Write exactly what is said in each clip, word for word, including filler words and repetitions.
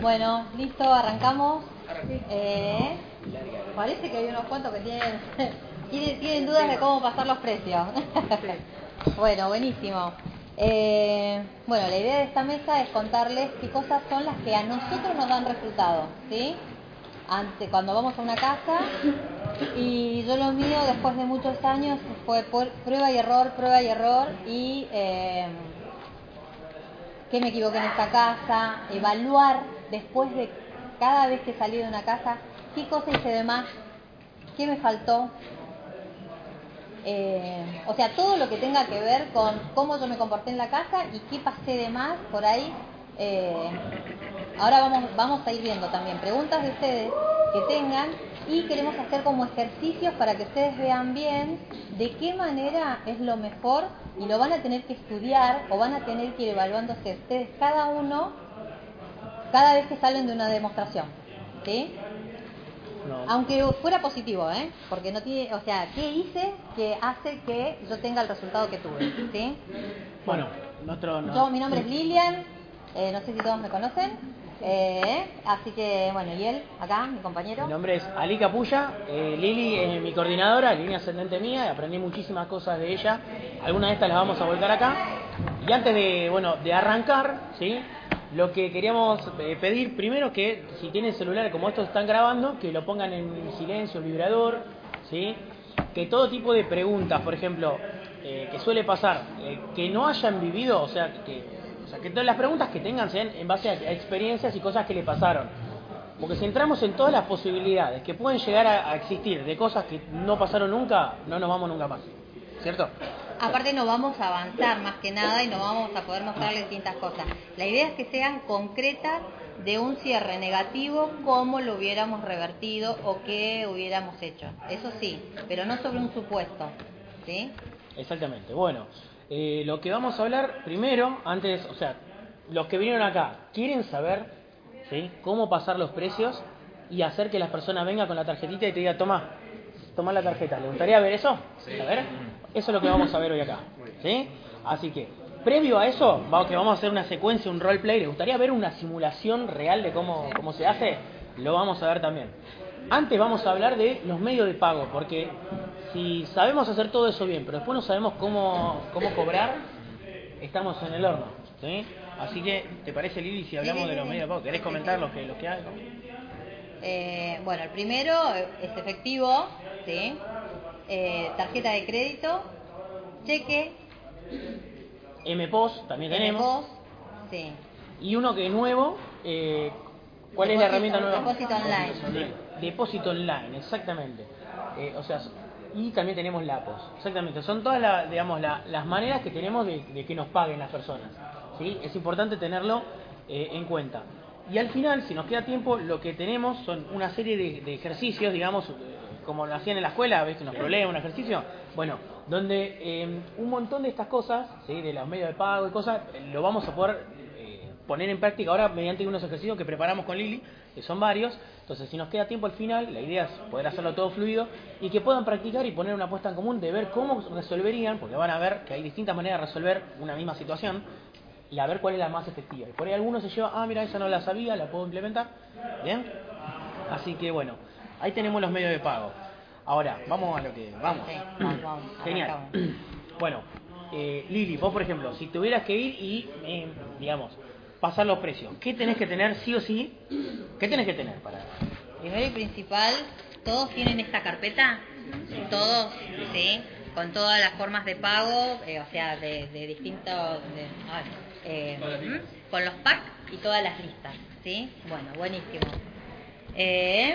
Bueno, listo, arrancamos. Eh, parece que hay unos cuantos que tienen, tienen, tienen dudas de cómo pasar los precios. Bueno, buenísimo. Eh, bueno, la idea de esta mesa es contarles qué cosas son las que a nosotros nos dan resultados, ¿sí? Ante, cuando vamos a una casa, y yo lo mío después de muchos años fue por prueba y error, prueba y error, y eh, que me equivoqué en esta casa, evaluar después de cada vez que salí de una casa, qué cosa hice de más, qué me faltó. Eh, o sea, todo lo que tenga que ver con cómo yo me comporté en la casa y qué pasé de más por ahí. Eh, ahora vamos, vamos a ir viendo también preguntas de ustedes que tengan y queremos hacer como ejercicios para que ustedes vean bien de qué manera es lo mejor, y lo van a tener que estudiar o van a tener que ir evaluándose ustedes cada uno cada vez que salen de una demostración, ¿sí? No. Aunque fuera positivo, ¿eh? Porque no tiene, o sea, ¿qué hice que hace que yo tenga el resultado que tuve? ¿Sí? Bueno, nuestro, no. Yo, mi nombre es Lilian, eh, no sé si todos me conocen, eh, así que, bueno, y él, acá, mi compañero. Mi nombre es Ali Capulla, eh, Lili es mi coordinadora, línea ascendente mía, y aprendí muchísimas cosas de ella, algunas de estas las vamos a volcar acá. Y antes de, bueno, de arrancar, ¿sí? Lo que queríamos eh, pedir primero, que si tienen celular como estos están grabando, que lo pongan en silencio, vibrador, ¿sí? Que todo tipo de preguntas, por ejemplo, eh, que suele pasar, eh, que no hayan vivido, o sea, que, o sea, que todas las preguntas que tengan sean en base a, a experiencias y cosas que le pasaron. Porque si entramos en todas las posibilidades que pueden llegar a, a existir de cosas que no pasaron nunca, no nos vamos nunca más, ¿cierto? Aparte no vamos a avanzar más que nada y no vamos a poder mostrarles distintas cosas. La idea es que sean concretas de un cierre negativo, cómo lo hubiéramos revertido o qué hubiéramos hecho. Eso sí, pero no sobre un supuesto, ¿sí? Exactamente. Bueno, eh, lo que vamos a hablar primero, antes, o sea, los que vinieron acá, ¿quieren saber, ¿sí?, cómo pasar los precios y hacer que las personas vengan con la tarjetita y te digan, toma, toma la tarjeta? ¿Le gustaría ver eso? Sí. A ver, eso es lo que vamos a ver hoy acá, ¿sí? Así que, previo a eso, vamos, que vamos a hacer una secuencia, un roleplay. ¿Le gustaría ver una simulación real de cómo, cómo se hace? Lo vamos a ver también. Antes vamos a hablar de los medios de pago, porque si sabemos hacer todo eso bien, pero después no sabemos cómo, cómo cobrar, estamos en el horno, ¿sí? Así que, ¿te parece, Lili, si hablamos sí, sí, de los sí. medios de pago? ¿Querés comentar lo que, lo que hay? Eh, bueno, el primero es efectivo, ¿sí? Eh, tarjeta de crédito, cheque, M P O S también tenemos. M P O S, sí. Y uno que es nuevo, eh, ¿cuál Depósito, es la herramienta nueva? Depósito online. De, depósito online, exactamente. Eh, o sea, y también tenemos la P O S, exactamente. Son todas la, digamos, la, las maneras que tenemos de, de que nos paguen las personas, ¿sí? Es importante tenerlo eh, en cuenta. Y al final, si nos queda tiempo, lo que tenemos son una serie de, de ejercicios, digamos, como lo hacían en la escuela, ¿ves? Unos problemas, un ejercicio. Bueno, donde eh, un montón de estas cosas, ¿sí?, de los medios de pago y cosas, lo vamos a poder eh, poner en práctica ahora mediante unos ejercicios que preparamos con Lili, que son varios. Entonces, si nos queda tiempo al final, la idea es poder hacerlo todo fluido y que puedan practicar y poner una apuesta en común de ver cómo resolverían, porque van a ver que hay distintas maneras de resolver una misma situación, y a ver cuál es la más efectiva. Y por ahí alguno se lleva, ah, mira, esa no la sabía, la puedo implementar. ¿Bien? Así que bueno, ahí tenemos los medios de pago. Ahora, vamos a lo que vamos. Sí, vamos, vamos, Genial. arrancamos. Bueno, eh, Lili, vos por ejemplo, si tuvieras que ir y, eh, digamos, pasar los precios, ¿qué tenés que tener sí o sí? ¿Qué tenés que tener para...? Primero y principal, todos tienen esta carpeta, todos, ¿sí? Con todas las formas de pago, eh, o sea, de, de distintos, de, ay, eh, ¿Mm? con los packs y todas las listas, ¿sí? Bueno, buenísimo. Eh,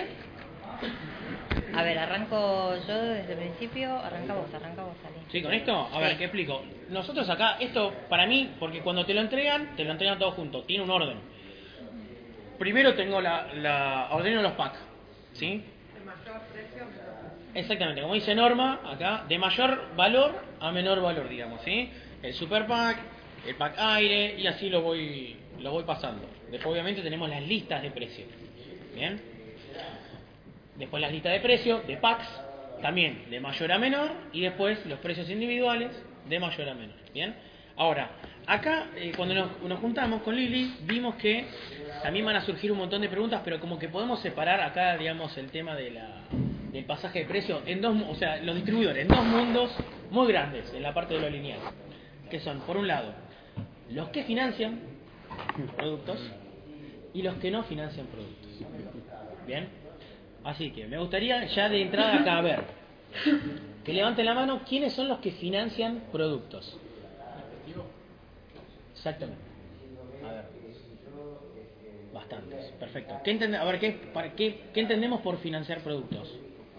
a ver, arranco yo desde el principio, arranca vos, arranca vos, Ali. ¿Sí, con esto? A ver, Sí. ¿qué explico? Nosotros acá, esto para mí, porque cuando te lo entregan, te lo entregan todo junto, tiene un orden. Primero tengo la, la ordeno los packs, ¿sí? El mayor precio, menor. Exactamente, como dice Norma, acá, de mayor valor a menor valor, digamos, ¿sí? El super pack, el pack aire, y así lo voy, lo voy pasando. Después obviamente tenemos las listas de precios, ¿bien? Después las listas de precios, de packs, también de mayor a menor, y después los precios individuales, de mayor a menor, ¿bien? Ahora, acá, eh, cuando nos, nos juntamos con Lili, vimos que también van a surgir un montón de preguntas, pero como que podemos separar acá, digamos, el tema de la, del pasaje de precio en dos, o sea, los distribuidores, en dos mundos muy grandes, en la parte de lo lineal, que son, por un lado, los que financian productos y los que no financian productos. Bien, así que me gustaría ya de entrada acá a ver, que levanten la mano quiénes son los que financian productos. Exactamente. A ver. Bastantes. Perfecto. ¿Qué entende- a ver, ¿qué, para, qué, ¿qué entendemos por financiar productos?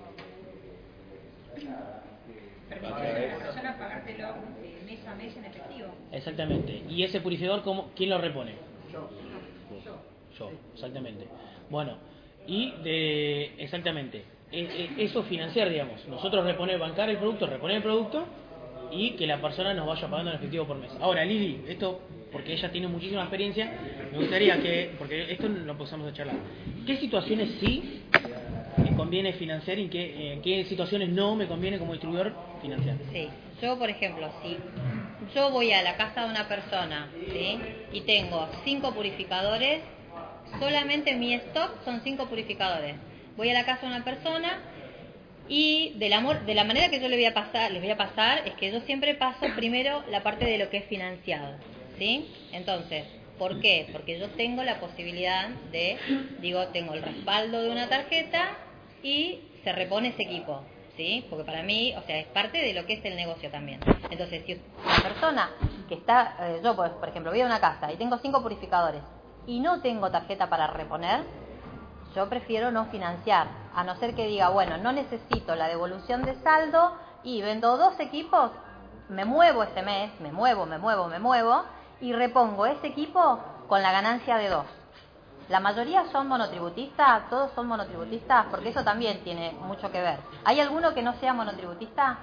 Permitir a la persona pagártelo eh, mes a mes en efectivo. Exactamente. ¿Y ese purificador cómo, quién lo repone? Yo. Yo, exactamente. Bueno, y de exactamente, e- e- eso financiar, digamos. Nosotros reponer, bancar el producto, reponer el producto y que la persona nos vaya pagando en efectivo por mes. Ahora, Lili, esto, porque ella tiene muchísima experiencia, me gustaría que, porque esto lo pasamos a charlar, ¿qué situaciones sí me conviene financiar y en qué, en qué situaciones no me conviene como distribuidor financiar? Sí, yo por ejemplo, si yo voy a la casa de una persona, ¿sí? Y tengo cinco purificadores, solamente mi stock son cinco purificadores. Voy a la casa de una persona y de la, de la manera que yo le voy a pasar, les voy a pasar es que yo siempre paso primero la parte de lo que es financiado, ¿sí? Entonces, ¿por qué? Porque yo tengo la posibilidad de, digo, tengo el respaldo de una tarjeta y se repone ese equipo, ¿sí? Porque para mí, o sea, es parte de lo que es el negocio también. Entonces, si una persona que está, eh, yo por, por ejemplo, voy a una casa y tengo cinco purificadores y no tengo tarjeta para reponer, yo prefiero no financiar, a no ser que diga, bueno, no necesito la devolución de saldo y vendo dos equipos, me muevo ese mes, me muevo, me muevo, me muevo y repongo ese equipo con la ganancia de dos. La mayoría son monotributistas, todos son monotributistas, porque eso también tiene mucho que ver. ¿Hay alguno que no sea monotributista?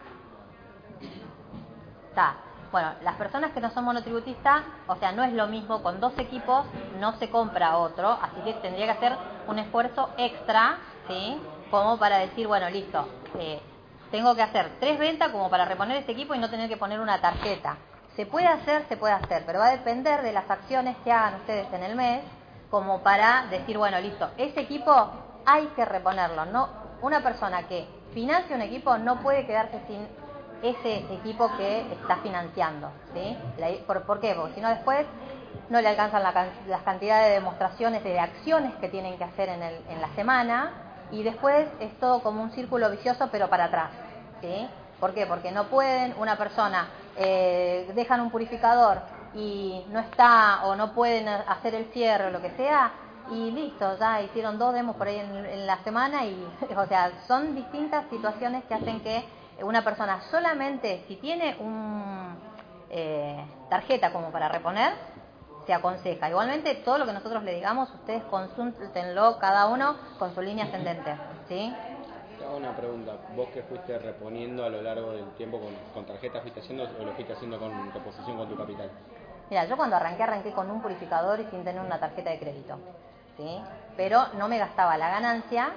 Está. Bueno, las personas que no son monotributistas, o sea, no es lo mismo, con dos equipos no se compra otro, así que tendría que hacer un esfuerzo extra, ¿sí? Como para decir, bueno, listo, eh, tengo que hacer tres ventas como para reponer este equipo y no tener que poner una tarjeta. Se puede hacer, se puede hacer, pero va a depender de las acciones que hagan ustedes en el mes, como para decir, bueno, listo, ese equipo hay que reponerlo. No, una persona que financia un equipo no puede quedarse sin ese equipo que está financiando, ¿sí? ¿Por, ¿por qué? Porque si no después no le alcanzan la, las cantidades de demostraciones de acciones que tienen que hacer en, el, en la semana y después es todo como un círculo vicioso pero para atrás, ¿sí? ¿Por qué? Porque no pueden, una persona eh, dejan un purificador y no está o no pueden hacer el cierre o lo que sea y listo, ya hicieron dos demos por ahí en, en la semana y, o sea, son distintas situaciones que hacen que una persona solamente si tiene un eh, tarjeta como para reponer, se aconseja. Igualmente, todo lo que nosotros le digamos, ustedes consúltenlo cada uno con su línea ascendente, ¿sí? Te hago una pregunta. ¿Vos que fuiste reponiendo a lo largo del tiempo con, con tarjeta, fuiste haciendo o lo fuiste haciendo con reposición con tu capital? Mira, yo cuando arranqué, arranqué con un purificador y sin tener una tarjeta de crédito, ¿sí? Pero no me gastaba la ganancia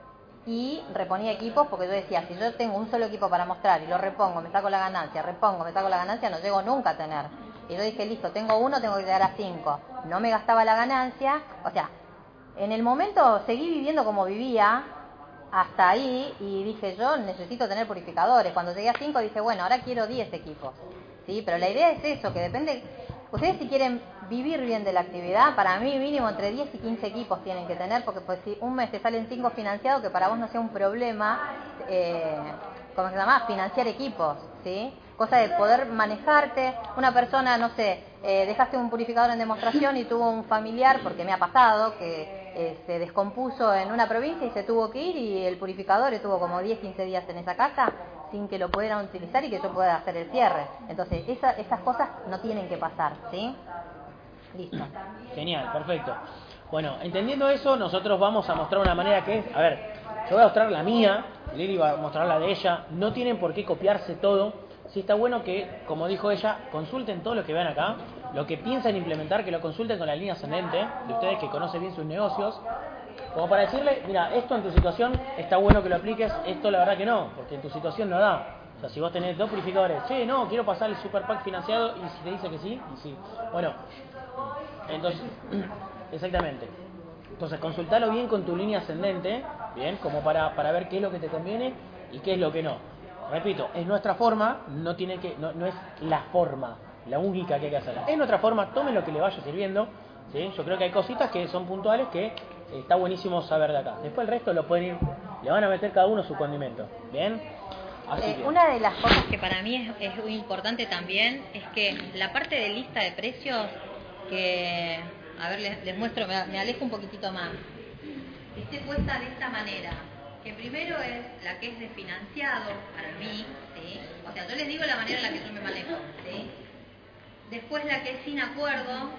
y reponía equipos porque yo decía, si yo tengo un solo equipo para mostrar y lo repongo, me saco la ganancia, repongo, me saco la ganancia, no llego nunca a tener. Y yo dije, listo, tengo uno, tengo que llegar a cinco. No me gastaba la ganancia, o sea, en el momento seguí viviendo como vivía hasta ahí y dije, yo necesito tener purificadores. Cuando llegué a cinco dije, bueno, ahora quiero diez equipos. ¿Sí? Pero la idea es eso, que depende. Ustedes si quieren vivir bien de la actividad, para mí mínimo entre diez y quince equipos tienen que tener, porque pues si un mes te salen cinco financiados, que para vos no sea un problema, eh, ¿cómo se llama? Financiar equipos, ¿sí? Cosa de poder manejarte. Una persona, no sé, eh, dejaste un purificador en demostración y tuvo un familiar, porque me ha pasado, que eh, se descompuso en una provincia y se tuvo que ir y el purificador estuvo como diez, quince días en esa casa sin que lo pudieran utilizar y que yo pueda hacer el cierre. Entonces, esa, esas cosas no tienen que pasar, ¿sí? Listo. Genial, perfecto. Bueno, entendiendo eso, nosotros vamos a mostrar una manera que es, a ver, yo voy a mostrar la mía, Lili va a mostrar la de ella, no tienen por qué copiarse todo. Sí está bueno que, como dijo ella, consulten todo lo que vean acá, lo que piensan implementar, que lo consulten con la línea ascendente de ustedes que conocen bien sus negocios, como para decirle, mira, esto en tu situación está bueno que lo apliques, esto la verdad que no, porque en tu situación no da. O sea, si vos tenés dos purificadores, sí, no, quiero pasar el super pack financiado, y si te dice que sí, y sí. Bueno, entonces, exactamente. Entonces, consultalo bien con tu línea ascendente, bien, como para, para ver qué es lo que te conviene y qué es lo que no. Repito, es nuestra forma, no tiene que, no, no es la forma, la única que hay que hacer. Es nuestra forma, tomen lo que le vaya sirviendo, ¿sí? Yo creo que hay cositas que son puntuales que eh, está buenísimo saber de acá. Después el resto lo pueden ir, le van a meter cada uno su condimento, ¿bien? Así Eh, que, una de las cosas que para mí es, es muy importante también es que la parte de lista de precios, que, a ver, les, les muestro, me, me alejo un poquitito más, esté puesta de esta manera, que primero es la que es de financiado para mí, ¿sí? O sea, yo les digo la manera en la que yo me manejo, ¿sí? Después la que es sin acuerdo,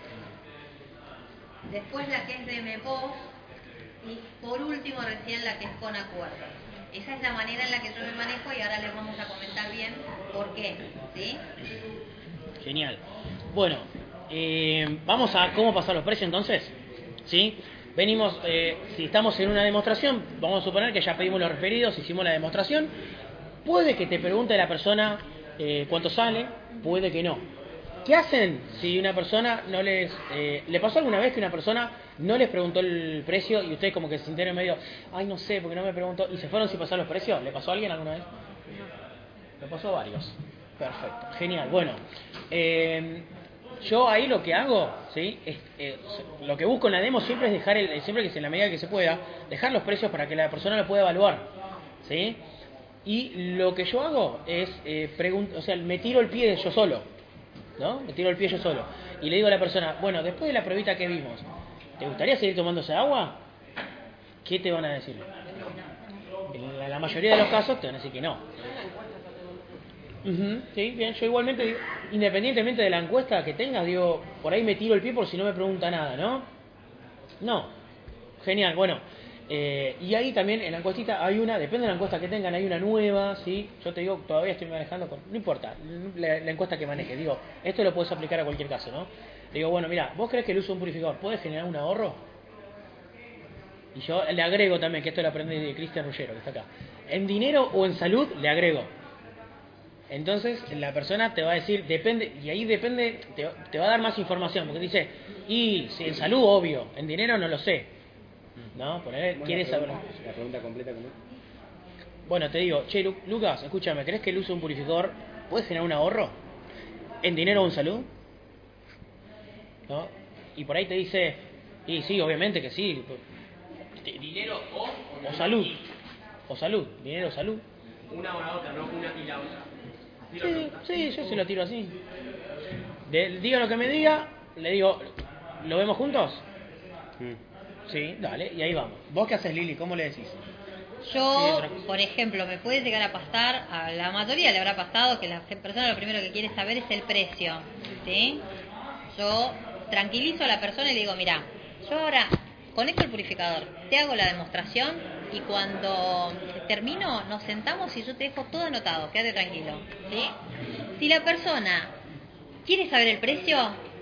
después la que es de M P O, y por último recién la que es con acuerdo. Esa es la manera en la que yo me manejo y ahora les vamos a comentar bien por qué, ¿sí? genial. Bueno, eh, vamos a cómo pasar los precios entonces, ¿sí? Venimos, eh, si estamos en una demostración, vamos a suponer que ya pedimos los referidos, hicimos la demostración. Puede que te pregunte la persona eh, cuánto sale, puede que no. ¿Qué hacen si una persona no les... Eh, ¿Le pasó alguna vez que una persona no les preguntó el precio y ustedes como que se sintieron medio, ay no sé, porque no me preguntó, y se fueron sin pasar los precios? ¿Le pasó a alguien alguna vez? Me pasó a varios. Perfecto, genial. Bueno, eh, yo ahí lo que hago, ¿sí? Es, eh, lo que busco en la demo siempre es dejar, el, siempre que se en la medida que se pueda, dejar los precios para que la persona lo pueda evaluar, ¿sí? Y lo que yo hago es, eh, pregun- o sea, me tiro el pie yo solo, ¿no? Me tiro el pie yo solo. Y le digo a la persona, bueno, después de la pruebita que vimos, ¿te gustaría seguir tomándose agua? ¿Qué te van a decir? En la, la mayoría de los casos te van a decir que no. Uh-huh, sí, bien, yo igualmente, digo, independientemente de la encuesta que tengas, digo, por ahí me tiro el pie por si no me pregunta nada, ¿no? No. Genial, bueno. Eh, y ahí también en la encuestita hay una, depende de la encuesta que tengan, hay una nueva, ¿sí? Yo te digo, todavía estoy manejando con, no importa, la, la encuesta que maneje, digo, esto lo puedes aplicar a cualquier caso, ¿no? Digo, bueno, mira, ¿vos crees que el uso de un purificador puede generar un ahorro? Y yo le agrego también, que esto lo aprendí de Cristian Ruggero, que está acá. En dinero o en salud, le agrego. Entonces, la persona te va a decir, depende, y ahí depende, te, te va a dar más información, porque dice, y si en salud, obvio, en dinero no lo sé. ¿No? Poner, ¿quieres saber? La pregunta completa, ¿cómo es? Bueno, te digo, che, Lu- Lucas, escúchame, ¿crees que el uso de un purificador puede generar un ahorro? ¿En dinero o en salud? ¿No? Y por ahí te dice, y sí, obviamente que sí. ¿Dinero o, o salud? O salud, dinero o salud. Una o la otra, no una y la otra. Sí, sí, yo se lo tiro así. De, diga lo que me diga, le digo, ¿lo vemos juntos? Mm. Sí, dale, y ahí vamos. ¿Vos qué haces, Lili? ¿Cómo le decís? Yo, por ejemplo, me puede llegar a pasar, a la mayoría le habrá pasado que la persona lo primero que quiere saber es el precio, ¿sí? Yo tranquilizo a la persona y le digo, mira, yo ahora conecto el purificador, te hago la demostración y cuando termino nos sentamos y yo te dejo todo anotado, quédate tranquilo, ¿sí? Si la persona quiere saber el precio,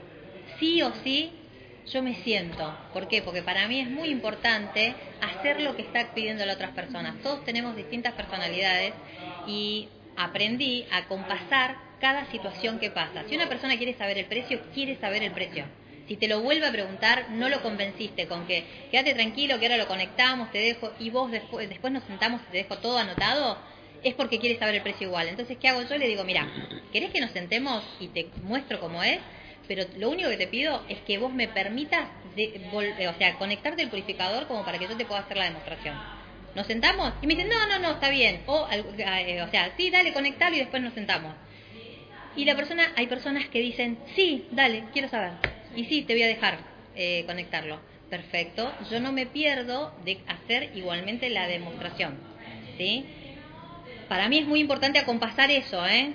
sí o sí, yo me siento. ¿Por qué? Porque para mí es muy importante hacer lo que está pidiendo las otras personas. Todos tenemos distintas personalidades y aprendí a compasar cada situación que pasa. Si una persona quiere saber el precio, quiere saber el precio. Si te lo vuelve a preguntar, no lo convenciste con que quédate tranquilo, que ahora lo conectamos, te dejo, y vos después, después nos sentamos y te dejo todo anotado, es porque quieres saber el precio igual. Entonces, ¿qué hago yo? Le digo, mira, ¿querés que nos sentemos y te muestro cómo es? Pero lo único que te pido es que vos me permitas, de, o sea, conectarte el purificador como para que yo te pueda hacer la demostración. ¿Nos sentamos? Y me dicen, no, no, no, está bien. O, eh, o sea, sí, dale, conectalo y después nos sentamos. Y la persona, hay personas que dicen, sí, dale, quiero saber. Y sí, te voy a dejar eh, conectarlo. Perfecto. Yo no me pierdo de hacer igualmente la demostración, ¿sí? Para mí es muy importante acompasar eso, ¿eh?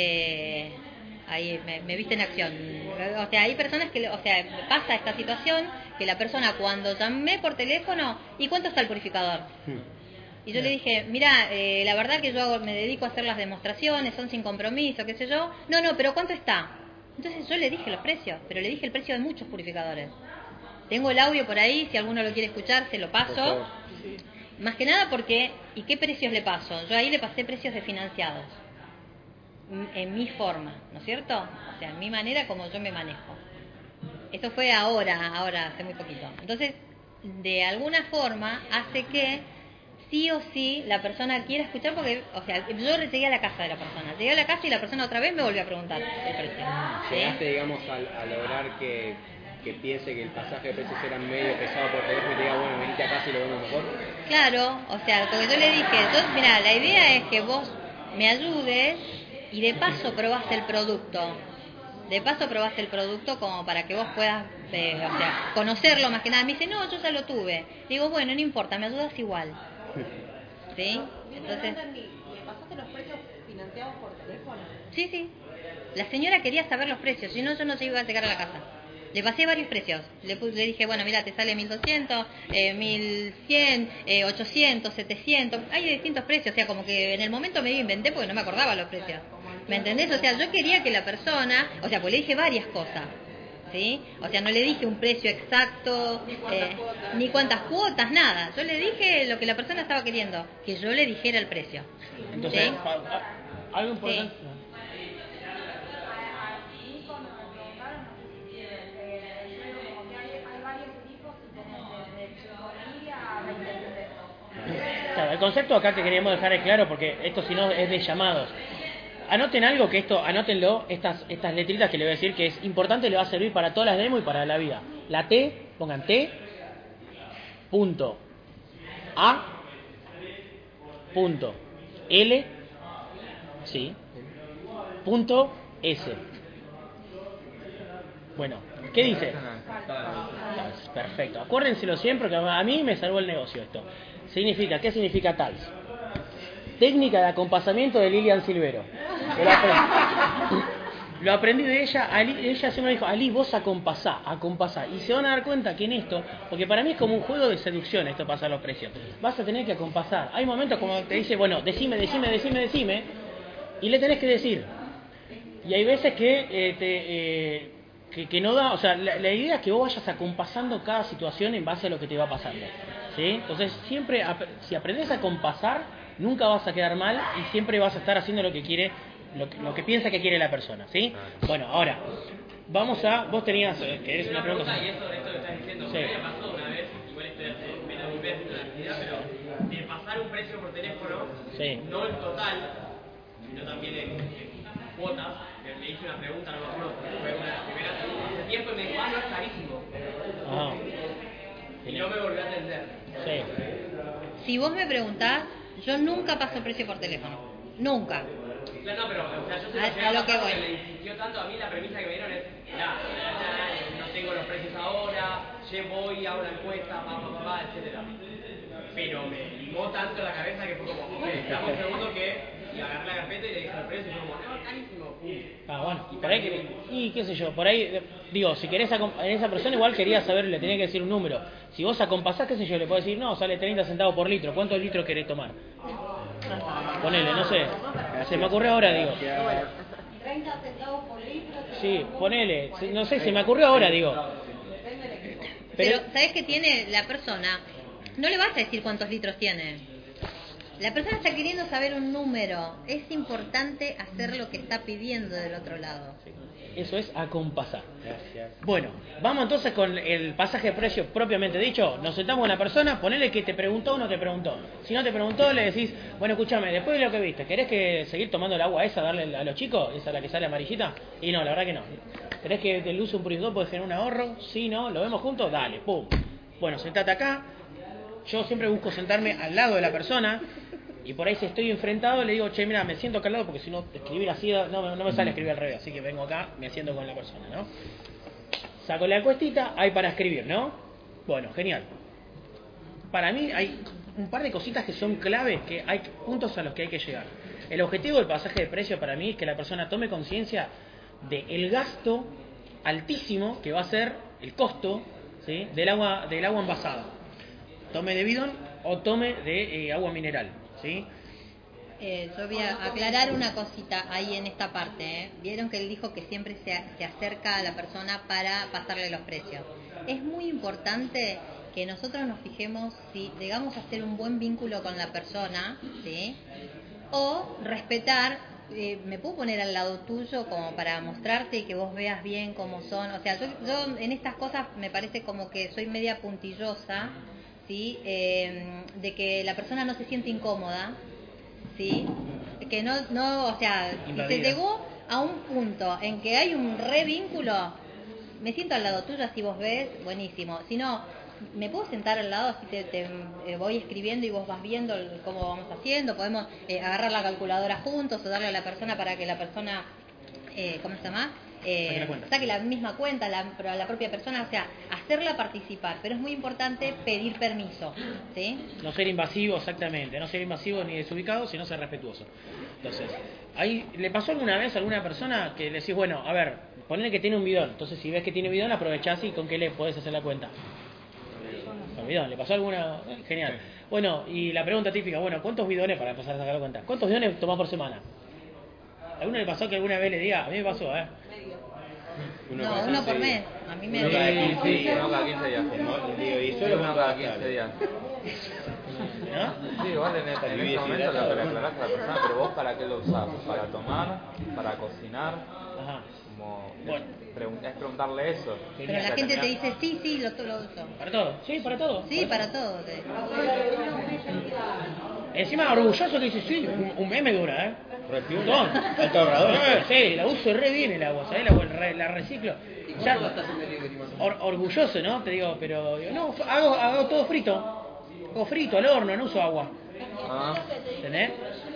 eh Ahí me, me viste en acción. O sea, hay personas que, o sea, pasa esta situación que la persona cuando llamé por teléfono, ¿y cuánto está el purificador? Y yo le dije, mira, eh, la verdad que yo hago, me dedico a hacer las demostraciones, son sin compromiso, qué sé yo. No, no, pero ¿cuánto está? Entonces yo le dije los precios, pero le dije el precio de muchos purificadores. Tengo el audio por ahí, si alguno lo quiere escuchar, se lo paso. Más que nada porque, ¿y qué precios le paso? Yo ahí le pasé precios de financiados, en mi forma, ¿no es cierto? O sea, en mi manera como yo me manejo. Eso fue ahora, ahora, hace muy poquito. Entonces, de alguna forma, hace que sí o sí la persona quiera escuchar, porque, o sea, yo llegué a la casa de la persona, llegué a la casa y la persona otra vez me volvió a preguntar el precio. ¿Sí? Llegaste, digamos, a, a lograr que, que piense que el pasaje de precios era medio pesado por teléfono y te diga, bueno, venite a casa y lo vemos mejor. Claro, o sea, porque yo le dije, yo, mira, la idea es que vos me ayudes y de paso probaste el producto. De paso probaste el producto como para que vos puedas, eh, o sea, conocerlo más que nada. Me dice, no, yo ya lo tuve. Digo, bueno, no importa, me ayudas igual. ¿Sí? Entonces, ¿le pasaste los precios financiados por teléfono? sí, sí. La señora quería saber los precios, si no yo no se iba a llegar a la casa. Le pasé varios precios. Le, puse, le dije, bueno, mira, te sale mil doscientos, eh, mil cien, eh, ochocientos, setecientos. Hay de distintos precios, o sea, como que en el momento me inventé porque no me acordaba los precios. ¿Me entendés? O sea, yo quería que la persona, o sea, pues le dije varias cosas. ¿Sí? O sea, no le dije un precio exacto, ni cuántas, eh, cuotas. ni cuántas cuotas, nada. Yo le dije lo que la persona estaba queriendo, que yo le dijera el precio. Entonces, ¿sí? algo importante. Sí. Claro, el concepto acá que queríamos dejar es claro, porque esto si no es de llamados. Anoten algo que esto, anótenlo, estas, estas letritas que le voy a decir que es importante, le va a servir para todas las demos y para la vida. La T, pongan T, punto, A, punto, L, sí, punto, S. Bueno, ¿qué dice? Perfecto, acuérdenselo siempre, que a mí me salvó el negocio esto. Significa, ¿qué significa T A L S? Técnica de acompasamiento de Lilian Silvero. Lo aprendí, lo aprendí de ella. Ali, ella siempre me dijo, Ali, vos acompasá, acompasá. Y se van a dar cuenta que en esto, porque para mí es como un juego de seducción esto pasar los precios. Vas a tener que acompasar. Hay momentos como te dice, bueno, decime, decime, decime, decime. Y le tenés que decir. Y hay veces que eh, te... Eh, Que, que no da, o sea, la, la idea es que vos vayas acompasando cada situación en base a lo que te va pasando, ¿sí? Entonces, siempre, si aprendes a compasar, nunca vas a quedar mal y siempre vas a estar haciendo lo que quiere, lo que, lo que piensa que quiere la persona, ¿sí? Bueno, ahora, vamos a, vos tenías, eh, que eres una pregunta. Y eso, esto que estás diciendo, sí. me pasó una vez, igual esto es me la volví haciendo la actividad, pero de pasar un precio por teléfono, sí. no el total, sino también en, en cuotas. Me hice una pregunta, no me acuerdo, fue una de las primeras hace tiempo y me dijo, ah, no, es carísimo. Ah. Y no me volvió a atender. Sí. Si vos me preguntás, yo nunca paso precio por teléfono. Nunca. No, no, pero o sea, yo se lo a, llegué a a lo que pasar voy. porque me insistió tanto. A mí la premisa que me dieron es, mirá, no tengo los precios ahora, yo voy, hago la encuesta, pa, pa, pa, pa, etcétera. Pero me limó tanto la cabeza que fue como, ok, dame un segundo que... Y agarré la carpeta y le dije el precio y fue como, no, carísimo. Ah, bueno, y por ahí, que, y qué sé yo, por ahí, digo, si querés, en esa persona igual quería saber, le tenía que decir un número. Si vos acompasás, qué sé yo, le puedo decir, no, sale treinta centavos por litro, ¿cuántos litros querés tomar? Ponele, no sé, se me ocurrió ahora, digo. treinta centavos por litro. Sí, ponele, no sé, se me ocurrió ahora, digo. Pero, ¿sabés qué tiene la persona? No le vas a decir cuántos litros tiene. La persona está queriendo saber un número. Es importante hacer lo que está pidiendo del otro lado. Eso es acompasar. Gracias. Bueno, vamos entonces con el pasaje de precios propiamente dicho. Nos sentamos con una persona, ponele que te preguntó o no te preguntó. Si no te preguntó, le decís, bueno, escúchame, después de lo que viste, ¿querés que seguir tomando el agua esa, darle a los chicos? ¿Esa la que sale amarillita? Y no, la verdad que no. ¿Querés que el uso un purificador puede generar un ahorro? Sí, no, ¿lo vemos juntos? Dale, pum. Bueno, sentate acá. Yo siempre busco sentarme al lado de la persona. Y por ahí si estoy enfrentado le digo, che, mira, me siento acá al lado porque si no escribir así no, no me sale escribir al revés, así que vengo acá, me siento con la persona, ¿no? Saco la encuestita, hay para escribir, ¿no? Bueno, genial. Para mí hay un par de cositas que son claves, que hay puntos a los que hay que llegar. El objetivo del pasaje de precio para mí es que la persona tome conciencia del gasto altísimo que va a ser el costo, ¿sí?, del agua, del agua envasada. Tome de bidón o tome de eh, agua mineral. ¿Sí? Eh, yo voy a aclarar una cosita ahí en esta parte. ¿eh? Vieron que él dijo que siempre se, se acerca a la persona para pasarle los precios. Es muy importante que nosotros nos fijemos si llegamos a hacer un buen vínculo con la persona, ¿sí? O respetar, eh, me puedo poner al lado tuyo como para mostrarte y que vos veas bien cómo son. O sea, yo, yo en estas cosas me parece como que soy media puntillosa, ¿sí? Eh, de que la persona no se siente incómoda, ¿sí? Que no, no, o sea, si se Invadida. llegó a un punto en que hay un re vínculo, me siento al lado tuyo, así vos ves, buenísimo. Si no, me puedo sentar al lado, así te, te eh, voy escribiendo y vos vas viendo el- cómo vamos haciendo. Podemos eh, agarrar la calculadora juntos o darle a la persona para que la persona, eh, ¿cómo se llama? Eh, Saque la cuenta. saque la misma cuenta, la, pero a la propia persona, o sea, hacerla participar. Pero es muy importante pedir permiso, ¿sí? No ser invasivo, exactamente, no ser invasivo ni desubicado, sino ser respetuoso. Entonces, ahí, ¿le pasó alguna vez a alguna persona que le decís, bueno, a ver, ponele que tiene un bidón, entonces si ves que tiene bidón, aprovechás y con qué le podés hacer la cuenta? Con bidón, ¿le pasó alguna? Eh, Genial. Bueno, y la pregunta típica, bueno, ¿cuántos bidones, para empezar a sacar la cuenta, cuántos bidones tomás por semana? ¿A alguno le pasó que alguna vez le diga? A mí me pasó, ¿eh? Uno No, cada uno quince por mes. días. A mí me... Uno cada Sí, quince sí, días. uno cada quince días. No, digo, y solo Uno con cada cada quince días. ¿No? Sí, igual en, este- en Viví este momento deshidratado. le aclarás a la persona, pero vos para qué lo usás, para tomar, para cocinar, Ajá. como Bueno. es, pregun- es preguntarle eso. Pero la O sea, gente te terminás- dice, sí, sí, lo, lo uso. ¿Para todo? Sí, para todo. Sí, para todo. te- Encima orgulloso que dice, sí, un, un mes me dura, ¿eh? Repiola. Montón. Alto ahorrador. Eh, sí, la uso re bien el agua, ¿sabes? La, la, la reciclo. Ya, or- orgulloso, ¿no? Te digo, pero digo, no, hago, hago todo frito. Hago frito al horno, no uso agua. Ah, ¿Entendés?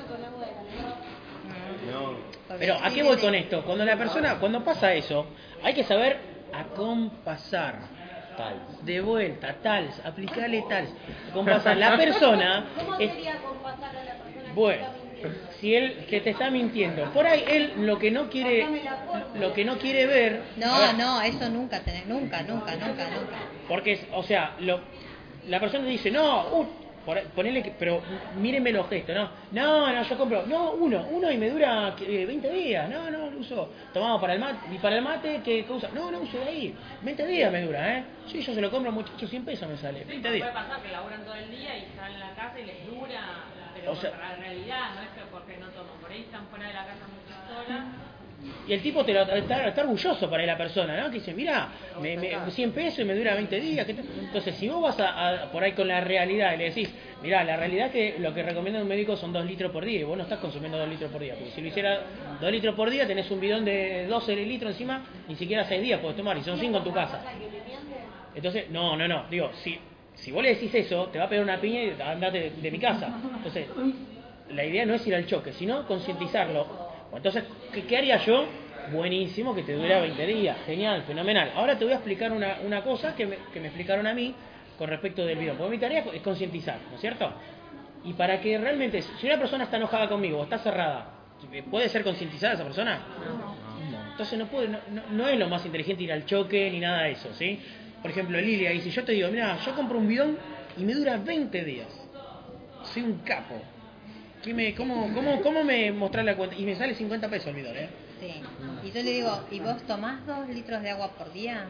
No. Pero ¿a Sí, qué sí, voy sí. con esto? Cuando la persona, cuando pasa eso, hay que saber acompasar. Tal. De vuelta, tals, aplicarle tals. Acompasar. La persona ¿Cómo es, sería compasar a la persona que bueno, está mintiendo? si él que te está mintiendo, por ahí él lo que no quiere, lo que no quiere ver, a No, ver, no, eso nunca tenés, nunca, nunca, nunca, nunca. porque es, o sea, lo, la persona dice, no, uh, por- ponele que, pero mírenme los gestos, no, no, no, yo compro, no, uno, uno y me dura eh, veinte días, no, no, lo uso, tomamos para el mate, y para el mate, ¿qué, qué usa? No, no uso de ahí, veinte días me dura, ¿eh? Sí, yo se lo compro, muchachos, cien pesos me sale, Sí, veinte puede días. pasar que laburan todo el día y están en la casa y les dura, pero O sea- para la realidad no es que porque no toman, por ahí están fuera de la casa muchas horas. Y el tipo te lo, está, está orgulloso para la persona, ¿no? Que dice, mira, me, me, cien pesos y me dura veinte días. ¿qué te-?". Entonces, si vos vas a, a- por ahí con la realidad y le decís, mira, la realidad es que lo que recomienda un médico son dos litros por día y vos no estás consumiendo dos litros por día. Porque si lo hiciera dos litros por día, tenés un bidón de doce litros encima, ni siquiera seis días podés tomar y son cinco en tu casa. Entonces, no, no, no. Digo, si, si vos le decís eso, te va a pegar una piña y andate de, de mi casa. Entonces, la idea no es ir al choque, sino concientizarlo. Entonces, ¿qué, qué haría yo? Buenísimo, que te dura veinte días. Genial, fenomenal. Ahora te voy a explicar una, una cosa que me, que me explicaron a mí con respecto del bidón. Porque mi tarea es concientizar, ¿no es cierto? Y para que realmente, si una persona está enojada conmigo o está cerrada, ¿puede ser concientizada esa persona? No. Entonces no, puede, no, no, no es lo más inteligente ir al choque ni nada de eso, ¿sí? Por ejemplo, Lilia dice, yo te digo, mira, yo compro un bidón y me dura veinte días. Soy un capo. ¿Qué me, cómo, cómo, ¿Cómo me mostrás la cuenta? Y me sale cincuenta pesos el bidón, ¿eh? Sí. Y yo le digo, ¿y vos tomás dos litros de agua por día?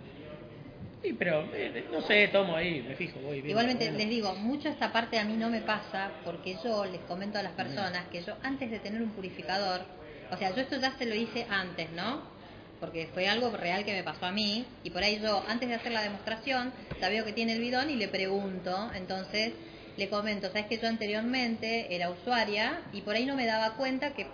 Sí, pero eh, no sé, tomo ahí, me fijo, voy viendo. Igualmente les digo, mucho esta parte a mí no me pasa porque yo les comento a las personas que yo antes de tener un purificador, o sea, yo esto ya se lo hice antes, ¿no? Porque fue algo real que me pasó a mí y por ahí yo antes de hacer la demostración ya veo que tiene el bidón y le pregunto, entonces le comento, sabes que yo anteriormente era usuaria y por ahí no me daba cuenta que,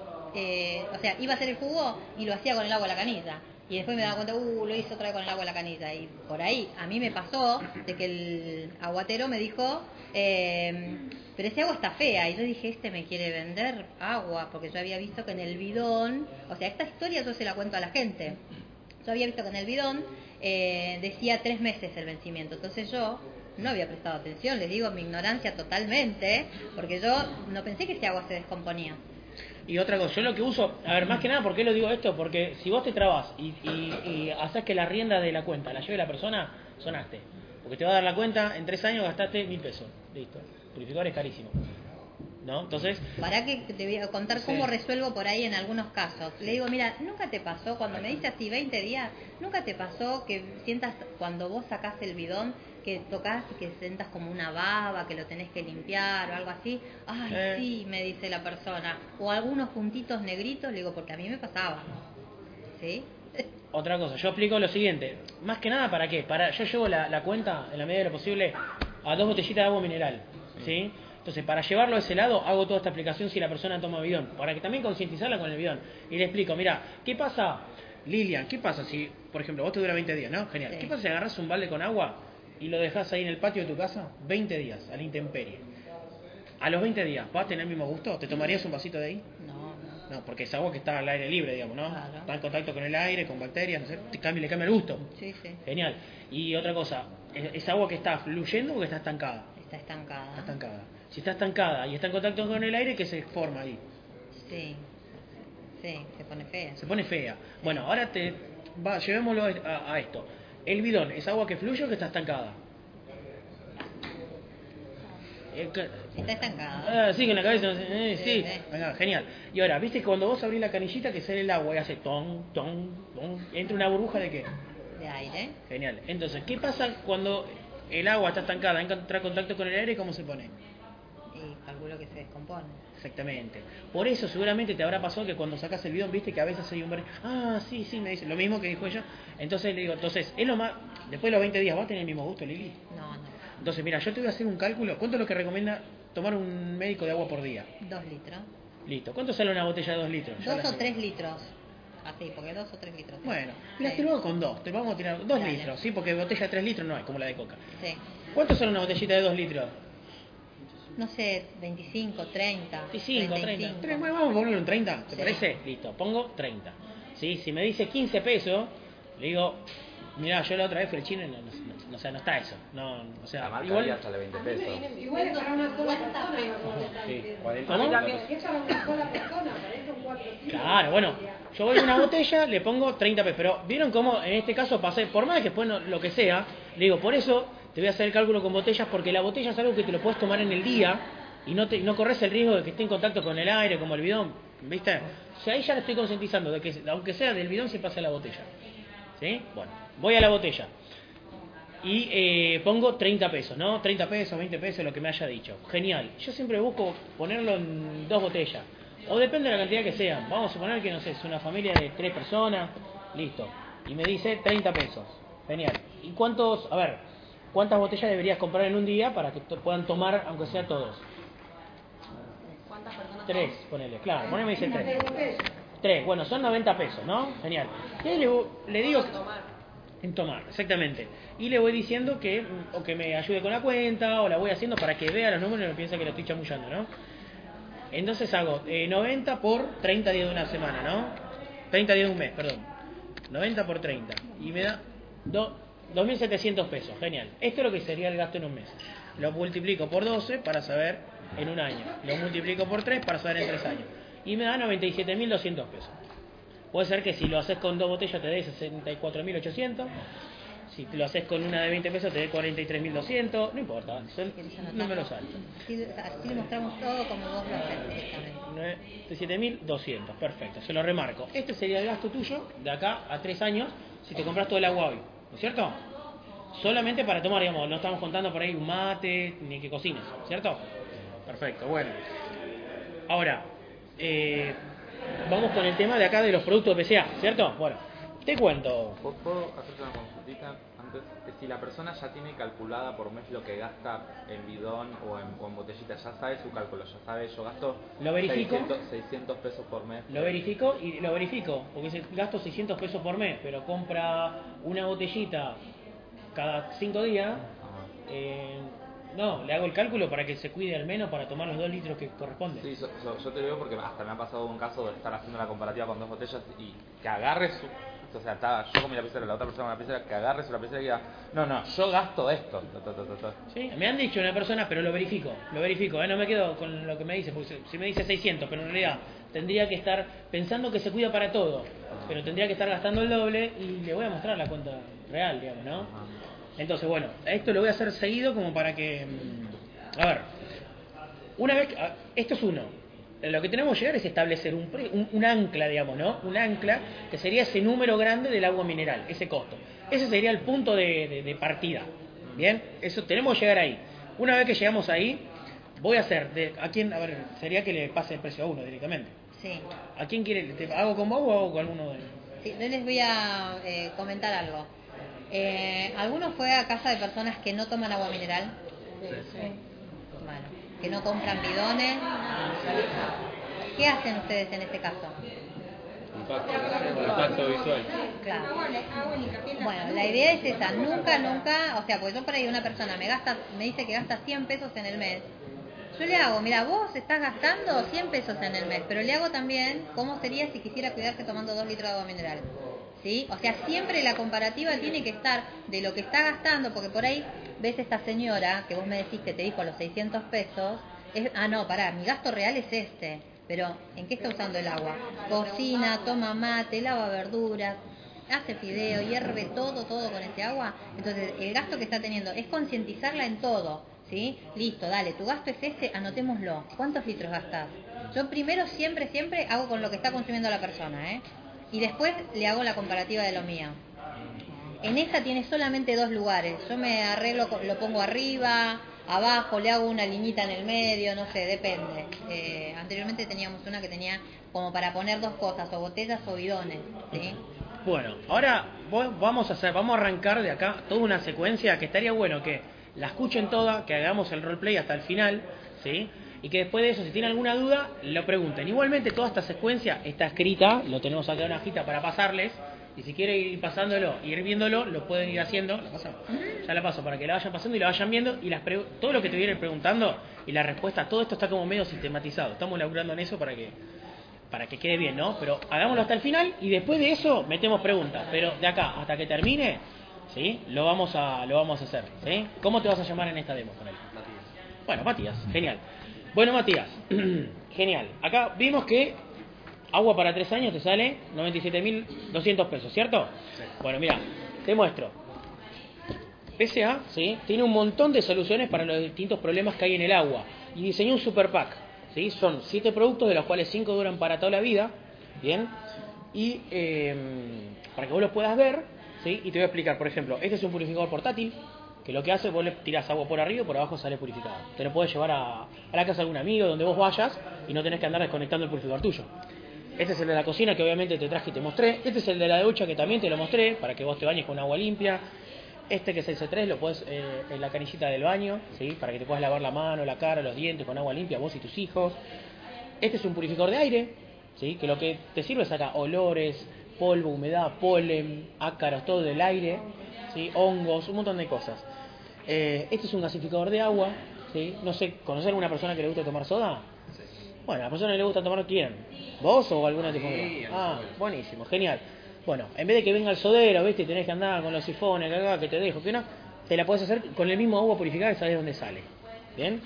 eh, o sea, iba a hacer el jugo y lo hacía con el agua de la canilla. Y después me daba cuenta, uh, lo hice otra vez con el agua de la canilla. Y por ahí, a mí me pasó de que el aguatero me dijo, eh, pero ese agua está fea. Y yo dije, este me quiere vender agua, porque yo había visto que en el bidón, o sea, esta historia yo se la cuento a la gente. Yo había visto que en el bidón eh, decía tres meses el vencimiento. Entonces yo no había prestado atención, les digo mi ignorancia totalmente, porque yo no pensé que ese agua se descomponía. Y otra cosa, yo lo que uso, a ver, más que nada, ¿por qué lo digo esto? Porque si vos te trabas y, y, y haces que la rienda de la cuenta la lleve la persona, sonaste. Porque te va a dar la cuenta, en tres años gastaste mil pesos. Listo. Purificador es carísimo. ¿No? Entonces, Para que te voy a contar Sí. cómo resuelvo por ahí en algunos casos. Le digo, mira, nunca te pasó, cuando me dice así veinte días, nunca te pasó que sientas cuando vos sacás el bidón, que tocas y que sientas como una baba, que lo tenés que limpiar o algo así? Ay, Eh. sí, me dice la persona. O algunos puntitos negritos, le digo, porque a mí me pasaba. ¿Sí? Otra cosa, yo explico lo siguiente. Más que nada, ¿para qué? Para, yo llevo la, la cuenta, en la medida de lo posible, a dos botellitas de agua mineral. ¿Sí? Entonces, para llevarlo a ese lado, hago toda esta explicación si la persona toma bidón. Para que también concientizarla con el bidón. Y le explico, mira, ¿qué pasa, Lilian? ¿Qué pasa si, por ejemplo, vos te dura veinte días, ¿no? Genial. Sí. ¿Qué pasa si agarras un balde con agua y lo dejás ahí en el patio de tu casa veinte días, a la intemperie? A los veinte días, ¿vas a tener el mismo gusto? ¿Te tomarías un vasito de ahí? No, no. No, porque es agua que está al aire libre, digamos, ¿no? Claro. Está en contacto con el aire, con bacterias, no sé, te cambia, le cambia el gusto. Sí, sí. Genial. Y otra cosa, ¿es, es agua que está fluyendo o que está estancada? Está estancada. Está estancada. Si está estancada y está en contacto con el aire, ¿qué se forma ahí? Sí. Sí, se pone fea. Se pone fea. Bueno, ahora te va, llevémoslo a, a esto. ¿El bidón es agua que fluye o que está estancada? Eh, que- Está estancada. Ah, sí, con la cabeza. eh, Sí, sí, sí. Venga, genial. Y ahora, ¿viste que cuando vos abrís la canillita que sale el agua y hace ton, ton, ton? ¿Entra una burbuja de qué? De aire. Genial. Entonces, ¿qué pasa cuando el agua está estancada, entra en contacto con el aire? ¿Cómo se pone? Y calculo que se descompone. Exactamente. Por eso seguramente te habrá pasado que cuando sacas el bidón, viste que a veces hay un verde. Ah, sí, sí, me dice. Lo mismo que dijo ella. Entonces le digo, entonces, es lo más. Después de los veinte días, ¿vas a tener el mismo gusto, Lili? No, no. Entonces, mira, yo te voy a hacer un cálculo. ¿Cuánto es lo que recomienda tomar un médico de agua por día? Dos litros. Listo. ¿Cuánto sale una botella de dos litros? Ya Dos la o sé. tres litros. Así, porque dos o tres litros. Bueno, mira, Sí. te lo hago con dos. Te vamos a tirar dos Dale. litros, ¿sí? Porque botella de tres litros no hay, como la de coca. Sí. ¿Cuánto sale una botellita de dos litros? No sé, veinticinco, treinta. veinticinco, treinta y treinta. cinco. Tres, bueno, vamos a ponerlo en treinta, ¿te Sí. parece? Listo, pongo treinta. ¿Sí? Si me dice quince pesos, le digo, mirá, yo la otra vez fui al chino y no, no, no, o sea, no está eso. No, o sea, La marca igual. ya sale veinte pesos. Igual es para una sola persona. Sí, cuarenta ¿Cómo? pesos. Es para una sola persona, para eso cuatro kilos. Claro, bueno, yo voy a una botella, le pongo treinta pesos. Pero vieron cómo en este caso pasé, por más que después no- lo que sea, le digo, por eso te voy a hacer el cálculo con botellas, porque la botella es algo que te lo puedes tomar en el día y no te no corres el riesgo de que esté en contacto con el aire, como el bidón, ¿viste? O sea, ahí ya le estoy concientizando de que aunque sea del bidón se pase a la botella. ¿Sí? Bueno, voy a la botella y eh, pongo treinta pesos, ¿no? treinta pesos, veinte pesos, lo que me haya dicho. Genial. Yo siempre busco ponerlo en dos botellas. O depende de la cantidad que sea. Vamos a suponer que, no sé, es una familia de tres personas. Listo. Y me dice treinta pesos. Genial. ¿Y cuántos, a ver, cuántas botellas deberías comprar en un día para que to- puedan tomar, aunque sea todos? ¿Cuántas personas Tres, ponele. Claro, ponele me dice tres. Tres. Bueno, son noventa pesos, ¿no? Genial. Y ahí le, le digo... En tomar, exactamente. Y le voy diciendo que mm, o que me ayude con la cuenta, o la voy haciendo para que vea los números y no piense que lo estoy chamullando, ¿no? Entonces hago eh, noventa por treinta días de una semana, ¿no? treinta días de un mes, perdón. noventa por treinta. Y me da do- dos mil setecientos pesos, genial. Esto es lo que sería el gasto en un mes. Lo multiplico por doce para saber en un año. Lo multiplico por tres para saber en tres años. Y me da noventa y siete mil doscientos pesos. Puede ser que si lo haces con dos botellas te dé sesenta y cuatro mil ochocientos. Si lo haces con una de veinte pesos te dé cuarenta y tres mil doscientos. No importa, son ¿Querés anotar? números altos. Así, así le mostramos todo como vos lo haces directamente. noventa y siete mil doscientos, perfecto, se lo remarco. Este sería el gasto tuyo de acá a tres años si te compras todo el agua hoy, ¿no es cierto? Solamente para tomar, digamos, no estamos contando por ahí un mate ni que cocines, ¿cierto? Perfecto, bueno. Ahora, eh, vamos con el tema de acá de los productos de P C A, ¿cierto? Bueno, te cuento. ¿Puedo- ¿Puedo hacerte una consultita antes? Eh, Si la persona ya tiene calculada por mes lo que gasta en bidón o en, o en botellita, ya sabe su cálculo, ya sabe, yo gasto ¿Lo verifico? seiscientos, seiscientos pesos por mes. Lo verifico y lo verifico, porque dice, gasto seiscientos pesos por mes, pero compra una botellita cada cinco días. Ajá. Eh, no, le hago el cálculo para que se cuide al menos para tomar los dos litros que corresponde. Sí, yo, yo- yo te lo digo porque hasta me ha pasado un caso de estar haciendo la comparativa con dos botellas y que agarre su... O sea, estaba yo con mi lapicera, la otra persona con la lapicera, que agarre su lapicera y diga, no, no, yo gasto esto. Ta, ta, ta, ta, ta. Sí, me han dicho una persona, pero lo verifico, lo verifico, ¿eh? No me quedo con lo que me dice, porque si- si me dice seiscientos, pero en realidad tendría que estar pensando que se cuida para todo, pero tendría que estar gastando el doble y le voy a mostrar la cuenta real, digamos, ¿no? Ajá. Entonces, bueno, esto lo voy a hacer seguido como para que... mm, A ver, una vez que... a- Esto es uno. Lo que tenemos que llegar es establecer un, pre- un, un ancla, digamos, ¿no? Un ancla que sería ese número grande del agua mineral, ese costo. Ese sería el punto de, de- de partida. Bien, eso tenemos que llegar ahí. Una vez que llegamos ahí, voy a hacer, de, ¿a quién? A ver, sería que le pase el precio a uno directamente. Sí. ¿A quién quiere? ¿Te hago con vos o hago con alguno de ellos? Sí, yo les voy a eh, comentar algo. Eh, ¿Alguno fue a casa de personas que no toman agua mineral? Sí. Bueno, que no compran bidones. ¿Qué hacen ustedes en este caso? Impacto, impacto visual. Claro. Hago el- hago el hincapié en la Bueno, salud. la idea es esa, nunca, nunca, o sea, porque yo por ahí una persona me gasta, me dice que gasta cien pesos en el mes. Yo le hago, mira, vos estás gastando cien pesos en el mes, pero le hago también cómo sería si quisiera cuidarse tomando dos litros de agua mineral. ¿Sí? O sea, siempre la comparativa tiene que estar de lo que está gastando, porque por ahí ves esta señora que vos me decís que te dijo los seiscientos pesos, es, ah, no, pará, mi gasto real es este, pero ¿en qué está usando el agua? Cocina, toma mate, lava verduras, hace fideo, hierve todo, todo con ese agua. Entonces, el gasto que está teniendo es concientizarla en todo, ¿sí? Listo, dale, tu gasto es este, anotémoslo. ¿Cuántos litros gastas? Yo primero, siempre, siempre hago con lo que está consumiendo la persona, ¿eh? Y después le hago la comparativa de lo mío. En esta tiene solamente dos lugares. Yo me arreglo, con- lo pongo arriba, abajo, le hago una liñita en el medio, no sé, depende. Eh, anteriormente teníamos una que tenía como para poner dos cosas, o botellas o bidones, ¿sí? Bueno, ahora voy- vamos a hacer, vamos a arrancar de acá toda una secuencia que estaría bueno que la escuchen toda, que hagamos el roleplay hasta el final, ¿sí? Y que después de eso, si tienen alguna duda, lo pregunten. Igualmente toda esta secuencia está escrita, lo tenemos acá en una hojita para pasarles, y si quieren ir pasándolo, ir viéndolo, lo pueden ir haciendo. ¿La pasamos? Ya la paso para que la vayan pasando y la vayan viendo, y las pregu- todo lo que te vienen preguntando y la respuesta, todo esto está como medio sistematizado. Estamos laburando en eso para que para que quede bien, ¿no? Pero hagámoslo hasta el final y después de eso metemos preguntas. Pero de acá hasta que termine, ¿sí? Lo vamos a lo vamos a hacer, ¿sí? ¿Cómo te vas a llamar en esta demo con él? Matías. Bueno, Matías, genial. Bueno, Matías, genial. Acá vimos que agua para tres años te sale noventa y siete mil doscientos pesos, ¿cierto? Sí. Bueno, mira, te muestro. P S A, ¿sí? Tiene un montón de soluciones para los distintos problemas que hay en el agua y diseñó un super pack, ¿sí? Son siete productos de los cuales cinco duran para toda la vida, ¿bien? Y eh, para que vos los puedas ver, ¿sí? Y te voy a explicar, por ejemplo, este es un purificador portátil que lo que hace, vos le tirás agua por arriba y por abajo sale purificado. Te lo puedes llevar a, a la casa de algún amigo, donde vos vayas, y no tenés que andar desconectando el purificador tuyo. Este es el de la cocina que obviamente te traje y te mostré. Este es el de la ducha que también te lo mostré, para que vos te bañes con agua limpia. Este que es el C tres lo puedes eh, en la canillita del baño, ¿sí? Para que te puedas lavar la mano, la cara, los dientes con agua limpia, vos y tus hijos. Este es un purificador de aire, ¿sí? Que lo que te sirve es sacar olores, polvo, humedad, polen, ácaros, todo del aire, ¿sí? Hongos, un montón de cosas. Eh, este es un gasificador de agua, ¿sí? No sé, ¿conocer a alguna persona que le guste tomar soda? Sí. Bueno, a la persona que le gusta tomar, ¿quién? ¿Vos o alguna de tu familia? Ah, buenísimo, genial. Bueno, en vez de que venga el sodero, ¿viste? Y tenés que andar con los sifones, que acá, que te dejo, que no, te la podés hacer con el mismo agua purificada y sabés dónde sale. ¿Bien?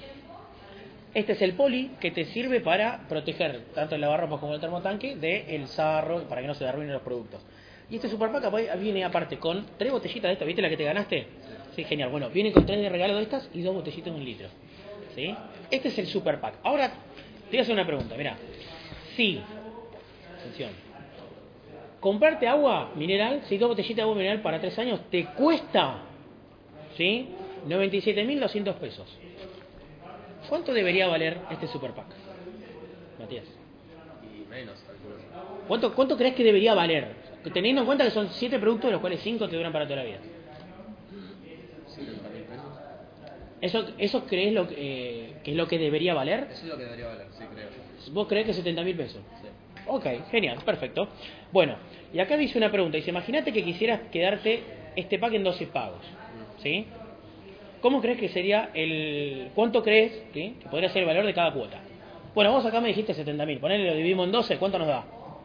Este es el poli que te sirve para proteger tanto el lavarropas como el termotanque del sarro, para que no se te arruinen los productos. Y este super pack viene aparte con tres botellitas de estas, ¿viste la que te ganaste? Sí, genial. Bueno, viene con tres de regalo de estas y dos botellitas de un litro. ¿Sí? Este es el super pack. Ahora, te voy a hacer una pregunta, mirá. Si, atención, comprarte agua mineral, si dos botellitas de agua mineral para tres años, te cuesta, ¿sí? noventa y siete mil doscientos pesos. ¿Cuánto debería valer este super pack, Matías? Y menos, calculo. ¿Cuánto, ¿Cuánto crees que debería valer? Teniendo en cuenta que son siete productos de los cuales cinco te duran para toda la vida. setenta mil pesos. ¿Eso, eso crees lo que, eh, que es lo que debería valer? Eso es lo que debería valer, sí, creo yo. ¿Vos crees que setenta mil pesos? Sí. Ok, genial, perfecto. Bueno, y acá dice una pregunta. Dice, imagínate que quisieras quedarte este pack en doce pagos, ¿sí? ¿Cómo crees que sería el... ¿Cuánto crees, ¿sí? que podría ser el valor de cada cuota? Bueno, vos acá me dijiste setenta mil. Ponele, lo dividimos en doce, ¿cuánto nos da?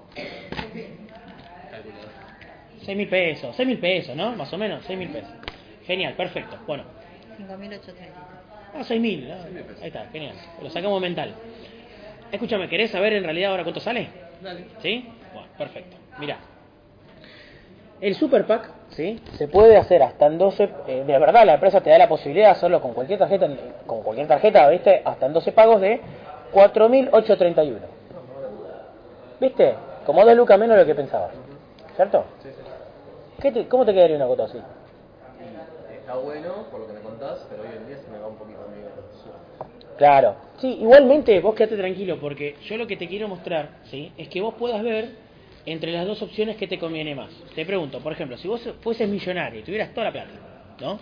seis mil pesos, seis mil pesos, ¿no? Más o menos, seis mil pesos. Genial, perfecto. Bueno. cinco mil ochocientos. Ah, seis mil, ¿no? Ahí está, genial. Lo sacamos mental. Escúchame, ¿querés saber en realidad ahora cuánto sale? Dale. ¿Sí? Bueno, perfecto. Mirá. El Super Pack, ¿sí? Se puede hacer hasta en doce... Eh, de verdad, la empresa te da la posibilidad de hacerlo con cualquier tarjeta, con cualquier tarjeta, ¿viste? Hasta en doce pagos de cuatro mil ochocientos treinta y uno. ¿Viste? Como dos lucas menos de lo que pensabas. ¿Cierto? Sí, sí. ¿Qué te, ¿Cómo te quedaría una cuota así? Y está bueno por lo que me contás, pero hoy en día se me va un poquito medio suave. Claro. Sí, igualmente vos quedate tranquilo porque yo lo que te quiero mostrar, ¿sí? Es que vos puedas ver entre las dos opciones que te conviene más. Te pregunto, por ejemplo, si vos fueses millonario y tuvieras toda la plata, ¿no?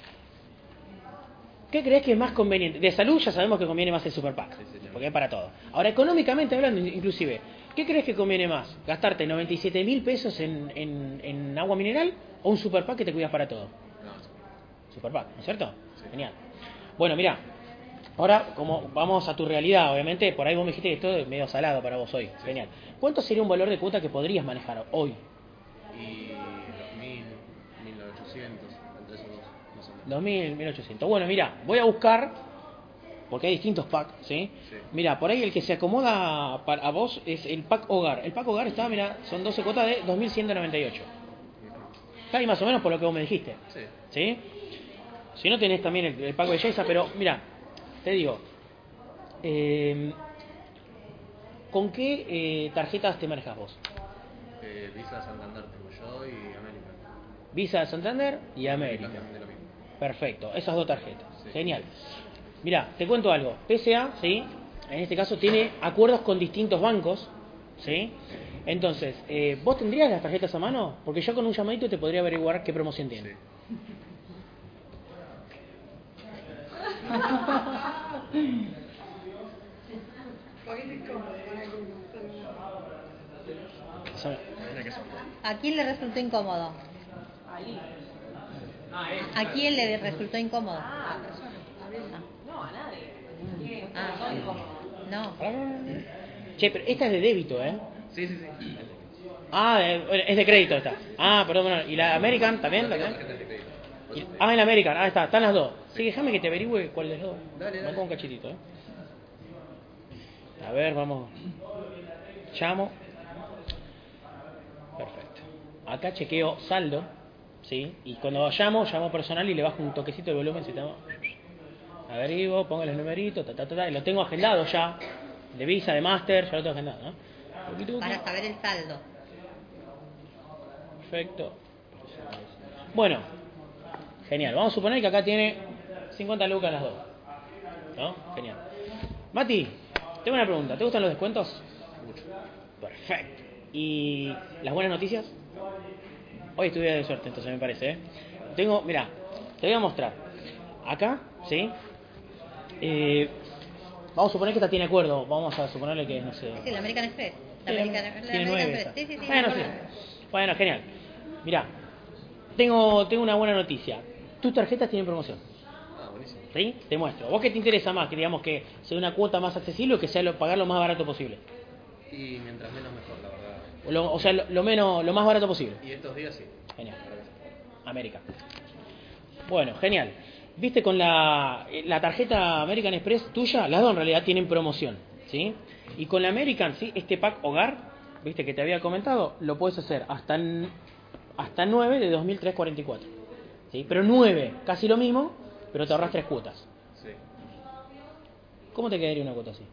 ¿Qué crees que es más conveniente? De salud ya sabemos que conviene más el Super Pack, porque es para todo. Ahora, económicamente hablando, inclusive, ¿qué crees que conviene más? ¿Gastarte noventa y siete mil pesos en, en, en agua mineral o un Super Pack que te cuidas para todo? Super Pack, ¿no es cierto? Sí. Genial. Bueno, mira, ahora como vamos a tu realidad, obviamente, por ahí vos me dijiste que esto es medio salado para vos hoy. Sí. Genial. ¿Cuánto sería un valor de cuota que podrías manejar hoy? Y dos mil, mil ochocientos, entre esos dos, más o menos. dos mil, mil ochocientos. Bueno, mira, voy a buscar, porque hay distintos packs, ¿sí? Sí. Mira, por ahí el que se acomoda para, a vos es el pack hogar. El pack hogar está, mira, son doce cuotas de dos mil ciento noventa y ocho. Está ahí más o menos por lo que vos me dijiste. Sí. ¿Sí? Si no tenés también el, el pack belleza, pero mira, te digo, eh, ¿con qué eh, tarjetas te manejas vos? Eh, Visa Santander tengo yo y América. Visa Santander y América. De lo mismo. Perfecto, esas dos tarjetas. Sí. Genial. Mira, te cuento algo. P S A, ¿sí? En este caso tiene acuerdos con distintos bancos, ¿sí? Entonces, eh, ¿vos tendrías las tarjetas a mano? Porque yo con un llamadito te podría averiguar qué promoción tiene. Sí. ¿A quién le resultó incómodo? ¿A quién le resultó incómodo? Ah, no, a nadie. Ah, no. Che, pero esta es de débito, ¿eh? Sí, sí, sí. Ah, eh, es de crédito esta. Ah, perdón, perdón. ¿Y la American también? ¿La tenés? Y- Ah, en la American. Ah, está, están las dos. Sí, déjame que te averigüe cuál de las dos. Dale, dale. Me pongo un cachitito, ¿eh? A ver, vamos. Llamo. Perfecto. Acá chequeo saldo, ¿sí? Y cuando llamo, llamo personal y le bajo un toquecito de volumen. Si tengo... Averiguo, pongo los numeritos, ta, ta, ta, ta, y lo tengo agendado ya. De Visa, de Master, ya lo tengo agendado, ¿no? Para saber el saldo. Perfecto. Bueno, genial. Vamos a suponer que acá tiene cincuenta lucas las dos. ¿No? Genial. Mati, tengo una pregunta. ¿Te gustan los descuentos? Mucho. Perfecto. ¿Y las buenas noticias? Hoy estuve de suerte, entonces me parece, ¿eh? Tengo, mira, te voy a mostrar. Acá, ¿sí? Eh, vamos a suponer que esta tiene acuerdo. Vamos a suponerle que, no sé... Sí, la American Express. La Sí, American, la tiene American nueve Express. esta. Sí, sí, sí. Bueno, me sí. acuerdo. Bueno, genial. Mirá, tengo, tengo una buena noticia. Tus tarjetas tienen promoción. Ah, buenísimo. ¿Sí? Te muestro. ¿Vos qué te interesa más? Que digamos que sea una cuota más accesible o que sea lo, pagar lo más barato posible. Y mientras menos mejor, la verdad. O, lo- o sea, lo, lo menos, lo más barato posible. Y estos días sí. Genial. América. Bueno, genial. Viste con la, la tarjeta American Express tuya, las dos en realidad tienen promoción, ¿sí? Y con la American, ¿sí? Este pack hogar, viste que te había comentado, lo puedes hacer hasta n- hasta nueve de dos mil trescientos cuarenta y cuatro. ¿Sí? Pero nueve, casi lo mismo, pero te ahorras tres cuotas. Sí. ¿Cómo te quedaría una cuota así?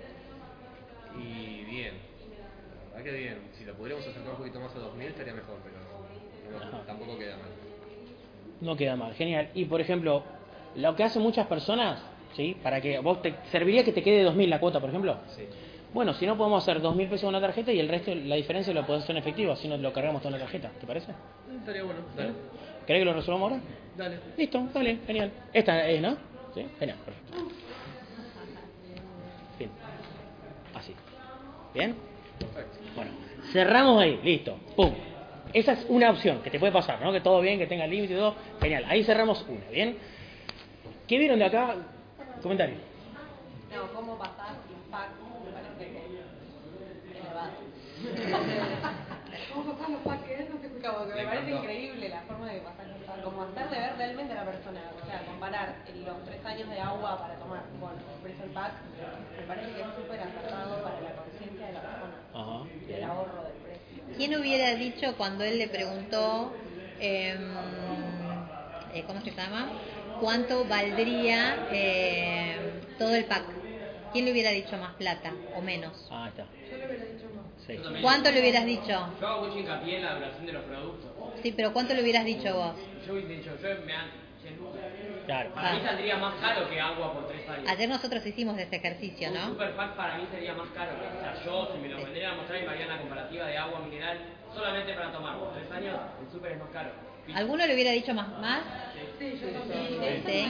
Y bien. La verdad que bien. Si lo podríamos acercar un poquito más a dos mil estaría mejor, pero no, Ajá. tampoco queda mal. No queda mal, genial. Y por ejemplo, lo que hacen muchas personas, ¿sí? Para que vos te serviría que te quede dos mil la cuota, por ejemplo. Sí. Bueno, si no podemos hacer dos mil pesos en una tarjeta y el resto, la diferencia lo podés hacer en efectivo, así no lo cargamos toda la tarjeta, ¿te parece? Estaría bueno. Dale. ¿Querés que lo resolvamos ahora? Dale. Listo, dale, genial. Esta es, ¿no? Sí, genial, perfecto. Bien. Así. ¿Bien? Perfecto. Bueno, cerramos ahí, listo. Pum. Esa es una opción que te puede pasar, ¿no? Que todo bien, que tenga límite y todo. Genial, ahí cerramos una, ¿bien? ¿Qué vieron de acá? Comentario. No, ¿cómo pasar los packs? Me parece que elevado. ¿Cómo pasar los paquetes? No te escucho. Como que me parece increíble la forma de pasar los packs. Como hacerle ver realmente a la persona. O sea, comparar los tres años de agua para tomar con el precio del pack. Me parece que es súper acertado para la conciencia de la persona. Ajá. El ahorro del precio. ¿Quién hubiera dicho cuando él le preguntó, eh, eh, ¿cómo se llama? ¿Cuánto valdría eh, todo el pack? ¿Quién le hubiera dicho más plata o menos? Ah, está. Yo le hubiera dicho más. Sí. ¿Cuánto le hubieras dicho? Yo hago mucho hincapié en la duración de los productos. Sí, pero ¿cuánto le hubieras dicho vos? Yo hubiese dicho, yo me han, si en Claro. Para mí Ah. saldría más caro que agua por tres años. Ayer nosotros hicimos este ejercicio, Un ¿no? super pack para mí sería más caro. O sea, yo si me lo vendrían a mostrar y me harían la comparativa de agua mineral solamente para tomar por tres años, el super es más caro. ¿Alguno le hubiera dicho más? más? Sí, yo también. Sí.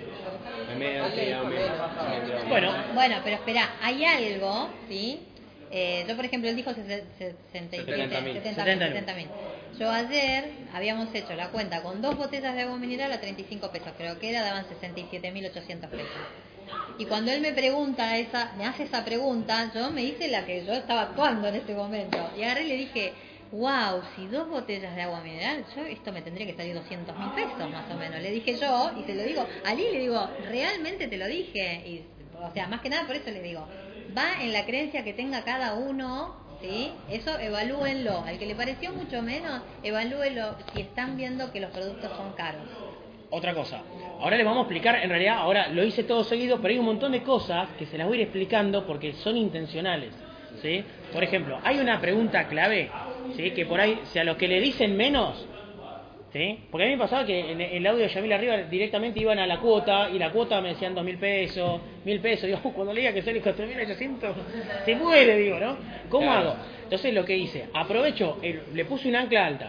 Me medio, sí, a medio. Bueno, Bueno, pero espera, hay algo, ¿sí? Eh, yo, por ejemplo, él dijo sesenta y siete, setenta mil. setenta mil. Yo ayer habíamos hecho la cuenta con dos botellas de agua mineral a treinta y cinco pesos, creo que era, daban sesenta y siete mil ochocientos pesos. Y cuando él me pregunta esa, me hace esa pregunta, yo me hice la que yo estaba actuando en ese momento. Y agarré y le dije, wow, si dos botellas de agua mineral, yo esto me tendría que salir doscientos mil pesos más o menos. Le dije yo, y se lo digo, a Ali le digo, realmente te lo dije. Y, o sea, más que nada por eso le digo, va en la creencia que tenga cada uno, ¿sí? Eso evalúenlo. Al que le pareció mucho menos, evalúenlo si están viendo que los productos son caros. otra cosa. Ahora les vamos a explicar, en realidad, ahora lo hice todo seguido, pero hay un montón de cosas que se las voy a ir explicando porque son intencionales, ¿sí? Por ejemplo, hay una pregunta clave, ¿sí? Que por ahí, si a los que le dicen menos, ¿sí? Porque a mí me pasaba que en el audio de Yamil arriba directamente iban a la cuota y la cuota me decían dos mil pesos, mil pesos. Digo, cuando leía que sale cuatro mil ochocientos, se muere, digo, ¿no? ¿Cómo Claro. hago? Entonces lo que hice, aprovecho, el- le puse un ancla alta.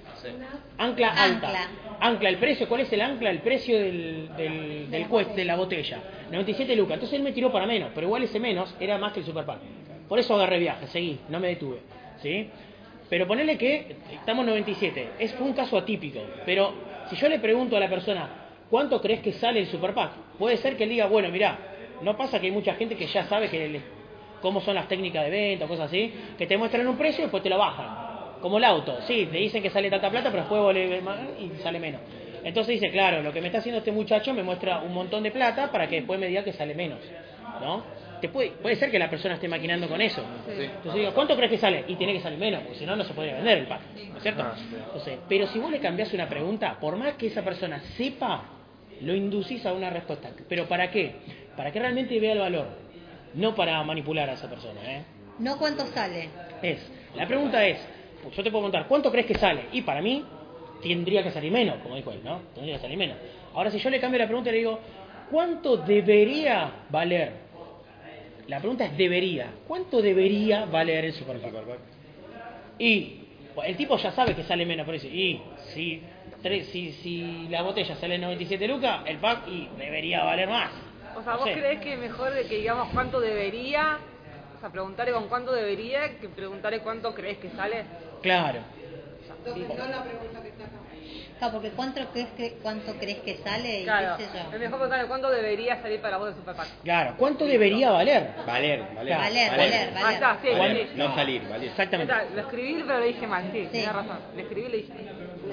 Ancla alta. Ancla. Ancla, el precio, ¿cuál es el ancla? El precio del, del, del cuest, de la botella. noventa y siete lucas. Entonces él me tiró para menos, pero igual ese menos era más que el Super Pack. Por eso agarré viaje, seguí, no me detuve, ¿sí? Pero ponerle que estamos en noventa y siete, es fue un caso atípico, pero si yo le pregunto a la persona, ¿cuánto crees que sale el Super Pack? Puede ser que él diga, bueno, mirá, no pasa que hay mucha gente que ya sabe que le- cómo son las técnicas de venta o cosas así, que te muestran un precio y después te lo bajan. Como el auto, sí, te dicen que sale tanta plata, pero después vale más y sale menos. Entonces dice, claro, lo que me está haciendo este muchacho me muestra un montón de plata para que después me diga que sale menos, ¿no? Te puede, puede ser que la persona esté maquinando con eso. Entonces digo, ¿cuánto crees que sale? Y tiene que salir menos, porque si no, no se podría vender el pack, ¿no es cierto? Entonces, pero si vos le cambiás una pregunta, por más que esa persona sepa, lo inducís a una respuesta. ¿Pero para qué? Para que realmente vea el valor, no para manipular a esa persona, ¿eh? No cuánto sale. Es, la pregunta es, pues yo te puedo preguntar, ¿cuánto crees que sale? Y para mí, tendría que salir menos, como dijo él, ¿no? Tendría que salir menos. Ahora, si yo le cambio la pregunta y le digo, ¿cuánto debería valer? La pregunta es debería. ¿Cuánto debería valer el Super Pack? Y pues, el tipo ya sabe que sale menos, pero dice, y si, tres, si, si la botella sale noventa y siete lucas, el pack y debería valer más. O sea, No ¿vos sé. creés que mejor de que digamos cuánto debería, o sea, preguntarle con cuánto debería, que preguntarle cuánto crees que sale? Claro. Entonces, no la pregunta que está acá. Claro, porque ¿cuánto crees que, cuánto crees que sale? Y Claro, qué sé yo. es mejor preguntarle cuánto debería salir para vos de Super Pack. Claro, ¿cuánto debería valer? Valer, valer. Valer, valer, Ahí valer. está, sí, Valer, sí. no salir, valer. Exactamente. O sea, lo escribí pero lo dije mal, sí, Sí. tenés razón. Lo escribí y lo dije.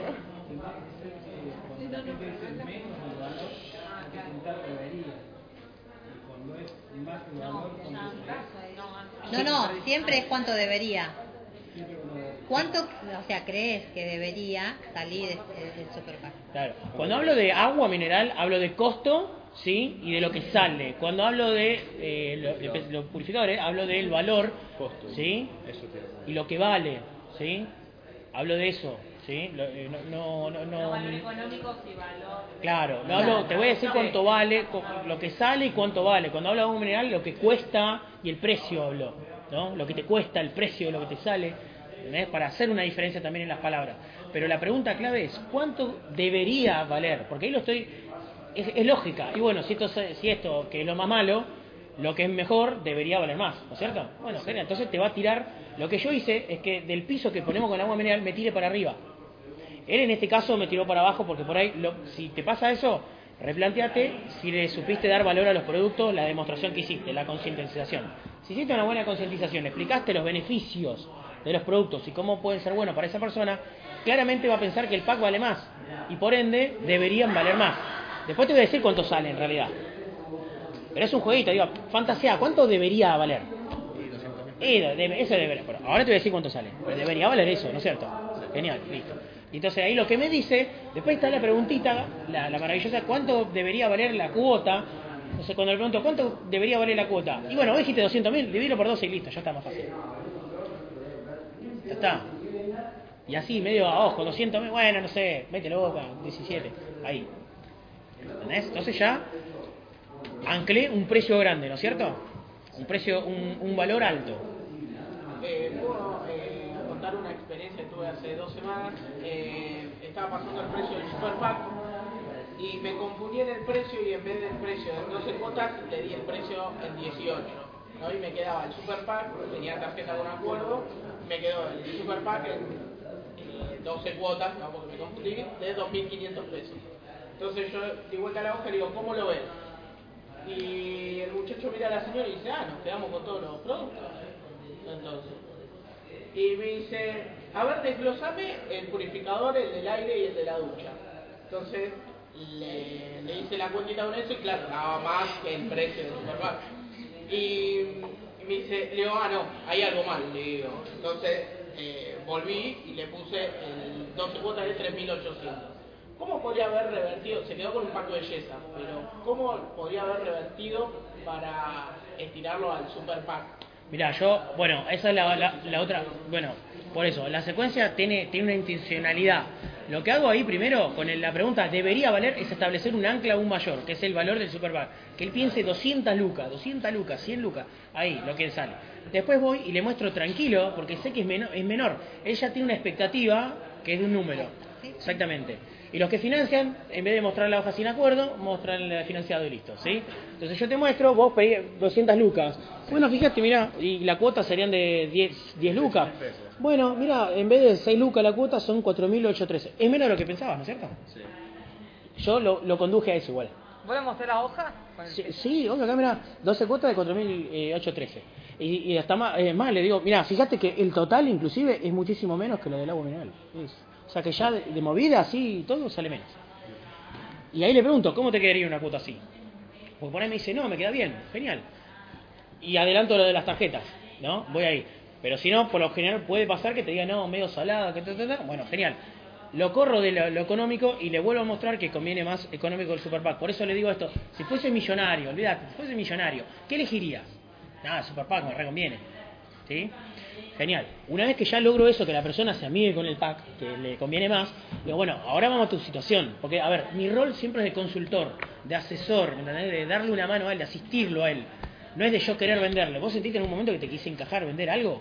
No, no, siempre es cuánto debería. ¿Cuánto, o sea, crees que debería salir el, el Super Pack? Claro. Cuando hablo de agua mineral, hablo de costo, ¿sí? Y de lo que sale. Cuando hablo de eh, lo- de pe- los purificadores, hablo del valor, Costo. ¿sí? Eso te Y lo que vale, ¿sí? Hablo de eso, ¿sí? Lo- eh, no, no, no, no- económicos y valor. Claro, no hablo, te voy a decir cuánto vale, co- lo que sale y cuánto vale. Cuando hablo de agua mineral, lo que cuesta y el precio hablo, ¿no? Lo que te cuesta, el precio, lo que te sale, ¿entendés? Para hacer una diferencia también en las palabras. Pero la pregunta clave es, ¿cuánto debería valer? Porque ahí lo estoy, es, es lógica. Y bueno, si esto, se- si esto, que es lo más malo, lo que es mejor, debería valer más, ¿no es cierto? Bueno, genial, entonces te va a tirar, lo que yo hice es que del piso que ponemos con agua mineral me tire para arriba. Él en este caso me tiró para abajo porque por ahí, lo- si te pasa eso, replanteate si le supiste dar valor a los productos, la demostración que hiciste, la concientización. Si hiciste una buena concientización, le explicaste los beneficios de los productos y cómo pueden ser buenos para esa persona, claramente va a pensar que el pack vale más y por ende deberían valer más. Después te voy a decir cuánto sale en realidad. Pero es un jueguito, digo, fantasía, ¿cuánto debería valer? Y debe- eso debería, pero ahora te voy a decir cuánto sale. Pero debería valer eso, ¿no es cierto? Genial, listo. Y entonces ahí lo que me dice, después está la preguntita, la, la maravillosa, ¿cuánto debería valer la cuota? Entonces cuando le pregunto, ¿cuánto debería valer la cuota? Y bueno, vos dijiste doscientos mil, divídelo por doce y listo, ya está más fácil. Ya está. Y así, medio a ojo, doscientos mil, bueno, no sé, mételo boca, diecisiete, ahí. ¿Entendés? Entonces ya anclé un precio grande, ¿no es cierto? Un precio, un, un valor alto. Eh, puedo eh, contar una experiencia que tuve hace dos semanas. Eh, estaba pasando el precio del Super Pack y me confundí en el precio y en vez del precio en doce cuotas le di el precio en dieciocho. ¿No? Y me quedaba el Super Pack, tenía tarjeta con acuerdo, me quedó el Super Pack en eh, doce cuotas, ¿no? Porque me confundí, de dos mil quinientos pesos. Entonces yo di vuelta a la hoja y le digo, ¿cómo lo ves? Y el muchacho mira a la señora y dice, ah, nos quedamos con todos los productos. Entonces, y me dice, a ver, desglosame el purificador, el del aire y el de la ducha. Entonces le, le hice la cuentita con eso y claro, daba más que el precio del supermercado. Y, y me dice, le digo, ah, no, hay algo mal, le digo. Entonces eh, volví y le puse el doce cuotas de tres mil ochocientos. ¿Cómo podría haber revertido? Se quedó con un pack de belleza, pero ¿cómo podría haber revertido para estirarlo al super pack? Mirá, yo, bueno, esa es la, la, la otra, bueno, por eso, la secuencia tiene, tiene una intencionalidad. Lo que hago ahí primero, con el, la pregunta debería valer, es establecer un ancla aún mayor, que es el valor del super pack. Que él piense doscientas lucas, doscientas lucas, cien lucas, ahí, lo que él sale. Después voy y le muestro tranquilo, porque sé que es menor, es menor. Ella tiene una expectativa que es de un número, exactamente. Y los que financian, en vez de mostrar la hoja sin acuerdo, muestran el financiado y listo, ¿sí? Entonces yo te muestro, vos pedís doscientas lucas. Bueno, fíjate, mirá, y la cuota serían de diez lucas. Bueno, mirá, en vez de seis lucas la cuota son cuatro mil ochocientos trece. Es menos de lo que pensabas, ¿no es cierto? Sí. Yo lo, lo conduje a eso igual. ¿Voy a mostrar la hoja? Sí, sí, obvio, acá mirá, doce cuotas de cuatro mil ochocientos trece. Y, y hasta más, eh, más, le digo, mirá, fíjate que el total inclusive es muchísimo menos que lo del agua mineral. Es, o sea que ya de, de movida así y todo sale menos. Y ahí le pregunto, ¿cómo te quedaría una cuota así? Porque por ahí me dice, no, me queda bien, genial. Y adelanto lo de las tarjetas, ¿no? Voy ahí. Pero si no, por lo general puede pasar que te diga, no, medio salada, que ta, ta, ta. Bueno, genial. Lo corro de lo, lo económico y le vuelvo a mostrar que conviene más económico el Super Pack. Por eso le digo esto, si fuese millonario, olvídate, si fuese millonario, ¿qué elegirías? Nada, Super Pack me reconviene. ¿Sí? Genial. Una vez que ya logro eso, que la persona se amigue con el pack, que le conviene más, digo, bueno, ahora vamos a tu situación. Porque, a ver, mi rol siempre es de consultor, de asesor, ¿me entendés? De darle una mano a él, de asistirlo a él. No es de yo querer venderle. ¿Vos sentiste en un momento que te quise encajar, vender algo?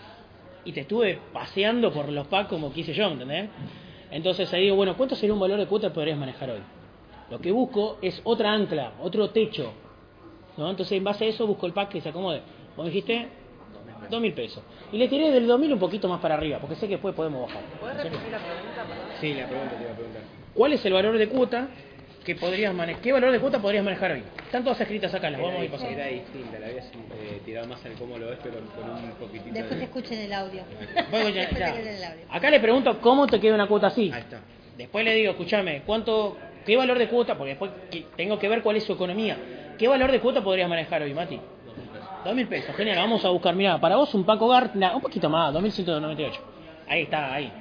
Y te estuve paseando por los packs como quise yo, ¿me entendés? Entonces ahí digo, bueno, ¿cuánto sería un valor de cuota que podrías manejar hoy? Lo que busco es otra ancla, otro techo, ¿no? Entonces en base a eso busco el pack que se acomode. Vos dijiste dos mil pesos. Y le tiré del dos mil un poquito más para arriba, porque sé que después podemos bajar. ¿Puedes repetir la pregunta? Perdón? Sí, la pregunta te iba a preguntar. ¿Cuál es el valor de cuota que podrías manejar? ¿Qué valor de cuota podrías manejar hoy? Están todas escritas acá, las vamos a ir pasando. Era distinta, la habías eh, tirado más al cómo lo ves, pero con un poquitito Después de... escuchen el audio. Bueno, ya, Después ya. escuchen el audio. Acá le pregunto cómo te queda una cuota así. Ahí está. Después le digo, escúchame, ¿cuánto, qué valor de cuota? Porque después que- tengo que ver cuál es su economía. ¿Qué valor de cuota podrías manejar hoy, Mati? Dos mil pesos, genial, vamos a buscar, mirá, para vos un Paco Gart, nah, un poquito más, dos mil ciento noventa y ocho. Ahí está, ahí.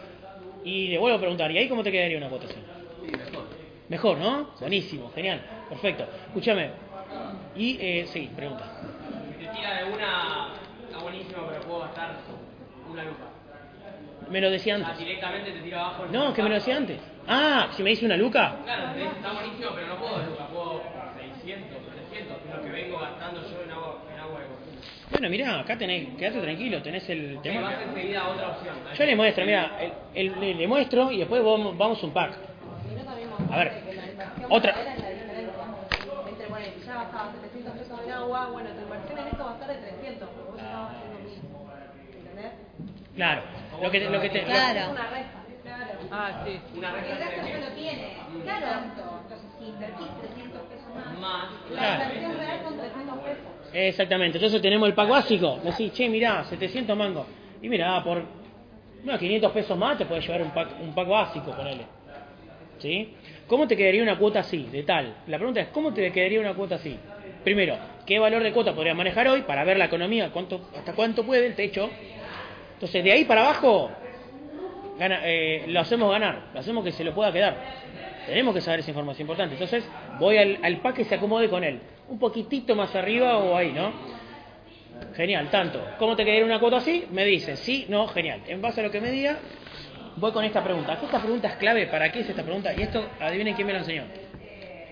Y le vuelvo a preguntar, ¿y ahí cómo te quedaría una cuota así? Sí, mejor. Mejor, ¿no? Buenísimo, genial, perfecto. Escúchame, y, eh, sí, pregunta. Te tira de una, está buenísimo, pero puedo gastar una lupa. Me lo decía Ah, antes. directamente te tira abajo el No, que me lo decía antes. Ah, si me dice una luca. Claro, te dice, está buenísimo, pero no puedo lupa, puedo seiscientos, setecientos, que es lo que vengo gastando yo en agua, en agua de consumo. Bueno, mirá, acá tenés, quédate tranquilo, tenés el... Te tenés- vas enseguida a otra opción. Yo le muestro, mira, el, el- le, le muestro y después vamos, vamos un pack. A ver, otra. Era la diferencia entre, bueno, si ya bajaba setecientos pesos en agua, bueno, tu inversión en esto va a estar de trescientos, porque vos estabas haciendo mil. ¿Entendés? Claro, lo que, lo que te... Claro. Es una resta. Claro. Ah, sí. Una Porque el regla gasto de ya lo tiene. Claro. Tanto. Entonces, si invertís trescientos pesos más, más. La Claro. inversión real son trescientos pesos. Exactamente, entonces tenemos el pack básico. Decís, che, mirá, setecientos mangos. Y mirá, por no, quinientos pesos más te puedes llevar un pack, un pack básico, ponele. ¿Sí? ¿Cómo te quedaría una cuota así, de tal? La pregunta es, ¿cómo te quedaría una cuota así? Primero, ¿qué valor de cuota podrías manejar hoy para ver la economía? ¿Cuánto, hasta cuánto puede el techo? Entonces, de ahí para abajo, gana, eh, lo hacemos ganar, lo hacemos que se lo pueda quedar. Tenemos que saber esa información importante. Entonces, voy al, al pack que se acomode con él. Un poquitito más arriba o ahí, ¿no? Genial, tanto. ¿Cómo te quedaría una cuota así? Me dice, sí, no, genial. En base a lo que me diga, voy con esta pregunta. Esta pregunta es clave. ¿Para qué es esta pregunta? Y esto, adivinen quién me lo enseñó.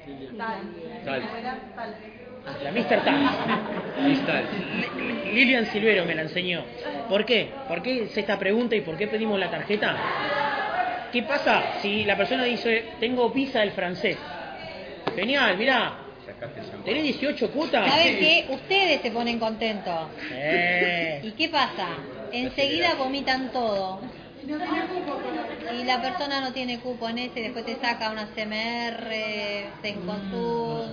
Tal. Tal. Tal. La mister Tal. Cristal. Lilian Silvero me la enseñó. ¿Por qué? ¿Por qué es esta pregunta y por qué pedimos la tarjeta? ¿Qué pasa si la persona dice, tengo visa del francés? Genial, mirá. ¿Tenés dieciocho cuotas? ¿Saben qué? Ustedes se ponen contentos. Eh. ¿Y qué pasa? Enseguida vomitan todo. Y la persona no tiene cupo en ese, después te saca una C M R, Cencosud.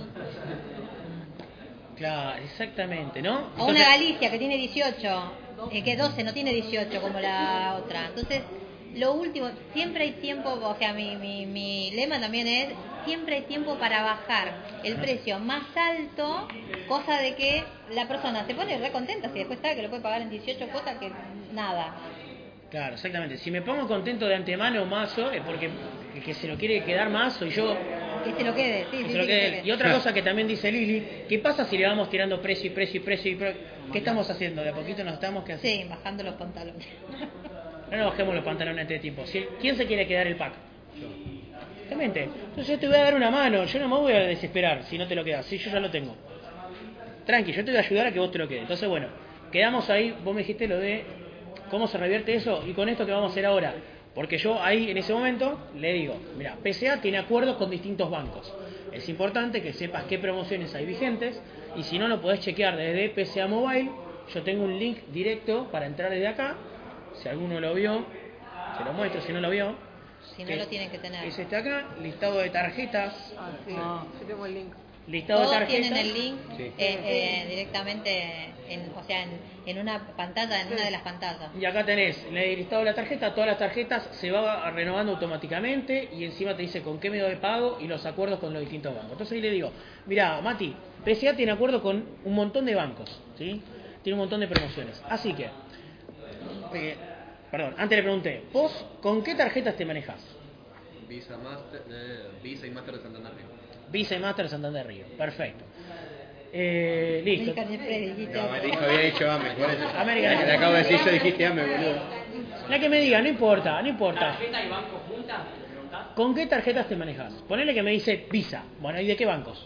Claro, exactamente, ¿no? O una Galicia que tiene dieciocho, eh, que doce, no tiene dieciocho como la otra. Entonces, lo último, siempre hay tiempo, o sea, mi, mi, mi lema también es, siempre hay tiempo para bajar el precio más alto, cosa de que la persona se pone re contenta si después sabe que lo puede pagar en dieciocho cuotas, que nada. Claro, exactamente. Si me pongo contento de antemano Mazo, es porque el que se lo quiere quedar más soy yo. Que se lo quede, sí, Que sí, se lo sí, quede que se él. quede. Y otra cosa que también dice Lili, ¿qué pasa si le vamos tirando precio y precio y precio y precio? ¿Qué estamos haciendo? De a poquito nos estamos que Sí, bajando los pantalones. No nos bajemos los pantalones antes de tiempo. Si, ¿Quién se quiere quedar el pack? Exactamente. Entonces yo te voy a dar una mano. Yo no me voy a desesperar si no te lo quedas. Si yo ya lo tengo. Tranqui, yo te voy a ayudar a que vos te lo quedes. Entonces, bueno, quedamos ahí. Vos me dijiste lo de cómo se revierte eso. Y con esto que vamos a hacer ahora. Porque yo ahí en ese momento le digo, mira, P C A tiene acuerdos con distintos bancos. Es importante que sepas qué promociones hay vigentes. Y si no, lo podés chequear desde P C A Mobile. Yo tengo un link directo para entrar desde acá. Si alguno lo vio, se lo muestro. Si no lo vio, Si no lo tienen que tener. es este acá, listado de tarjetas. Ah, sí, yo tengo el link. Listado Todos de tarjetas. tienen el link Sí. eh, eh, directamente, en, o sea, en, en una pantalla, en una de las pantallas. Y acá tenés el listado de la tarjeta, todas las tarjetas se va renovando automáticamente y encima te dice con qué medio de pago y los acuerdos con los distintos bancos. Entonces ahí le digo, mira, Mati, P C A tiene acuerdo con un montón de bancos, ¿sí? Tiene un montón de promociones. Así que, eh, perdón, antes le pregunté, ¿vos con qué tarjetas te manejás? Visa, Master, eh, Visa y Master de Santander. Visa y Master Santander Río, perfecto. Eh, listo. American Express, dijiste. No, Marijo había dicho Ame, por eso. American Le Express. acabo de decir yo, dijiste Ame, boludo. La que me diga, no importa, no importa. ¿Tarjeta y banco juntas? ¿Le preguntás? ¿Con qué tarjetas te manejas? Ponele que me dice Visa. Bueno, ¿y de qué bancos?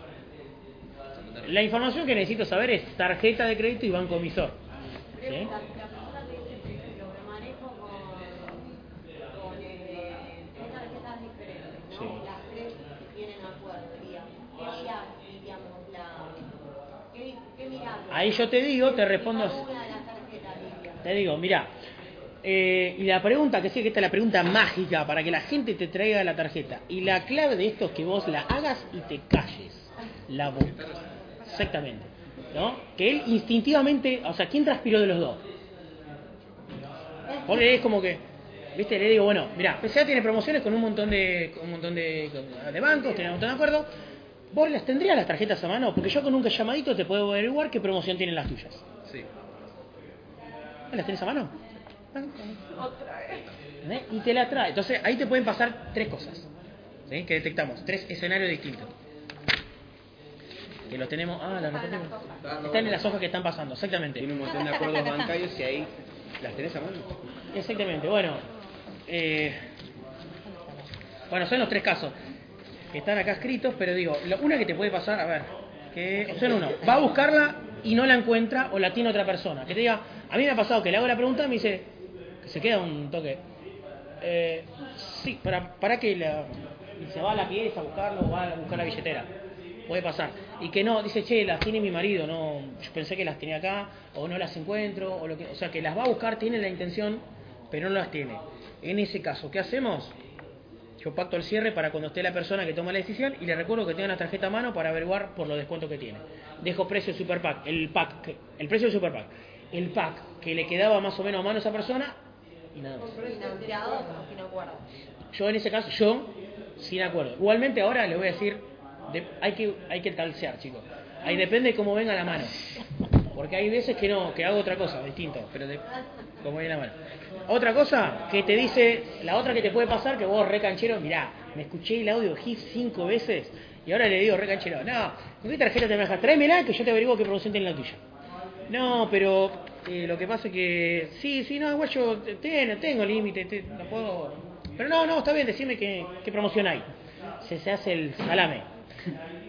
La información que necesito saber es tarjeta de crédito y banco emisor. ¿Sí? La persona te dice, por ejemplo, me manejo con, con eh, tres tarjetas diferentes, ¿no? Sí. Las tres tienen acuerdo, digamos. ¿Qué mirás, digamos, la... ¿Qué, qué mirás? Ahí yo te digo, te respondo. Cada una de las tarjetas, digamos. Te digo, mira. Eh, y la pregunta, que sí, que esta es la pregunta mágica para que la gente te traiga la tarjeta. Y la clave de esto es que vos la hagas y te calles la boca. Exactamente. ¿No? Que él instintivamente, o sea, ¿quién transpiró de los dos? Porque es como que, viste, le digo, bueno, mira, P C A tiene promociones con un montón de con un montón de, de bancos, tiene un montón de acuerdos. ¿Vos las tendrías las tarjetas a mano? Porque yo con un llamadito te puedo averiguar qué promoción tienen las tuyas. Sí. ¿Las tenés a mano? ¿Eh? Y te la trae. Entonces ahí te pueden pasar tres cosas, ¿sí? Que detectamos, tres escenarios distintos. Que los tenemos. Ah, las repetimos. Están en las hojas que están pasando, exactamente. Tiene un montón de acuerdos bancarios y ahí las tenés a mano. Exactamente, bueno. Eh, bueno, son los tres casos que están acá escritos, pero digo, la- una que te puede pasar, a ver, que opción uno, va a buscarla y no la encuentra o la tiene otra persona. Que te diga, a mí me ha pasado que le hago la pregunta y me dice, que se queda un toque. Eh, sí, para, para que la, y se va a la pieza a buscarlo o va a buscar la billetera. Puede pasar. Y que no, dice, che, las tiene mi marido, no, yo pensé que las tenía acá, o no las encuentro, o lo que, o sea, que las va a buscar, tiene la intención, pero no las tiene. En ese caso, ¿qué hacemos? Yo pacto el cierre para cuando esté la persona que toma la decisión y le recuerdo que tenga una tarjeta a mano para averiguar por los descuentos que tiene. Dejo precio super pack, el pack, que- el precio del super pack, el pack que le quedaba más o menos a mano a esa persona y nada más. Financiado o sin acuerdo. Yo en ese caso, yo sin acuerdo. Igualmente ahora le voy a decir, de- hay que hay que talsear, chicos. Ahí depende de cómo venga la mano. Porque hay veces que no, que hago otra cosa, distinto, pero de cómo viene la mano. Otra cosa que te dice, la otra que te puede pasar, que vos re canchero, mirá, me escuché el audio G I F cinco veces y ahora le digo re canchero, no, ¿con qué tarjeta te manejas? Tráemela que yo te averiguo qué promoción tiene la tuya. No, pero eh, lo que pasa es que, sí, sí, no, igual yo te- te- tengo límite, te- no puedo... Pero no, no, está bien, decime qué, qué promoción hay. Se, se hace el salame.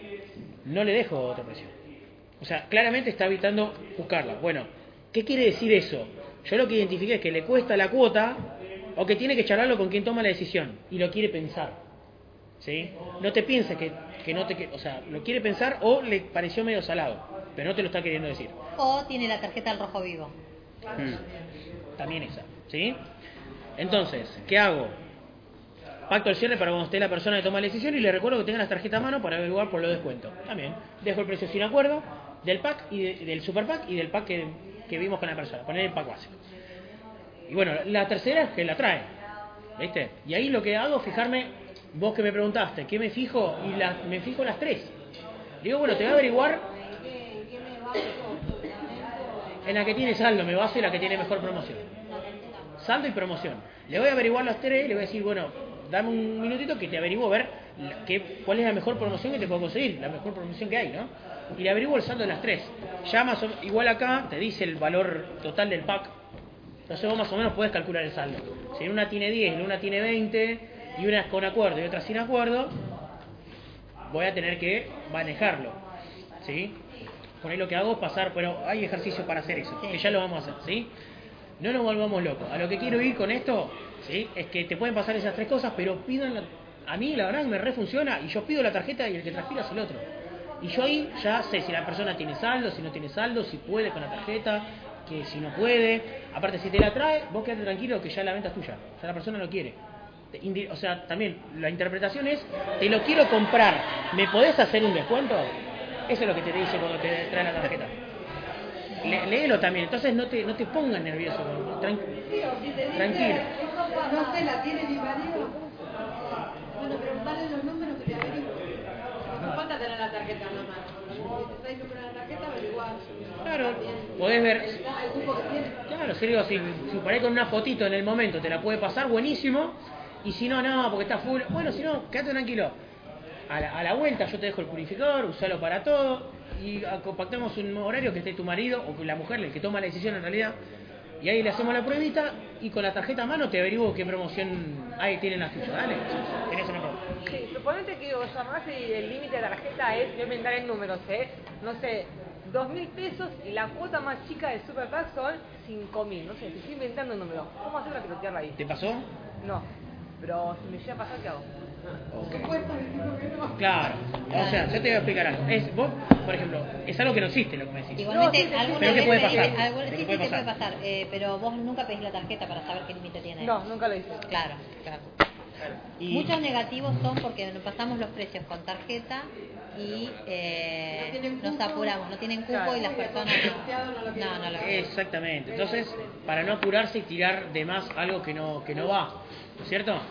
no le dejo otro precio. O sea, claramente está evitando buscarla. Bueno, ¿qué quiere decir eso? Yo lo que identifiqué es que le cuesta la cuota o que tiene que charlarlo con quien toma la decisión y lo quiere pensar. ¿Sí? No te pienses que, que no te... O sea, lo quiere pensar o le pareció medio salado, pero no te lo está queriendo decir. O tiene la tarjeta al rojo vivo. Hmm. También esa. ¿Sí? Entonces, ¿qué hago? Pacto el cierre para cuando esté la persona que toma la decisión y le recuerdo que tenga las tarjetas a mano para averiguar por los descuentos. También dejo el precio sin acuerdo del pack y de, del super pack y del pack que, que vimos con la persona. Poner el pack básico. Y bueno, la tercera es que la trae. ¿Viste? Y ahí lo que hago es fijarme, vos que me preguntaste, ¿qué me fijo? Y la, me fijo las tres. Digo, bueno, te voy a averiguar en la que tiene saldo, me baso en la que tiene mejor promoción. Saldo y promoción. Le voy a averiguar las tres, le voy a decir, bueno, dame un minutito que te averiguo a ver la, qué, cuál es la mejor promoción que te puedo conseguir, la mejor promoción que hay, ¿no? Y le averiguo el saldo de las tres. Ya más o, igual acá te dice el valor total del pack. Entonces vos más o menos podés calcular el saldo. Si en una tiene diez, en una tiene veinte, y una es con acuerdo y otra sin acuerdo, voy a tener que manejarlo. ¿Sí? Por ahí lo que hago es pasar, pero hay ejercicios para hacer eso, que ya lo vamos a hacer, ¿sí? No nos volvamos locos. A lo que quiero ir con esto, ¿sí? Es que te pueden pasar esas tres cosas, pero pidan la... a mí la verdad que me refunciona y yo pido la tarjeta y el que transpira es el otro. Y yo ahí ya sé si la persona tiene saldo, si no tiene saldo, si puede con la tarjeta, que si no puede. Aparte, si te la trae, vos quedate tranquilo que ya la venta es tuya, ya la persona lo quiere. O sea, también la interpretación es, te lo quiero comprar, ¿me podés hacer un descuento? Eso es lo que te dice cuando te trae la tarjeta. Le, léelo también, entonces no te, no te pongas nervioso, tran, tranquilo. No sé, ¿la tiene mi marido? Bueno, preguntarle los números que te averiguo. No falta tener la tarjeta en la mano. Si sabes número de la tarjeta, averiguás. Claro, podés ver. El cupo que tiene. Claro, si, digo, si, si por ahí con una fotito en el momento te la puede pasar, buenísimo. Y si no, no, porque está full. Bueno, si no, quédate tranquilo. A la, a la vuelta yo te dejo el purificador, usalo para todo. Y compactamos un horario que esté tu marido o la mujer, el que toma la decisión en realidad. Y ahí le hacemos la pruebita y con la tarjeta a mano te averiguo qué promoción hay, tienen las tuyas. Dale, tenés una promoción. Sí, suponete que vos llamás y el límite de la tarjeta es, voy a inventar en números, ¿eh? No sé, dos mil pesos y la cuota más chica del Super Pack son cinco mil. No sé, te estoy inventando el número. ¿Cómo hacer para pilotearla ahí? ¿Te pasó? No, pero si me llega a pasar, ¿qué hago? Okay. Claro, o sea, yo te voy a explicar algo. Es, vos, por ejemplo, es algo que no existe lo que me decís. Igualmente, no, sí, alguna pero vez ¿qué puede pedís, pasar? alguna, sí, ¿Qué sí, puede te pasar? puede pasar, eh, pero vos nunca pedís la tarjeta para saber qué límite tiene. No, nunca lo hice. Claro, claro. Y... Muchos negativos son porque pasamos los precios con tarjeta y eh, no nos apuramos, no tienen cupo claro. Y las personas no, no, no lo quieren. Exactamente, entonces para no apurarse y tirar de más algo que no, que no va, ¿no es cierto?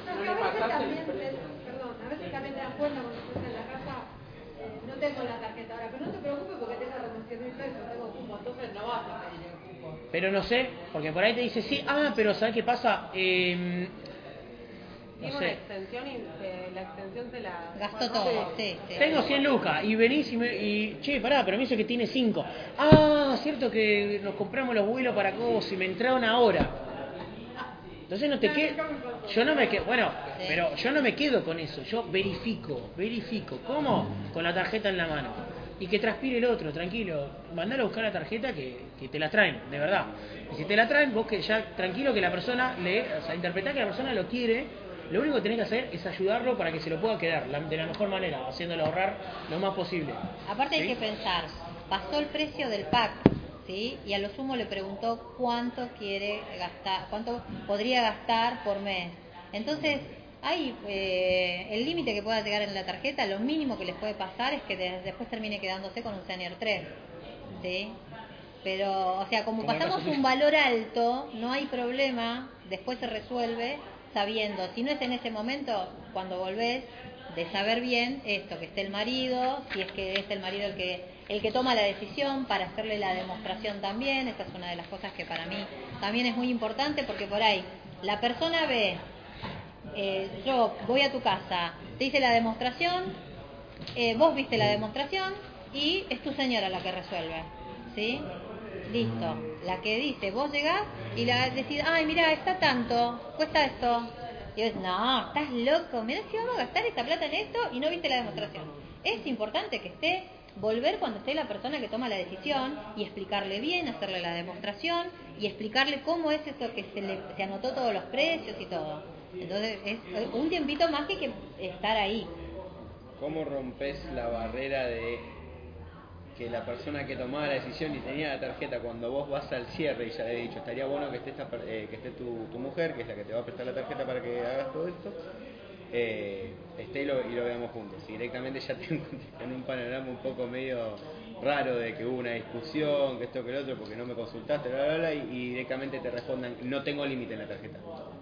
A veces también te das cuenta cuando estás en la casa, no tengo la tarjeta ahora, pero no te preocupes porque tengo reducción mil pesos, tengo cupo, entonces no vas a pedir el cupo. Pero no sé, porque por ahí te dice, sí, ah, pero ¿sabes qué pasa? Eh, no Tiene sé. una extensión y eh, la extensión se la... Gastó todo, sí, sí. Tengo cien lucas y venís y, me, y che, pará, pero me dice que tiene cinco. Ah, cierto que nos compramos los vuelos para Cobos y me entraron ahora. Entonces no te quedo, yo no me quedo, bueno, sí. Pero yo no me quedo con eso, yo verifico, verifico, ¿cómo? Con la tarjeta en la mano. Y que transpire el otro, tranquilo, mandalo a buscar la tarjeta que, que te la traen, de verdad. Y si te la traen, vos que ya tranquilo que la persona le, o sea, interpretá que la persona lo quiere, lo único que tenés que hacer es ayudarlo para que se lo pueda quedar la, de la mejor manera, haciéndolo ahorrar lo más posible. Aparte ¿sí? Hay que pensar, pasó el precio del pack. ¿Sí? Y a lo sumo le preguntó cuánto quiere gastar, cuánto podría gastar por mes. Entonces, hay eh, el límite que pueda llegar en la tarjeta, lo mínimo que les puede pasar es que de, después termine quedándose con un Senior tres. ¿Sí? Pero, o sea, como pasamos un valor alto, no hay problema, después se resuelve sabiendo, si no es en ese momento, cuando volvés, de saber bien esto, que esté el marido, si es que es el marido el que el que toma la decisión para hacerle la demostración también. Esa es una de las cosas que para mí también es muy importante, porque por ahí la persona ve, eh, yo voy a tu casa, te hice la demostración, eh, vos viste la demostración y es tu señora la que resuelve, ¿sí? Listo, la que dice, vos llegás y la decís, ay mira, está tanto, cuesta esto. Y vos, no, estás loco, mirá si vamos a gastar esta plata en esto y no viste la demostración. Es importante que esté volver cuando esté la persona que toma la decisión y explicarle bien, hacerle la demostración y explicarle cómo es esto que se, le, se anotó todos los precios y todo. Entonces es un tiempito más que hay que estar ahí. ¿Cómo rompes la barrera de que la persona que tomaba la decisión y tenía la tarjeta, cuando vos vas al cierre y ya le he dicho, estaría bueno que esté, esta, eh, que esté tu, tu mujer, que es la que te va a prestar la tarjeta para que hagas todo esto, eh, esté y lo, y lo veamos juntos? Y directamente ya te encontré en un panorama un poco medio raro de que hubo una discusión, que esto que el otro, porque no me consultaste, bla, bla, bla, y, y directamente te respondan, no tengo límite en la tarjeta.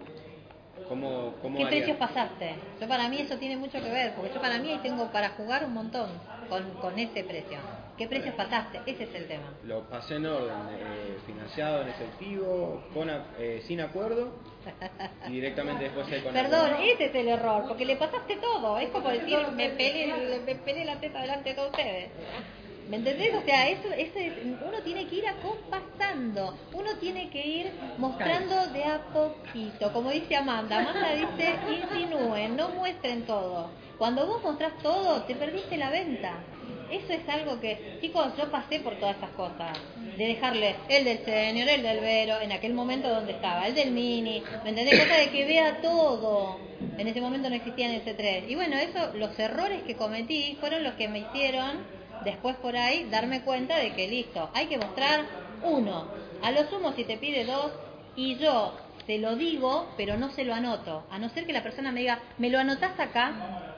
¿Cómo, cómo ¿Qué harías? precios pasaste? Yo para mí eso tiene mucho que ver, porque yo para mí ahí tengo para jugar un montón con, con ese precio. ¿Qué precios pasaste? Ese es el tema. Lo pasé en orden, eh, financiado, en efectivo, con a- eh, sin acuerdo, y directamente después hay con Perdón, acuerdo. ese es el error, porque le pasaste todo. Es como decir, me pelé, me pelé la teta delante de todos ustedes. ¿Me entendés? O sea, eso, eso es, uno tiene que ir acompasando, uno tiene que ir mostrando de a poquito. Como dice Amanda, Amanda dice, insinúen, no muestren todo. Cuando vos mostrás todo, te perdiste la venta. Eso es algo que, chicos, yo pasé por todas esas cosas. De dejarle el del senior, el del Vero, en aquel momento donde estaba, el del mini, ¿me entendés? Cosa de que vea todo. En ese momento no existía en ese tres. Y bueno, eso, los errores que cometí fueron los que me hicieron después por ahí darme cuenta de que listo, hay que mostrar uno, a lo sumo si te pide dos, y yo se lo digo, pero no se lo anoto, a no ser que la persona me diga, ¿me lo anotás acá?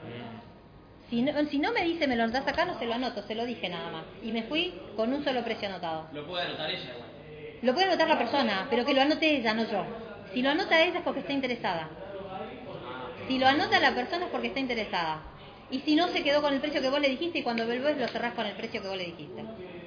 Si no, si no me dice, ¿me lo anotás acá? No se lo anoto, se lo dije nada más, y me fui con un solo precio anotado. Lo puede anotar ella igual. Lo puede anotar la persona, pero que lo anote ella, no yo. Si lo anota ella es porque está interesada. Si lo anota la persona es porque está interesada. Y si no, se quedó con el precio que vos le dijiste y cuando vuelves lo cerrás con el precio que vos le dijiste.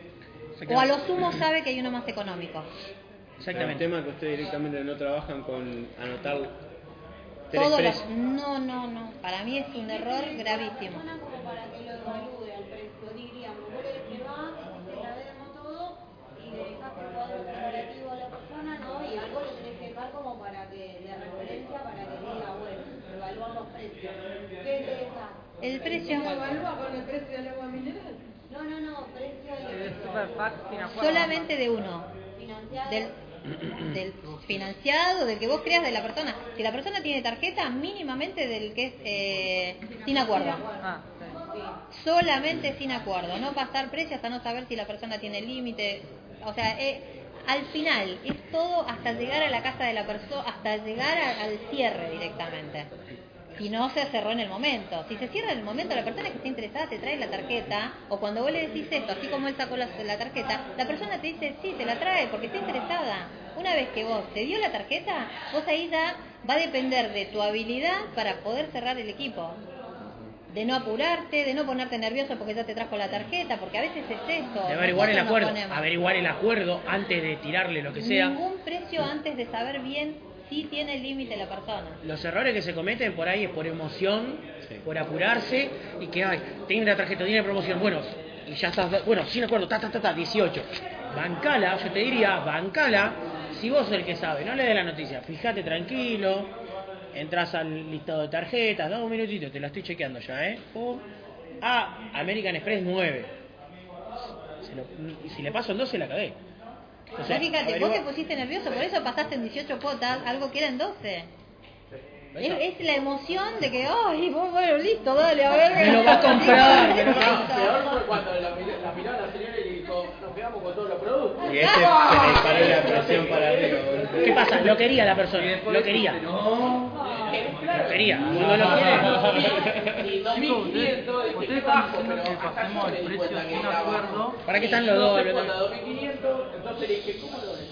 O a lo sumo sabe que hay uno más económico. Exactamente. El tema que ustedes directamente no trabajan con anotar tres Todo precios. lo... No, no, no. Para mí es un error gravísimo. Como para que lo evalúe al precio, diríamos, vos le que va, hiciste la demo todo y le dejaste el cuadro comparativo a la persona, ¿no? Y algo le tenés que dar como para que, de referencia, para que diga, bueno, evaluar los precios. ¿Qué le dejas? El precio... ¿Se evalúa con el precio del agua mineral? No, no, no, precio de... El Superpack sin acuerdo. Solamente de uno. Financiado. Del, del financiado, del que vos creas de la persona. Si la persona tiene tarjeta, mínimamente del que es eh, sin acuerdo. Ah, sí. Solamente sin acuerdo. No pasar precio hasta no saber si la persona tiene límite. O sea, eh, al final es todo hasta llegar a la casa de la persona, hasta llegar a- al cierre directamente. Si no se cerró en el momento. Si se cierra en el momento, la persona que está interesada te trae la tarjeta, o cuando vos le decís esto, así como él sacó la, la tarjeta, la persona te dice, sí, te la trae porque está interesada. Una vez que vos te dio la tarjeta, vos ahí ya va a depender de tu habilidad para poder cerrar el equipo. De no apurarte, de no ponerte nervioso porque ya te trajo la tarjeta, porque a veces es eso. De averiguar el Nosotros nos acuerdo, ponemos averiguar el acuerdo antes de tirarle lo que sea. ningún precio antes de saber bien si tiene límite la persona. Los errores que se cometen por ahí es por emoción, por apurarse y que, ay, tiene la tarjeta, tiene promoción, bueno, y ya estás, bueno, sin acuerdo, ta, ta, ta, ta, dieciocho. Bancala, yo te diría, bancala, si vos sos el que sabe, no le des la noticia, fíjate tranquilo, entras al listado de tarjetas, da un minutito, te la estoy chequeando ya, ¿eh? Pum. Ah, American Express nueve. Se lo- y si le paso en doce la cagué. O sea, Vos fíjate, averigua- vos te pusiste nervioso, por eso pasaste en dieciocho cuotas, algo que era en doce. Es, es la emoción de que, ay, vos, bueno, listo, dale, a ver. Me lo va a comprar, me lo va a Exacto. Peor fue cuando la, miró- la miró a la señora y le dijo, nos quedamos con todos los productos. Y ese se le disparó la presión para arriba. boludo. ¿Qué pasa? Lo quería la persona, lo quería. Lo quería. Cuando lo quiere. Y dos mil quinientos, Ustedes qué están bajo, diciendo pero que acá pasemos yo el me di precio cuenta que sin era acuerdo. bajo. ¿Para qué están los No dos? sé cuándo a dos mil quinientos, entonces le dije, ¿cómo lo ves?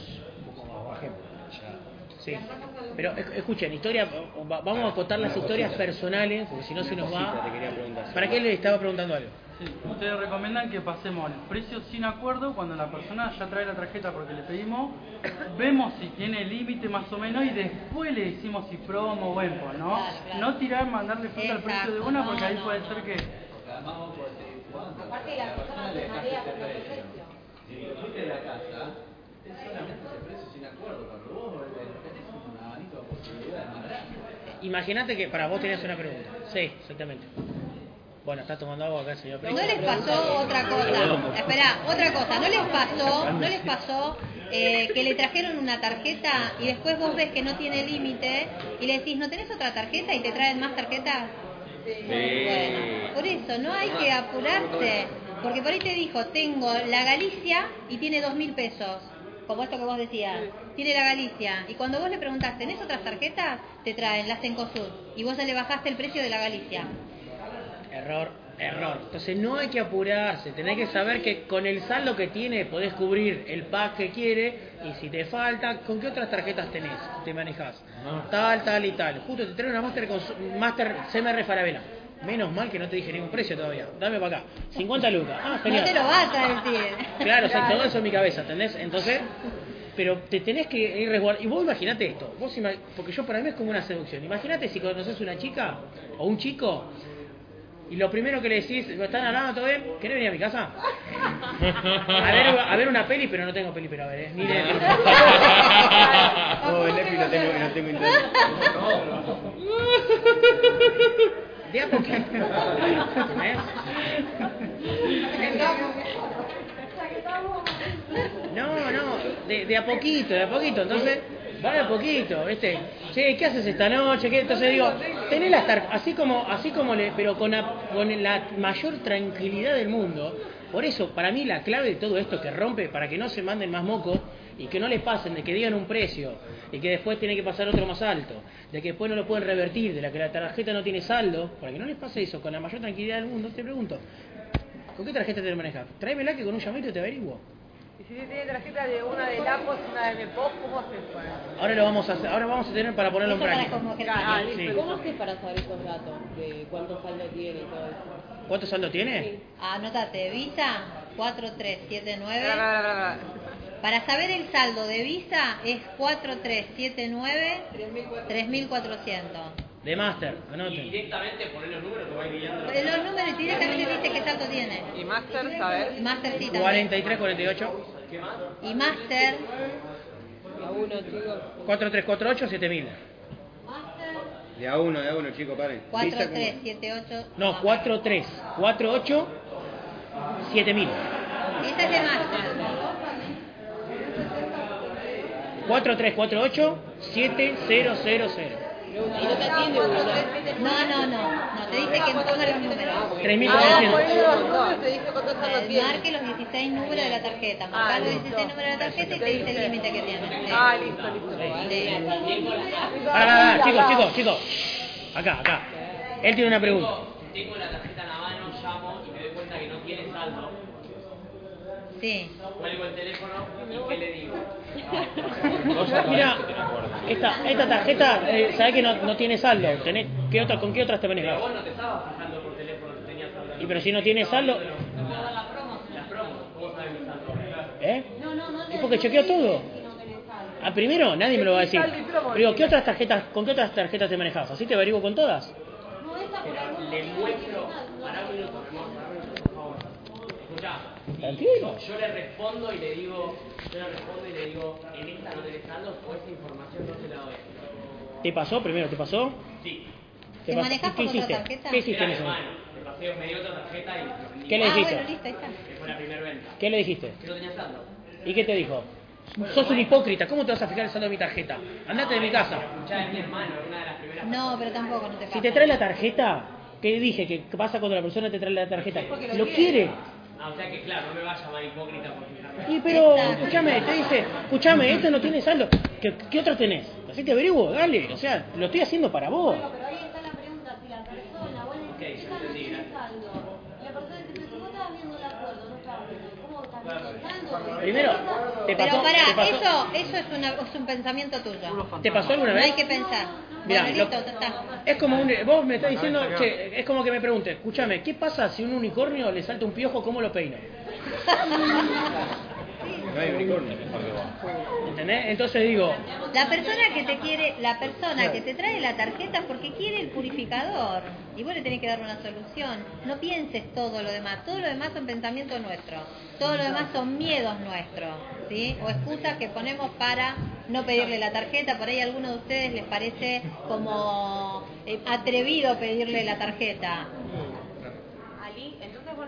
Sí. Pero esc- escuchen, historia, va- vamos a acotar las historias personales, porque si no se nos va. Te quería preguntar. ¿Para qué le estaba preguntando algo? Sí, ustedes recomiendan que pasemos el precio sin acuerdo cuando la persona ya trae la tarjeta porque le pedimos, vemos si tiene límite más o menos y después le decimos si promo o Empo, ¿no? Claro, claro. No tirar, mandarle fruta al precio de una porque ahí no, puede no, ser no. que... Aparte la persona se marea con el precio. Si lo fuiste de la casa, es solamente ese precio sin acuerdo. Cuando vos tenés un abanico de posibilidades más grande. Imagínate que para vos tenías una pregunta. Sí, exactamente. Bueno, está tomando agua acá el señor ¿No les pasó otra cosa? Espera, otra cosa. ¿No les pasó, no les pasó eh, que le trajeron una tarjeta y después vos ves que no tiene límite y le decís, ¿no tenés otra tarjeta? Y te traen más tarjetas. Bueno, por eso no hay que apurarse. Porque por ahí te dijo, tengo la Galicia y tiene dos mil pesos. Como esto que vos decías. Tiene la Galicia. Y cuando vos le preguntás, ¿tenés otras tarjetas? Te traen las Cencosud. Y vos ya le bajaste el precio de la Galicia. Error, error. Entonces no hay que apurarse, tenés que saber que con el saldo que tiene podés cubrir el pack que quiere y si te falta, ¿con qué otras tarjetas tenés? Te manejás. Tal, tal y tal. Justo te trae una Master, Master C M R Falabella. Menos mal que no te dije ningún precio todavía. Dame para acá. cincuenta lucas. Ah, genial. No te lo vas a decir. Claro, sí, todo eso en mi cabeza, ¿entendés? Entonces, pero te tenés que ir resguardando. Y vos imaginate esto. Vos ima... Porque yo para mí es como una seducción. Imagínate si conoces una chica o un chico y lo primero que le decís, ¿están hablando todo bien? ¿Querés venir a mi casa? A ver, a ver una peli, pero no tengo peli, pero a ver, ¿eh? Ni de... Oh, el Epi no tengo, no tengo internet. De a poquito. ¿Entendés? No, no, de, de a poquito, de a poquito. Entonces, va de a poquito, ¿viste? Che, ¿qué haces esta noche? ¿Qué? Entonces digo, tenés las tar... así como, así como le, pero con la, con la mayor tranquilidad del mundo. Por eso, para mí la clave de todo esto que rompe, para que no se manden más mocos y que no les pasen de que digan un precio y que después tiene que pasar otro más alto, de que después no lo pueden revertir, de la que la tarjeta no tiene saldo, para que no les pase eso, con la mayor tranquilidad del mundo, te pregunto, ¿con qué tarjeta te manejas? Tráemela que con un llamadito te averiguo. Y si tiene tarjeta de una de Lapos, una de Mepos, ¿cómo haces para...? Ahora lo vamos a hacer, ahora vamos a tener para ponerlo en Eso para práctica. como que Ah, Sí. ¿Cómo haces para saber esos datos? De cuánto saldo tiene y todo eso. ¿Cuánto saldo tiene? Sí. Anótate, Visa cuatro tres siete nueve. Bla, bla, bla, bla. Para saber el saldo de Visa es cuatro tres siete nueve tres mil cuatrocientos. De Master, Y anoten. directamente poner los números que va guiando. Los números y directamente dice qué saldo tiene. Y Master, ¿sabes? Master sí también. cuarenta y tres cuarenta y ocho. ¿Qué más? Y Master, A uno, chicos. cuatro tres cuatro ocho siete mil. De a uno, de a uno, chicos, paren. cuatro Visa, tres ¿cómo? siete ocho. No, cuatro tres cuatro ocho siete mil. Esa es de Master. cuatro tres cuatro ocho siete cero cero cero. Y no te atiende uno. No, no, no. No, te dice que ponga los números. tres mil Ah, cuatrocientos. pues los números te dice cuánto saldo Eh, tiene. Marque los dieciséis números de la tarjeta. Ah, Marca los listo. dieciséis números de la tarjeta y te dice el límite que tiene. Sí. Ah, listo, listo. Sí. Ah, ah, chicos, chicos, chicos. Acá, acá. Él tiene una pregunta. Tengo la tarjeta en la mano, llamo y me doy cuenta que no tiene saldo. Sí. Cuelgo el teléfono y ¿qué le digo? Mira, esta, esta tarjeta, eh, sabés que no, no tiene saldo. ¿Tenés, qué otra, ¿Con qué otras te Pero manejas? vos no te estabas fijando por teléfono si tenías saldo. Y pero si no tiene saldo, Las promos, ¿cómo sabes mi saldo? ¿eh? No, no, no. ¿Y porque chequeo todo? Ah, primero, nadie me lo va a decir. Pero digo, ¿qué otras tarjetas, ¿con qué otras tarjetas te manejas? ¿Así te averiguo con todas? No, esa por algún Le muestro, pará un minuto, mi amor, pará un minuto, por favor. Escuchá, Tranquilo. yo le respondo y le digo, yo le respondo y le digo, en esta no tenés saldo, o esa información no se la doy. ¿Te pasó primero? ¿Te pasó? Sí. ¿Te pasó? manejas ¿Qué con otra hiciste? tarjeta? ¿Qué hiciste en Era ese mi momento? hermano, me pasé, me dio otra tarjeta y lo vendí. ¿Qué le Ah, dijiste? bueno, listo, ahí está. Que fue la primera venta. ¿Qué le dijiste? Que no tenía saldo. ¿Y qué te dijo? Sos un hipócrita, ¿cómo te vas a fijar el saldo de mi tarjeta? Andate de mi casa. Escuchá, es mi hermano, una de las primeras. No, pero tampoco, no te pasa. Si te trae la tarjeta, ¿qué dije? ¿Qué pasa cuando la persona te trae la tarjeta? Lo quiere. Ah, o sea que claro, no me va a llamar hipócrita por fijarme. Y pero, escúchame, te dice, escúchame, esto no tiene saldo. ¿Qué, qué otro tenés? Así te averiguo, dale. O sea, lo estoy haciendo para vos. Bueno, pero ahí está la pregunta, si la persona, vos le decís, esta no tiene saldo. Y la persona dice, pero si vos estabas viendo el acuerdo, no estabas viendo, ¿cómo estás viendo el saldo? Primero, ¿te Pero pasó, pará, te pasó, eso, eso es, una, es un pensamiento tuyo. ¿te pasó alguna No hay vez? que pensar. Mirá, Bueno, lo- listo, ya está. es como un, vos me estás diciendo, che, es como que me preguntes, escúchame, ¿qué pasa si a un unicornio le salta un piojo, cómo lo peino? No hay unicornio. ¿Entendés? Entonces digo, La persona que te quiere, la persona que te trae la tarjeta porque quiere el purificador y vos le tenés que dar una solución. No pienses todo lo demás, todo lo demás son pensamientos nuestros, todo lo demás son miedos nuestros, ¿sí? O excusas que ponemos para no pedirle la tarjeta. Por ahí a algunos de ustedes les parece como eh, atrevido pedirle la tarjeta.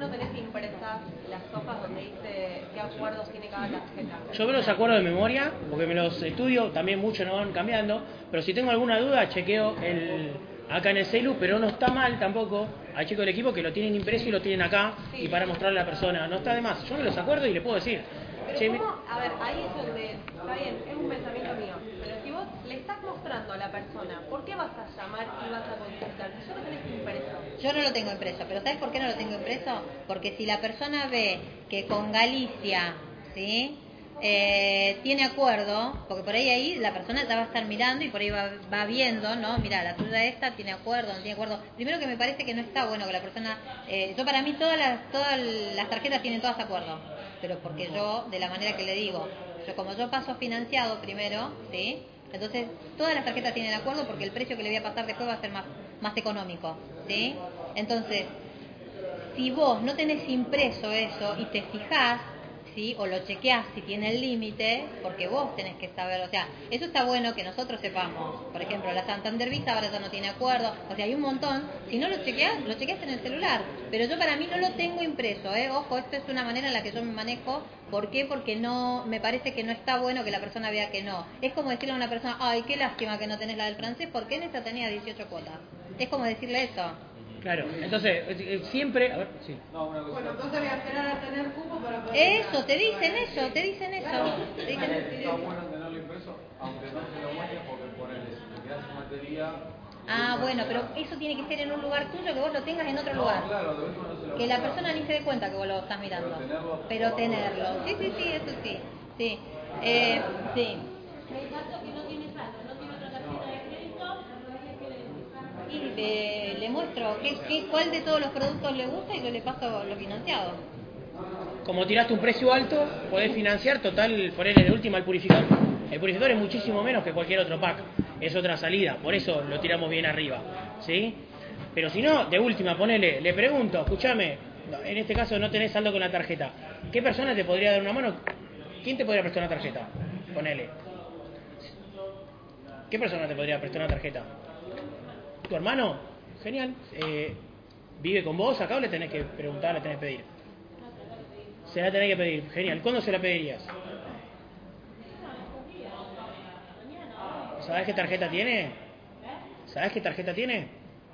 no tenés impresas las hojas donde dice qué acuerdos tiene cada tarjeta. Yo me los acuerdo de memoria, porque me los estudio, también muchos no van cambiando, pero si tengo alguna duda chequeo el, acá en el celu, pero no está mal tampoco, al chico del equipo que lo tienen impreso y lo tienen acá, sí, y para mostrarle a la persona, no está de más, yo me los acuerdo y le puedo decir. Pero che, ¿cómo? A ver, ahí es donde, está bien, es un pensamiento mío, pero si vos le estás mostrando a la persona, ¿por qué vas a llamar y vas a consultar? Si yo lo tenés impreso. Yo no lo tengo impreso, pero ¿sabes por qué no lo tengo impreso? Porque si la persona ve que con Galicia, ¿sí? Eh, tiene acuerdo, porque por ahí ahí la persona ya va a estar mirando y por ahí va, va viendo, ¿no? Mira, la tuya esta tiene acuerdo, no tiene acuerdo. Primero que me parece que no está bueno que la persona, eh, yo para mí todas las, todas las tarjetas tienen todas acuerdo, pero porque yo, de la manera que le digo, yo como yo paso financiado primero, ¿sí? Entonces todas las tarjetas tienen acuerdo porque el precio que le voy a pasar después va a ser más, más económico, ¿sí? Entonces, si vos no tenés impreso eso y te fijás, ¿sí? O lo chequeás si tiene el límite, porque vos tenés que saber, o sea, eso está bueno que nosotros sepamos. Por ejemplo, la Santander Visa ahora ya no tiene acuerdo, o sea, hay un montón. Si no lo chequeás, lo chequeás en el celular. Pero yo para mí no lo tengo impreso, ¿eh? Ojo, esto es una manera en la que yo me manejo. ¿Por qué? Porque no, me parece que no está bueno que la persona vea que no. Es como decirle a una persona, ay, qué lástima que no tenés la del francés, porque en esa tenía dieciocho cuotas. Es como decirle eso. Claro, entonces, eh, siempre... A ver, sí. Bueno, entonces voy a esperar a tener cupo para poder... Eso, te dicen eso, te dicen eso. Te dicen Está bueno tenerlo impreso, aunque no se lo muestres, porque ponele, si te quedas sin batería... Ah, bueno, pero eso tiene que ser en un lugar tuyo, que vos lo tengas en otro lugar. Claro, de último no se lo Que la persona ni se dé cuenta que vos lo estás mirando. Pero tenerlo. Sí, sí, sí, eso sí. Sí. Eh, sí. El caso que no tiene saldo, no tiene otra tarjeta de crédito, ¿qué le decís? Y le, le muestro qué, qué, cuál de todos los productos le gusta y yo le paso lo financiado. Como tiraste un precio alto, podés financiar, total, ponerle de última al purificador. El purificador es muchísimo menos que cualquier otro pack, es otra salida, por eso lo tiramos bien arriba, ¿sí? Pero si no, de última, ponele, le pregunto, escúchame, en este caso no tenés saldo con la tarjeta, ¿qué persona te podría dar una mano? ¿Quién te podría prestar una tarjeta? Ponele. ¿Qué persona te podría prestar una tarjeta? ¿Tu hermano? Genial. Eh, ¿Vive con vos acá o le tenés que preguntar, le tenés que pedir? Se la tenés que pedir. Genial. ¿Cuándo se la pedirías? ¿Sabés qué tarjeta tiene? ¿Sabés qué tarjeta tiene?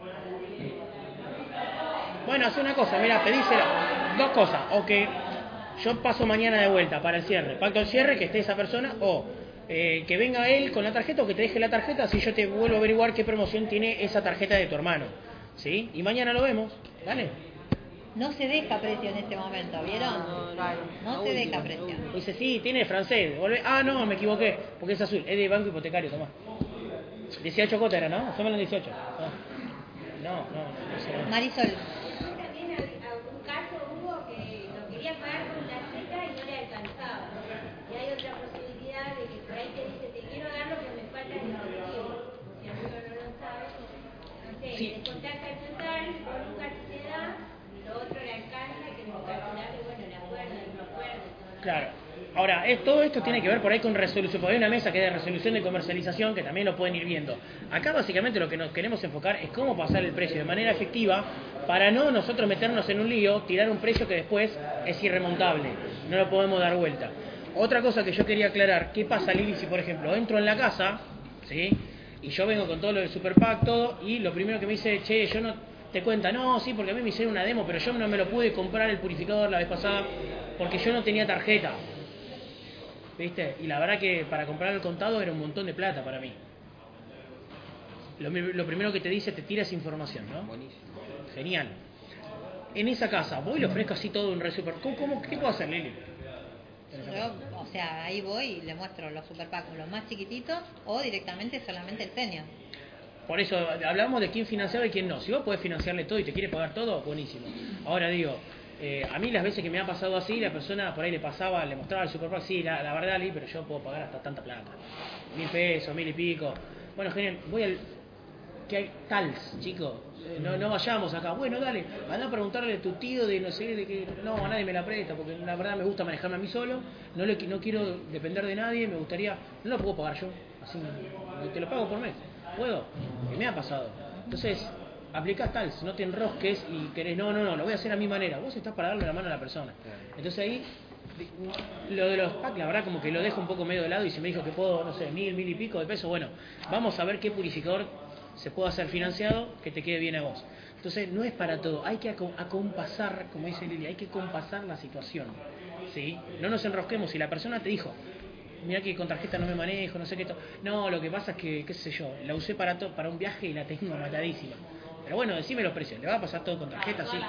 Bueno, hace una cosa, mira, pedísela. Dos cosas. O que yo paso mañana de vuelta para el cierre. Pacto el cierre, que esté esa persona, o eh, que venga él con la tarjeta o que te deje la tarjeta, así yo te vuelvo a averiguar qué promoción tiene esa tarjeta de tu hermano. ¿Sí? Y mañana lo vemos. ¿Vale? No se deja precio en este momento, ¿vieron? No se deja precio. Dice, sí, tiene francés. Volvé. Ah, no, me equivoqué, porque es azul. Es de banco hipotecario, tomá. dieciocho cuotas era, ¿no? Son dieciocho. No, no, no sé. Marisol. También algún caso hubo que lo quería pagar con tarjeta y no le alcanzaba. Y hay otra posibilidad de que por ahí te dice, te quiero dar lo que me falta en el efectivo. Si alguno no lo sabe, no sé, Sí. le contacta el total, por nunca se da, y lo otro le alcanza, que es calculable, bueno, el acuerdo, el no acuerdo. Claro. Ahora, es, todo esto tiene que ver por ahí con resolución. Porque hay una mesa que es de resolución de comercialización que también lo pueden ir viendo. Acá básicamente lo que nos queremos enfocar es cómo pasar el precio de manera efectiva para no nosotros meternos en un lío, tirar un precio que después es irremontable. No lo podemos dar vuelta. Otra cosa que yo quería aclarar, ¿qué pasa, Lili, si por ejemplo entro en la casa, ¿sí? Y yo vengo con todo lo del Super Pack, todo, y lo primero que me dice, che, yo no... Te cuenta, no, sí, porque a mí me hicieron una demo, pero yo no me lo pude comprar el purificador la vez pasada porque yo no tenía tarjeta. ¿Viste? Y la verdad que para comprar el contado era un montón de plata para mí. Lo, lo primero que te dice, te tira esa información, ¿no? Buenísimo. Genial. En esa casa, voy y le ofrezco así todo un re super... ¿Cómo, cómo, ¿Qué puedo hacer, Lili? Yo, o sea, ahí voy y le muestro los superpacks, los más chiquititos o directamente solamente el senior. Por eso hablamos de quién financiaba y quién no. Si vos podés financiarle todo y te quiere pagar todo, buenísimo. Ahora digo, eh, a mí las veces que me ha pasado así, la persona por ahí le pasaba, le mostraba el superpack, sí, la, la verdad, Lili, pero yo puedo pagar hasta tanta plata. Mil pesos, mil y pico. Bueno, genial, voy al... ¿Qué hay? Tals, chicos. Eh, no, no vayamos acá. Bueno, dale, anda a preguntarle a tu tío de no sé, de que no, a nadie me la presta, porque la verdad me gusta manejarme a mí solo, no, le, no quiero depender de nadie, me gustaría, no lo puedo pagar yo, así te lo pago por mes. ¿Puedo? Que me ha pasado. Entonces, aplicás tal, no te enrosques y querés, no, no, no, lo voy a hacer a mi manera. Vos estás para darle la mano a la persona. Entonces ahí, lo de los packs, la verdad, como que lo dejo un poco medio de lado y se me dijo que puedo, no sé, mil, mil y pico de pesos. Bueno, vamos a ver qué purificador se puede hacer financiado que te quede bien a vos. Entonces, no es para todo, hay que aco- acompasar, como dice Lili, hay que compasar la situación. ¿Sí? No nos enrosquemos. Si la persona te dijo, mira que con tarjeta no me manejo, no sé qué, to- no, lo que pasa es que, qué sé yo, la usé para, to- para un viaje y la tengo matadísima. Pero bueno, decime los precios, ¿le va a pasar todo con tarjeta? Sí.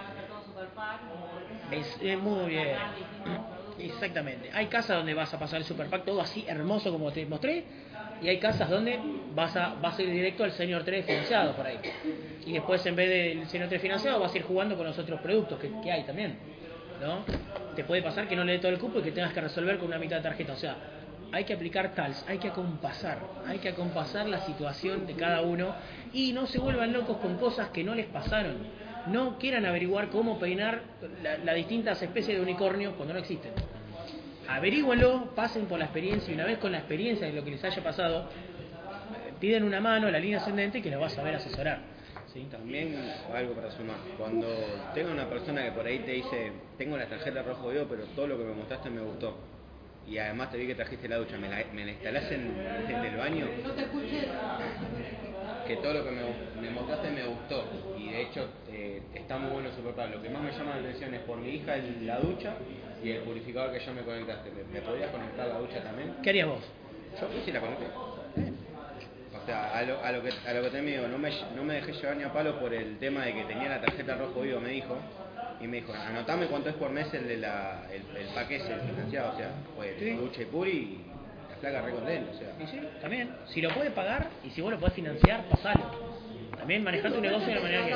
Es, es muy bien. Exactamente. Hay casas donde vas a pasar el Super Pack todo así hermoso como te mostré, y hay casas donde vas a, vas a ir directo al Senior tres financiado por ahí. Y después, en vez del Senior tres financiado, vas a ir jugando con los otros productos que, que hay también, ¿no? Te puede pasar que no le dé todo el cupo y que tengas que resolver con una mitad de tarjeta. O sea, hay que aplicar tals, hay que acompasar, hay que acompasar la situación de cada uno y no se vuelvan locos con cosas que no les pasaron. No quieran averiguar cómo peinar las la distintas especies de unicornios cuando no existen. Averígüenlo, pasen por la experiencia y una vez con la experiencia de lo que les haya pasado, piden una mano, la línea ascendente, que los va a saber asesorar. ¿Sí? También algo para sumar, cuando tenga una persona que por ahí te dice, tengo la tarjeta rojo vivo, pero todo lo que me mostraste me gustó, y además te vi que trajiste la ducha, ¿me la, me la instalás en, en el baño? No te escuché. Que todo lo que me, me mostraste me gustó, y de hecho eh, está muy bueno el Superpack. Lo que más me llama la atención es por mi hija el- la ducha y el purificador que ya me conectaste. ¿Me, me podrías conectar la ducha también? ¿Qué harías vos? Yo sí la conecté. O sea, a lo, a lo que a lo que te digo, no me, no me dejé llevar ni a palo por el tema de que tenía la tarjeta rojo vivo, me dijo. Y me dijo, anotame cuánto es por mes el de la el, el pack ese, el financiado. O sea, pues Sí. ducha y puri y la flaca re contenta. O sea. Y sí, también, si lo puede pagar y si vos lo podés financiar, pasalo. También manejar tu negocio de la manera que...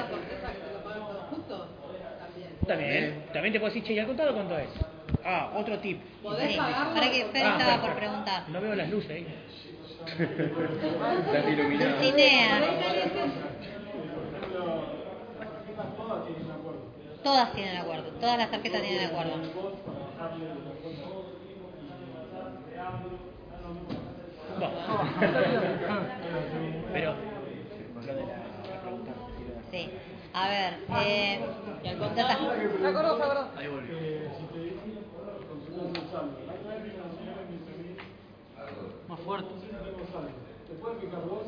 También, también te puedes decir, che, ¿y al contado cuánto es? Ah, otro tip. Sí, para que Fer Ah, estaba por preguntar. No veo las luces ahí. Estás iluminado. Dulcinea. Todas tienen acuerdo, todas las tarjetas tienen acuerdo. Bueno. Pero, lo de la, la pregunta. Sí. A ver, eh, ¿Y al ya contado? está. ¿Se acordó, se acordó? Ahí volvió. Más fuerte. ¿Te puedes fijar vos?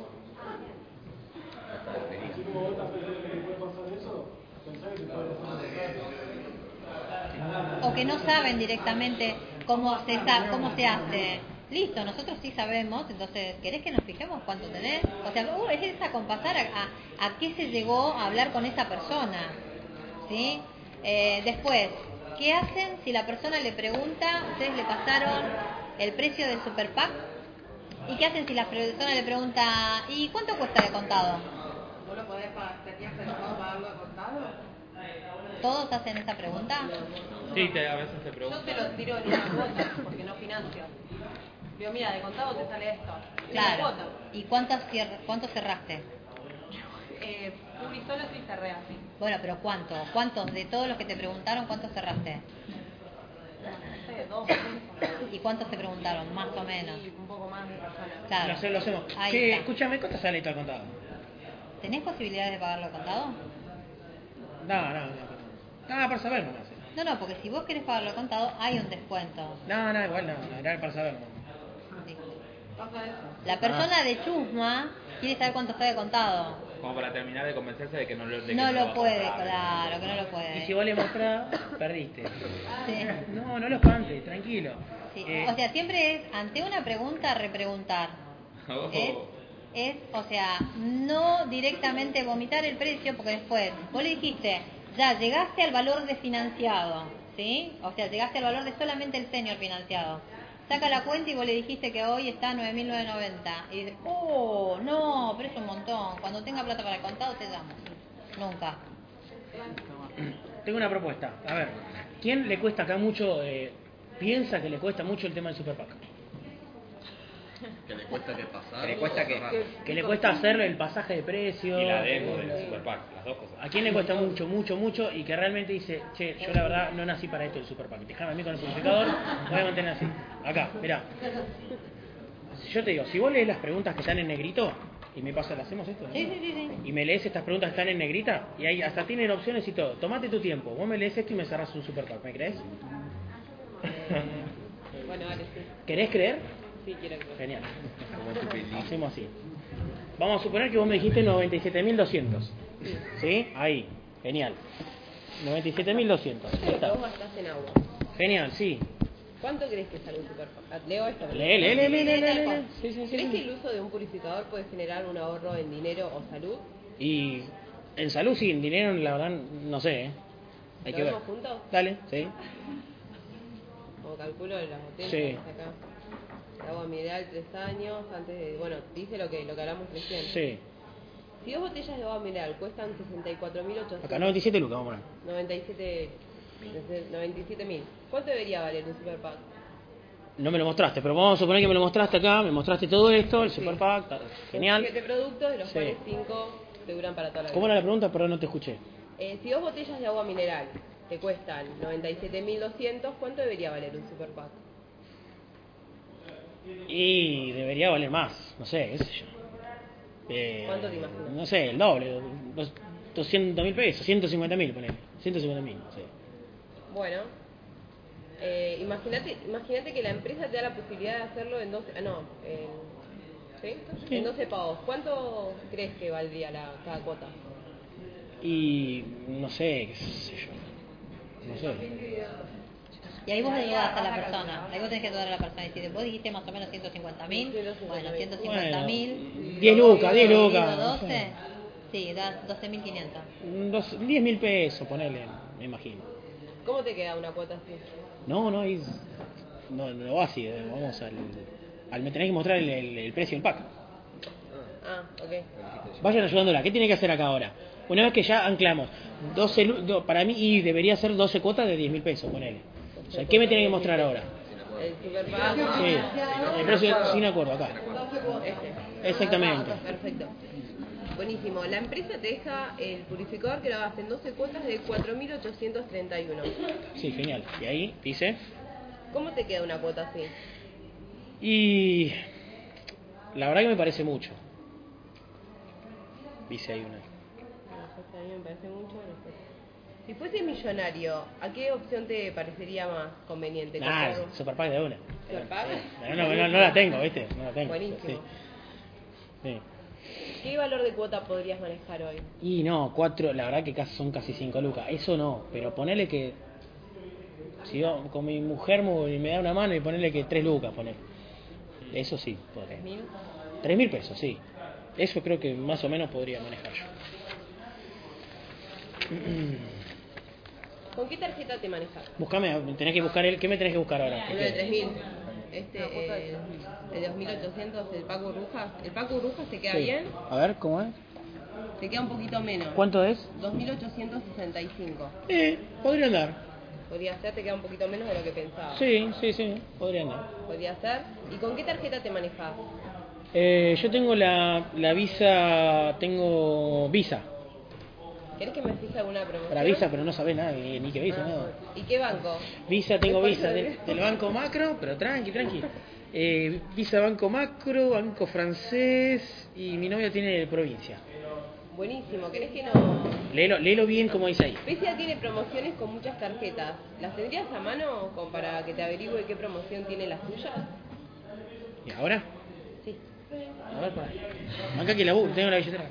Si como vos estás pensando que puede pasar eso, pensá que te puede pasar. O que no saben directamente cómo se, sa- cómo se hace. Listo, nosotros sí sabemos, entonces, ¿querés que nos fijemos cuánto tenés? O sea, uh, es esa compasar a, a, a qué se llegó a hablar con esa persona. ¿Sí? Eh, después, ¿qué hacen si la persona le pregunta, ustedes le pasaron el precio del Super Pack? ¿Y qué hacen si la persona le pregunta, ¿y cuánto cuesta de contado? ¿Vos lo podés pagar? ¿Tenías pensado pagarlo de contado? ¿Todos hacen esa pregunta? Sí, te, a veces te Yo pregunto. te lo tiro en una cuota porque no financio. Digo, mira, de contado te sale esto. Una Claro. cuota. ¿Y cuántos, cier- cuántos cerraste? Eh, Publi solo sí cerré así. Bueno, pero ¿cuántos? ¿Cuántos de todos los que te preguntaron, cuántos cerraste? No sé, dos, tres. ¿Y cuántos te preguntaron, más o menos? Y un poco más de personas. Claro. Lo, hace- lo hacemos. Ahí Che, está. escúchame, ¿cuánto sale esto al contado? ¿Tenés posibilidades de pagarlo contado? No, no, no. No, para saber nomás. eh. No, no, porque si vos querés pagarlo contado, hay un descuento. No, no, igual no, no, era para saber nomás. Pasa eso. La persona de Chusma quiere saber cuánto está de contado. Como para terminar de convencerse de que no lo, de que No va lo a puede, comprar. claro, que no lo Y puede. si vos le mostrás, perdiste. Sí. No, no lo espantes, tranquilo. Sí. Eh, O sea, siempre es, ante una pregunta, repreguntar. Oh. Es, es, o sea, no directamente vomitar el precio, porque después vos le dijiste, ya llegaste al valor de financiado, ¿sí? O sea, llegaste al valor de solamente el senior financiado. Saca la cuenta y vos le dijiste que hoy está a nueve mil novecientos noventa. Y dices, oh, no, pero es un montón. Cuando tenga plata para el contado te llamo. Nunca. Tengo una propuesta. A ver, ¿quién le cuesta acá mucho, eh, piensa que le cuesta mucho el tema del Super Pack? Que le cuesta que pasar. Que le cuesta que, que le cuesta hacer el pasaje de precio. Y la demo del Super Pack, las dos cosas. ¿A quién le cuesta mucho, mucho, mucho y que realmente dice, che, yo la verdad no nací para esto del Super Pack? Dejame a mí con el purificador, me voy a mantener así. Acá, mirá. Yo te digo, si vos lees las preguntas que están en negrito, y me pasa, ¿le hacemos esto? Sí, sí, sí, sí. Y me lees estas preguntas que están en negrita y ahí hasta tienen opciones y todo. Tomate tu tiempo, vos me lees esto y me cerrás un super pack, ¿me crees? Bueno, vale, sí. ¿Querés creer? Sí, quiero creer. Genial. Hacemos así. Vamos a suponer que vos me dijiste noventa y siete mil doscientos. ¿Sí? Ahí. Genial. noventa y siete mil doscientos. Ahí está. Vos gastás en agua. Genial, sí. ¿Cuánto crees que sale un superpack? Leo esto. Lee, lee, lee, lee, lee, lee, lee. Sí, sí, sí, ¿Crees sí. que el uso de un purificador puede generar un ahorro en dinero o salud? Y en salud sí, en dinero la verdad no sé, ¿eh? Hay ¿Lo que ver. vemos juntos? Dale, sí. Como calculo de las botellas Sí. que está acá. Agua mineral, tres años, antes de... Bueno, dice lo que, lo que hablamos recién. Sí. Si dos botellas de agua mineral cuestan sesenta y cuatro mil ochocientos... Acá noventa y siete lucas, vamos a poner. noventa y siete... noventa y siete mil. ¿Cuánto debería valer un super pack? No me lo mostraste, pero vamos a suponer que me lo mostraste acá, me mostraste todo esto, el super pack, ta- genial. siete productos, de los Sí. cuales cinco te duran para toda la vida. ¿Cómo era la pregunta? Perdón, no te escuché. Eh, si dos botellas de agua mineral te cuestan noventa y siete mil doscientos, ¿cuánto debería valer un super pack? Y debería valer más, no sé, qué sé yo. Eh, ¿Cuánto te imaginas? No sé, el doble, dos- doscientos mil pesos, ciento cincuenta mil, ponele. ciento cincuenta mil, no sé. Bueno, eh, imagínate imagínate que la empresa te da la posibilidad de hacerlo en doce, ah, no, en, ¿sí? Sí. En doce pagos. ¿Cuánto crees que valdría la, cada cuota? Y no sé, qué sé yo. No sé. Y ahí vos le ayudás a la persona, ahí vos tenés que ayudar a la persona. Y si vos dijiste más o menos ciento cincuenta mil, bueno, ciento cincuenta mil. diez lucas, diez dividido lucas. no doce, sé. sí, da doce mil quinientos. Dos- diez mil pesos, ponele, me imagino. ¿Cómo te queda una cuota así? No, no, es, no, no va así, eh, vamos al, al... Me tenés que mostrar el, el- el precio del pack. Ah, ok. Vayan ayudándola, ¿qué tiene que hacer acá ahora? Una vez que ya anclamos, doce, lu- do- para mí, y debería ser doce cuotas de diez mil pesos, ponele. O sea, ¿qué me tiene que mostrar ahora? El super pack. Sí, el precio sin acuerdo, acá. Este. Exactamente. Perfecto. Buenísimo. La empresa te deja el purificador que lo hagas en doce cuotas de cuatro mil ochocientos treinta y uno. Sí, genial. Y ahí dice... ¿Cómo te queda una cuota así? Y... La verdad que me parece mucho. Dice ahí una. A mí me parece mucho. no sé. Si fuese millonario, ¿a qué opción te parecería más conveniente? Nah, ¿Comprar un super pack de una. superpack? No, no, no, no la tengo, ¿viste? No la tengo. Buenísimo. Sí. Sí. ¿Qué valor de cuota podrías manejar hoy? Y no, cuatro, la verdad que casi son casi cinco lucas. Eso no, pero ponele que... Si yo con mi mujer me me da una mano y ponele que tres lucas, ponele. Eso sí, podría. ¿Tres mil? Tres mil pesos, sí. Eso creo que más o menos podría manejar yo. ¿Con qué tarjeta te manejas? Buscame, tenés que buscar el, ¿qué me tenés que buscar ahora? Uno de tres mil. Este, eh, el de dos mil ochocientos, el Paco Rujas. ¿El Paco Rujas te queda Sí. bien? A ver, ¿cómo es? Te queda un poquito menos. ¿Cuánto es? dos mil ochocientos sesenta y cinco. Eh, podría andar. Podría ser, te queda un poquito menos de lo que pensaba. Sí, sí, sí, podría andar. Podría ser. ¿Y con qué tarjeta te manejas? Eh, yo tengo la, la Visa, tengo Visa. ¿Querés que me fije alguna promoción? Para Visa, pero no sabés nada, ni, ni qué Visa, Ah. nada. ¿Y qué banco? Visa, tengo Me Visa parece del, bien. del Banco Macro, pero tranqui, tranqui. Eh, Visa Banco Macro, Banco Francés y mi novia tiene de provincia. Buenísimo. ¿Querés que no...? Léelo, léelo bien como dice ahí. Vecia tiene promociones con muchas tarjetas. ¿Las tendrías a mano como para que te averigüe qué promoción tiene las tuyas? ¿Y ahora? Sí. A ver, para. Acá que la bu- tengo la billetera.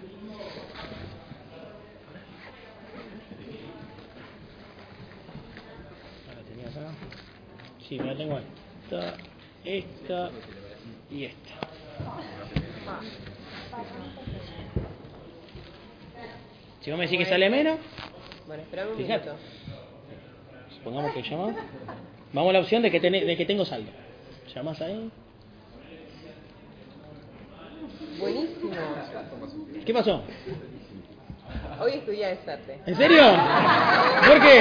Ah, la tenía acá. Sí, me la tengo esta, esta y esta. Si vos me decís que sale menos, Bueno, esperame un fíjate. minuto. Supongamos que llamás. Vamos a la opción de que, tené- de que tengo saldo. Llamás ahí. Buenísimo. ¿Qué pasó? Hoy es tu día de suerte. ¿En serio? ¿Por qué?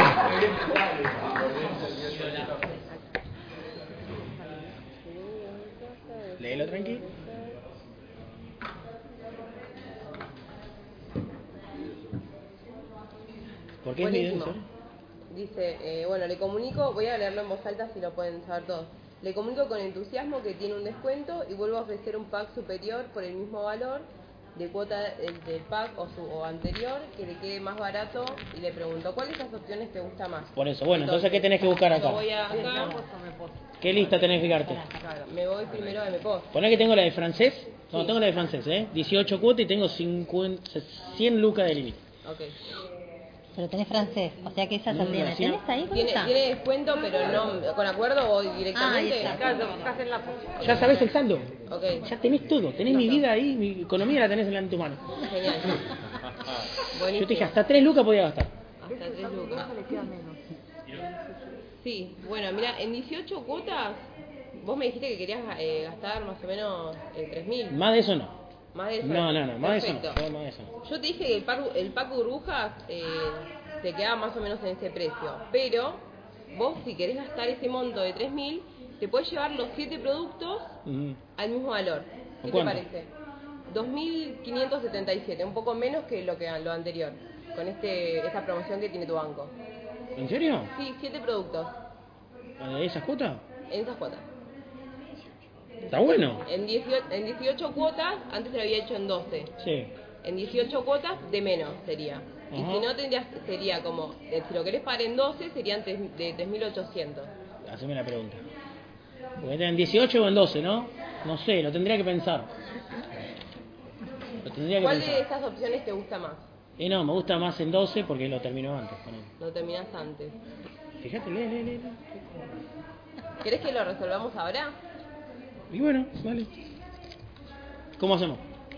Léelo tranqui. ¿Por qué es mi Buenísimo. denso? Dice, eh, bueno, le comunico, voy a leerlo en voz alta si lo pueden saber todos. Le comunico con entusiasmo que tiene un descuento y vuelvo a ofrecer un pack superior por el mismo valor de cuota del, del pack o, su, o anterior que le quede más barato y le pregunto, ¿cuál de esas opciones te gusta más? Por eso, bueno, entonces, ¿qué tenés que buscar acá? Yo voy a acá, ¿Qué lista tenés que fijarte? me voy primero a M P O S. Poné que tengo la de francés. No, Sí. tengo la de francés, ¿eh? dieciocho cuotas y tengo cincuenta, cien lucas de límite. Ok. Pero tenés francés, o sea que esa No, ya tiene. no, sí. ¿Tenés ahí? ¿Dónde ¿Tiene, está? ¿Tiene descuento pero no con acuerdo o Ah, ahí directamente? está. Claro, estás en la Ya sabés el saldo. Ok, Ya tenés todo. Tenés mi vida ahí, mi economía la tenés en tu mano. genial. Yo Buenísimo. te dije, hasta tres lucas podía gastar. Hasta tres lucas. Sí, bueno, mira, en dieciocho cuotas, vos me dijiste que querías eh, gastar más o menos eh, tres mil. Más de eso no. Más de eso. No, no, no, más de eso no. Perfecto. Yo más de eso no. Yo te dije que el pack, el pack burbujas eh, te quedaba más o menos en ese precio. Pero vos, si querés gastar ese monto de tres mil, te puedes llevar los siete productos Ujú. al mismo valor. ¿Qué te ¿Cuánto? parece? dos mil quinientos setenta y siete, un poco menos que lo que lo anterior, con este esta promoción que tiene tu banco. ¿En serio? Sí, siete productos ¿De esas cuotas? en esas cuotas. Está bueno. En dieciocho, en dieciocho cuotas, antes te lo había hecho en doce. Sí. En dieciocho cuotas de menos sería. Y Ajá. si no, tendrías, sería como, eh, si lo querés pagar en doce, serían tres- de tres mil ochocientos. Haceme la pregunta. Porque en dieciocho o en doce, ¿no? No sé, lo tendría que pensar. Lo tendría que ¿Cuál de pensar. estas opciones te gusta más? Y no, me gusta más en doce porque lo termino antes. ponele. Lo terminás antes. Fíjate, lee, lee, lee. lee. ¿Querés que lo resolvamos ahora? Y bueno, vale. ¿Cómo hacemos?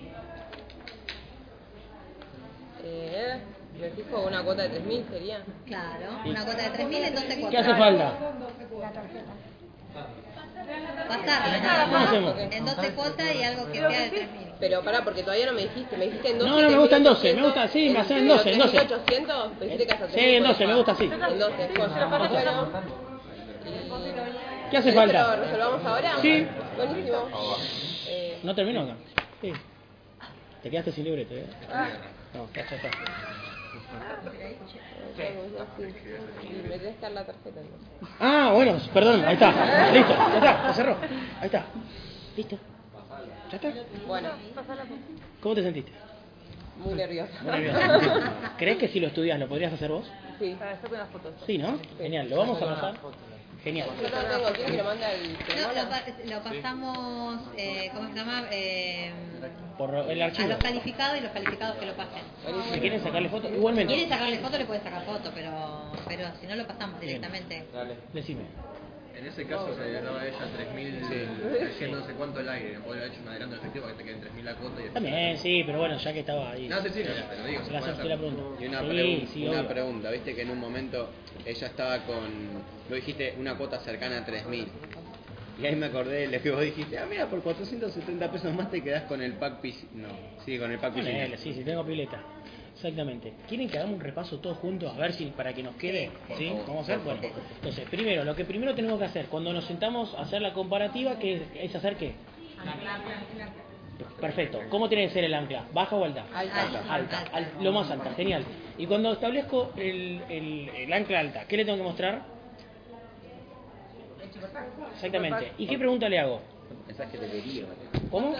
Eh, me fijo una cuota de tres mil sería. Claro, Sí. una cuota de tres mil en doce cuotas. ¿Qué hace falta? Pasarla, ¿Cómo hacemos? en doce cuotas y algo que sea de tres mil. Pero pará, porque todavía no me dijiste, me dijiste en doce. No, no, me gusta en doce, me gusta, sí, me hacen en doce, en doce. ¿tres mil ochocientos? Me dijiste que hasta Sí, tres mil en doce, podés me gusta pagar. así. En doce, joya. Bueno, ¿Qué hace ¿querés que falta? lo resolvamos ahora? Sí. Buenísimo. Eh, ¿No termino acá? Sí. Te quedaste sin librete, ¿eh? ah, No, ya está. y me tenés que dar la tarjeta entonces. Ah, bueno, perdón, ahí está. Listo, ya está, se cerró. Ahí está. Listo. ¿Ya está? Bueno, ¿Cómo te sentiste? muy nerviosa. Muy nerviosa. ¿Crees que si lo estudias lo podrías hacer vos? Sí. unas fotos. Sí, ¿no? Genial, lo vamos a pasar. Genial. Yo no tengo, ¿quién que lo manda al No, lo, pa- lo pasamos, eh, ¿cómo se llama? Eh, Por el a archivo. los calificados y los calificados que lo pasen. Si quieren sacarle foto, Si igualmente. quieren sacarle foto, le pueden sacar foto, pero, pero si no lo pasamos directamente. Dale. Decime. En ese caso se le daba a ella tres mil trescientos no sé cuánto el aire, no podría haber hecho un adelanto efectivo que te queden tres mil la cuota y después... También, sí, pero bueno, ya que estaba ahí. No, sí, sí, no, pero digo, se la, puede te hacer. la pregunto. Y una, Sí, pregun- sí, una obvio. pregunta, viste que en un momento ella estaba con, vos dijiste una cuota cercana a tres mil. Y ahí me acordé de lo que vos dijiste, ah mira, por cuatrocientos setenta pesos más te quedás con el pack piscina. No, sí, con el pack piscina. Ponele, sí, sí, tengo pileta. Exactamente. ¿Quieren que hagamos un repaso todos juntos? A ver si para que nos quede. ¿Sí? Vamos a hacer. Bueno, entonces, primero, lo que primero tenemos que hacer, cuando nos sentamos a hacer la comparativa, ¿qué es, es hacer qué? Perfecto. ¿Cómo tiene que ser el ancla? ¿Baja o alta? Alta. Alta. Al- lo más alta, genial. Y cuando establezco el, el, el ancla alta, ¿qué le tengo que mostrar? Exactamente. ¿Y qué pregunta le hago? Pensás que debería valer. ¿Cómo?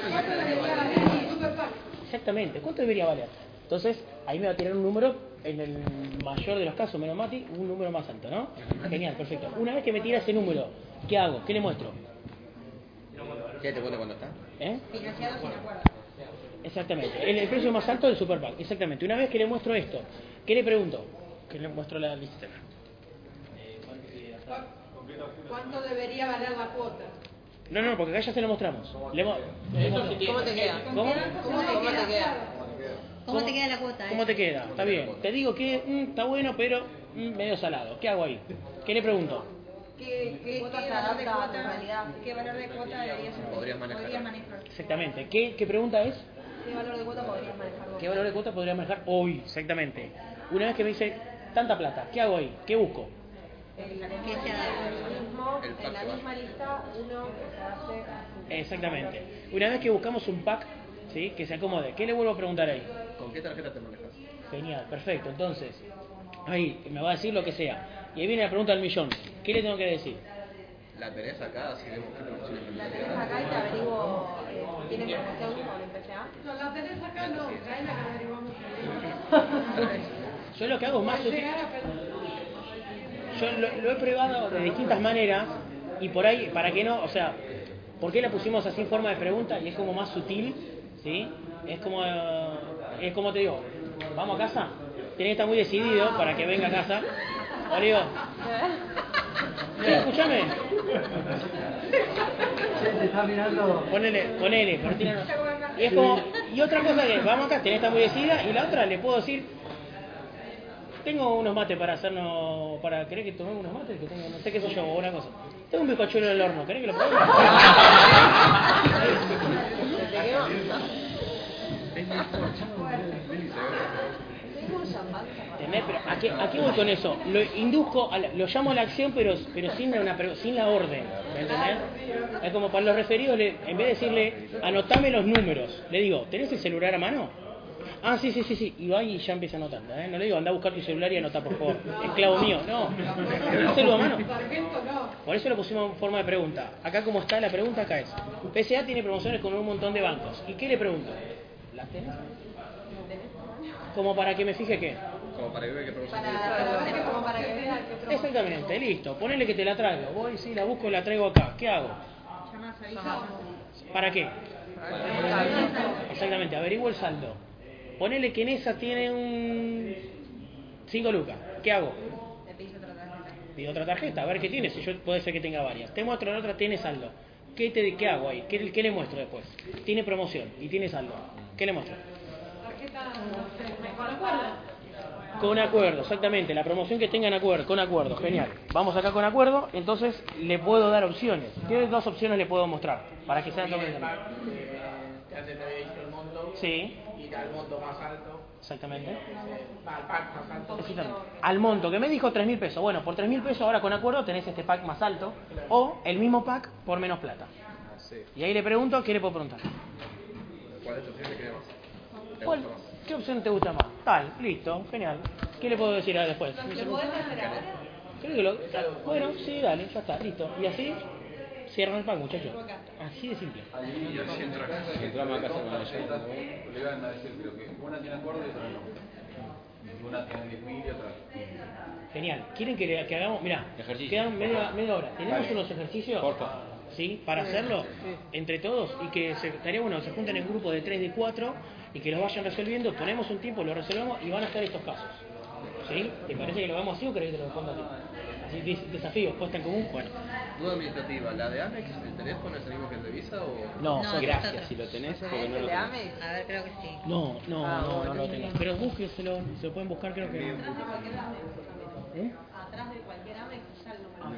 Exactamente. ¿Cuánto debería valer? Entonces, ahí me va a tirar un número, en el mayor de los casos, menos Mati, un número más alto, ¿no? Genial, perfecto. Una vez que me tira ese número, ¿qué hago? ¿Qué le muestro? ¿Qué te cuenta cuando está? ¿Eh? Financiado sin acuerdo. Exactamente. El, el precio más alto del Super Pack. Exactamente. Una vez que le muestro esto, ¿qué le pregunto? Que le muestro la lista. ¿Cuánto debería valer la cuota? No, no, porque acá ya se lo mostramos. Le mo- le Eso mo- sí tiene. ¿Cómo te queda? ¿Cómo? ¿Cómo te, cómo te queda? ¿Cómo te queda la cuota? ¿Cómo eh? te queda? Está bien. Te digo que mm, está bueno, pero mm, medio salado. ¿Qué hago ahí? ¿Qué le pregunto? ¿Qué, qué, Cuota qué se valor de adapta a tu cuota, realidad. qué valor de cuota deberías Podrías manejar. podrías manejar? Exactamente. ¿Qué, qué pregunta es? ¿Qué valor de cuota podrías manejar vos? ¿Qué valor de cuota podría manejar hoy? Exactamente. Una vez que me dice tanta plata, ¿qué hago ahí? ¿Qué busco? El, Que sea mismo, El pack en la que va. misma lista, uno que se hace a su- Exactamente. Una vez que buscamos un pack, ¿sí? Que se acomode, ¿qué le vuelvo a preguntar ahí? ¿Con qué tarjeta te manejas? Genial, perfecto. Entonces, ahí me va a decir lo que sea. Y ahí viene la pregunta del millón. ¿Qué le tengo que decir? La tenés acá, si vemos qué promociones La tenés acá y te averiguo eh, si tienen promoción con el P C A. No, la tenés acá, no, traela que averiguamos. Yo lo que hago es más Al sutil. llegar a pensar. Yo lo, lo he probado de distintas maneras y por ahí, para que no, o sea, ¿por qué la pusimos así en forma de pregunta? Y es como más sutil, ¿sí? Es como, eh, es como te digo, ¿vamos a casa? Tenés que estar muy decidido para que venga a casa. O le digo, sí, escúchame. Te está mirando. Ponele, ponele, pero tira no. Y es como, y otra cosa que, vamos acá, tenés que estar muy decidida, y la otra le puedo decir, tengo unos mates para hacernos, para, ¿querés que tomemos unos mates? Que tengo, no sé qué sé yo, o una cosa. Tengo un bizcochuelo en el horno, ¿querés que lo probemos? ¿Entendés? Pero ¿a qué, ¿a qué voy con eso? Lo induzco, a la- lo llamo a la acción, pero, pero sin, una, pre- sin la orden. ¿Me entendés? Es como para los referidos, le- en vez de decirle, anotame los números, le digo, ¿tenés el celular a mano? Ah, sí, sí, sí, sí. Y va y ya empieza anotando. ¿eh? No le digo, anda a buscar tu celular y anota, por favor. Esclavo mío. No. Hacelo a mano. Sargento no. Por eso lo pusimos en forma de pregunta. Acá como está la pregunta, acá es. P C A tiene promociones con un montón de bancos. ¿Y qué le pregunto? ¿Las tenés? Como para que me fije qué. Como para que vea qué promoción Para, tiene. para, para, como para que veas qué promoción. Exactamente, listo. Ponele que te la traigo. Voy, sí, la busco y la traigo acá. ¿Qué hago? Llamás, avisás. ¿Para qué? Exactamente, averiguo el saldo. Ponele que en esa tiene un cinco lucas. ¿Qué hago? Te pido otra tarjeta. Pido otra tarjeta, a ver qué tiene. Si yo puede ser que tenga varias. Te muestro en otra, tiene saldo. ¿Qué, te, qué hago ahí? ¿Qué, ¿Qué le muestro después? Tiene promoción y tiene saldo. ¿Qué le muestro? Tarjeta, no sé, con acuerdo. Con acuerdo, exactamente. La promoción que tenga en acuerdo, con acuerdo. Genial. Vamos acá con acuerdo, entonces le puedo dar opciones. ¿Qué dos opciones le puedo mostrar? Para que sean Viene todos el pack, eh, que antes te había dicho el monto. Sí. Y da el monto más alto. Exactamente. Va al pack más alto. Exactamente. Al monto que me dijo tres mil pesos. Bueno, por tres mil pesos ahora con acuerdo tenés este pack más alto. O el mismo pack por menos plata. Ah, sí. Y ahí le pregunto, ¿qué le puedo preguntar? ¿Cuál de tus opciones te queda más? ¿Te ¿Cuál- gusta más? ¿Qué opción te gusta más? Tal, listo, genial. ¿Qué le puedo decir ahora después? ¿Lo podés hacer ahora? Creo que lo... Bueno, sí, dale, ya está, listo. Y así cierran el pack, muchachos. Así de simple. Y así entra. Si entramos a casa con ella. Le iban a decir, pero que una tiene acuerdo y otra no. Una tiene diez mil y otra. Genial. ¿Quieren que, le- que hagamos? Mirá, Ejercicio. quedan media, media hora. ¿Tenemos Dale. unos ejercicios? Porfa. ¿Sí? Para hacerlo entre todos y que se, estaría bueno que se junten en grupo de tres, de cuatro y que los vayan resolviendo. Ponemos un tiempo, lo resolvemos y van a estar estos casos. ¿Sí? ¿Te parece que lo hagamos así o querés que te lo responda a ti? Así, des- desafíos, puesta en común. Bueno. Duda administrativa, ¿la de Amex, el teléfono es el mismo que el de Visa o...? No, No, son- Gracias, si lo tenés, porque no lo ¿El de tenés. Amex? A ver, creo que sí. No, no, Ah, no, no, bueno. lo tengo. Pero búsquenselo, se lo pueden buscar, creo que. Atrás de cualquier Amex. ¿Eh? Atrás de cualquier Amex está el número.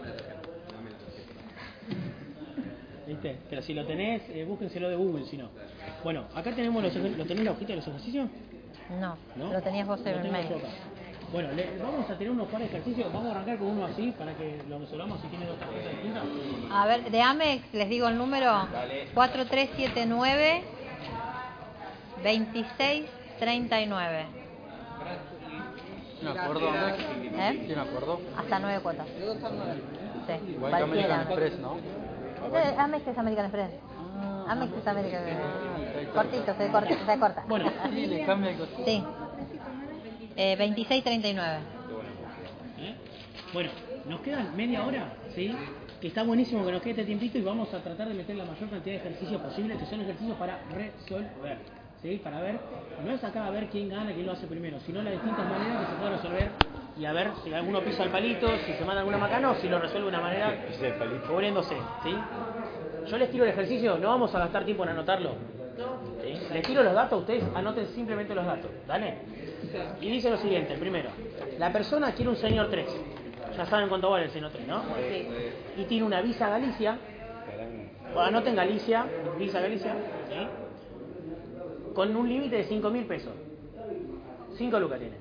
¿Viste? Pero si lo tenés, eh, búsquenselo de Google, si no. Bueno, acá tenemos los ejer- ¿lo tenés la hojita de los ejercicios? No, ¿No? lo tenías vos Lo en el tengo mail. yo acá. Bueno, le- vamos a tener unos par de ejercicios. Vamos a arrancar con uno así para que lo resolvamos si tiene dos tarjetas distintas. A ver, de Amex les digo el número cuatro tres siete nueve veintiséis treinta y nueve. ¿Tiene acuerdo, Amex? ¿Eh? ¿Tiene acuerdo? Hasta nueve cuotas. Sí, Igual que cualquiera. American Express, ¿no? Este, Amex es American Express. Amex es American Express. Cortito, se corta. Se corta. Bueno, Sí, le cambia el costo. Sí. Eh, veintiséis treinta y nueve. ¿Eh? Bueno, nos quedan media hora, ¿sí? Que está buenísimo que nos quede este tiempito y vamos a tratar de meter la mayor cantidad de ejercicios posible, que son ejercicios para resolver, ¿sí? Para ver, no es acá a ver quién gana, quién lo hace primero, sino las distintas maneras que se puede resolver y a ver si alguno pisa el palito, si se manda alguna macana o si lo resuelve de una manera cubriéndose, ¿sí? Yo les tiro el ejercicio, no vamos a gastar tiempo en anotarlo. ¿Sí? Les tiro los datos, ustedes anoten simplemente los datos, ¿dale? Y dice lo siguiente, el primero, la persona quiere un señor tres, ya saben cuánto vale el señor tres, ¿no? Y tiene una Visa Galicia, bueno, anoten Galicia, Visa Galicia, ¿sí? Con un límite de cinco mil pesos, cinco lucas tiene.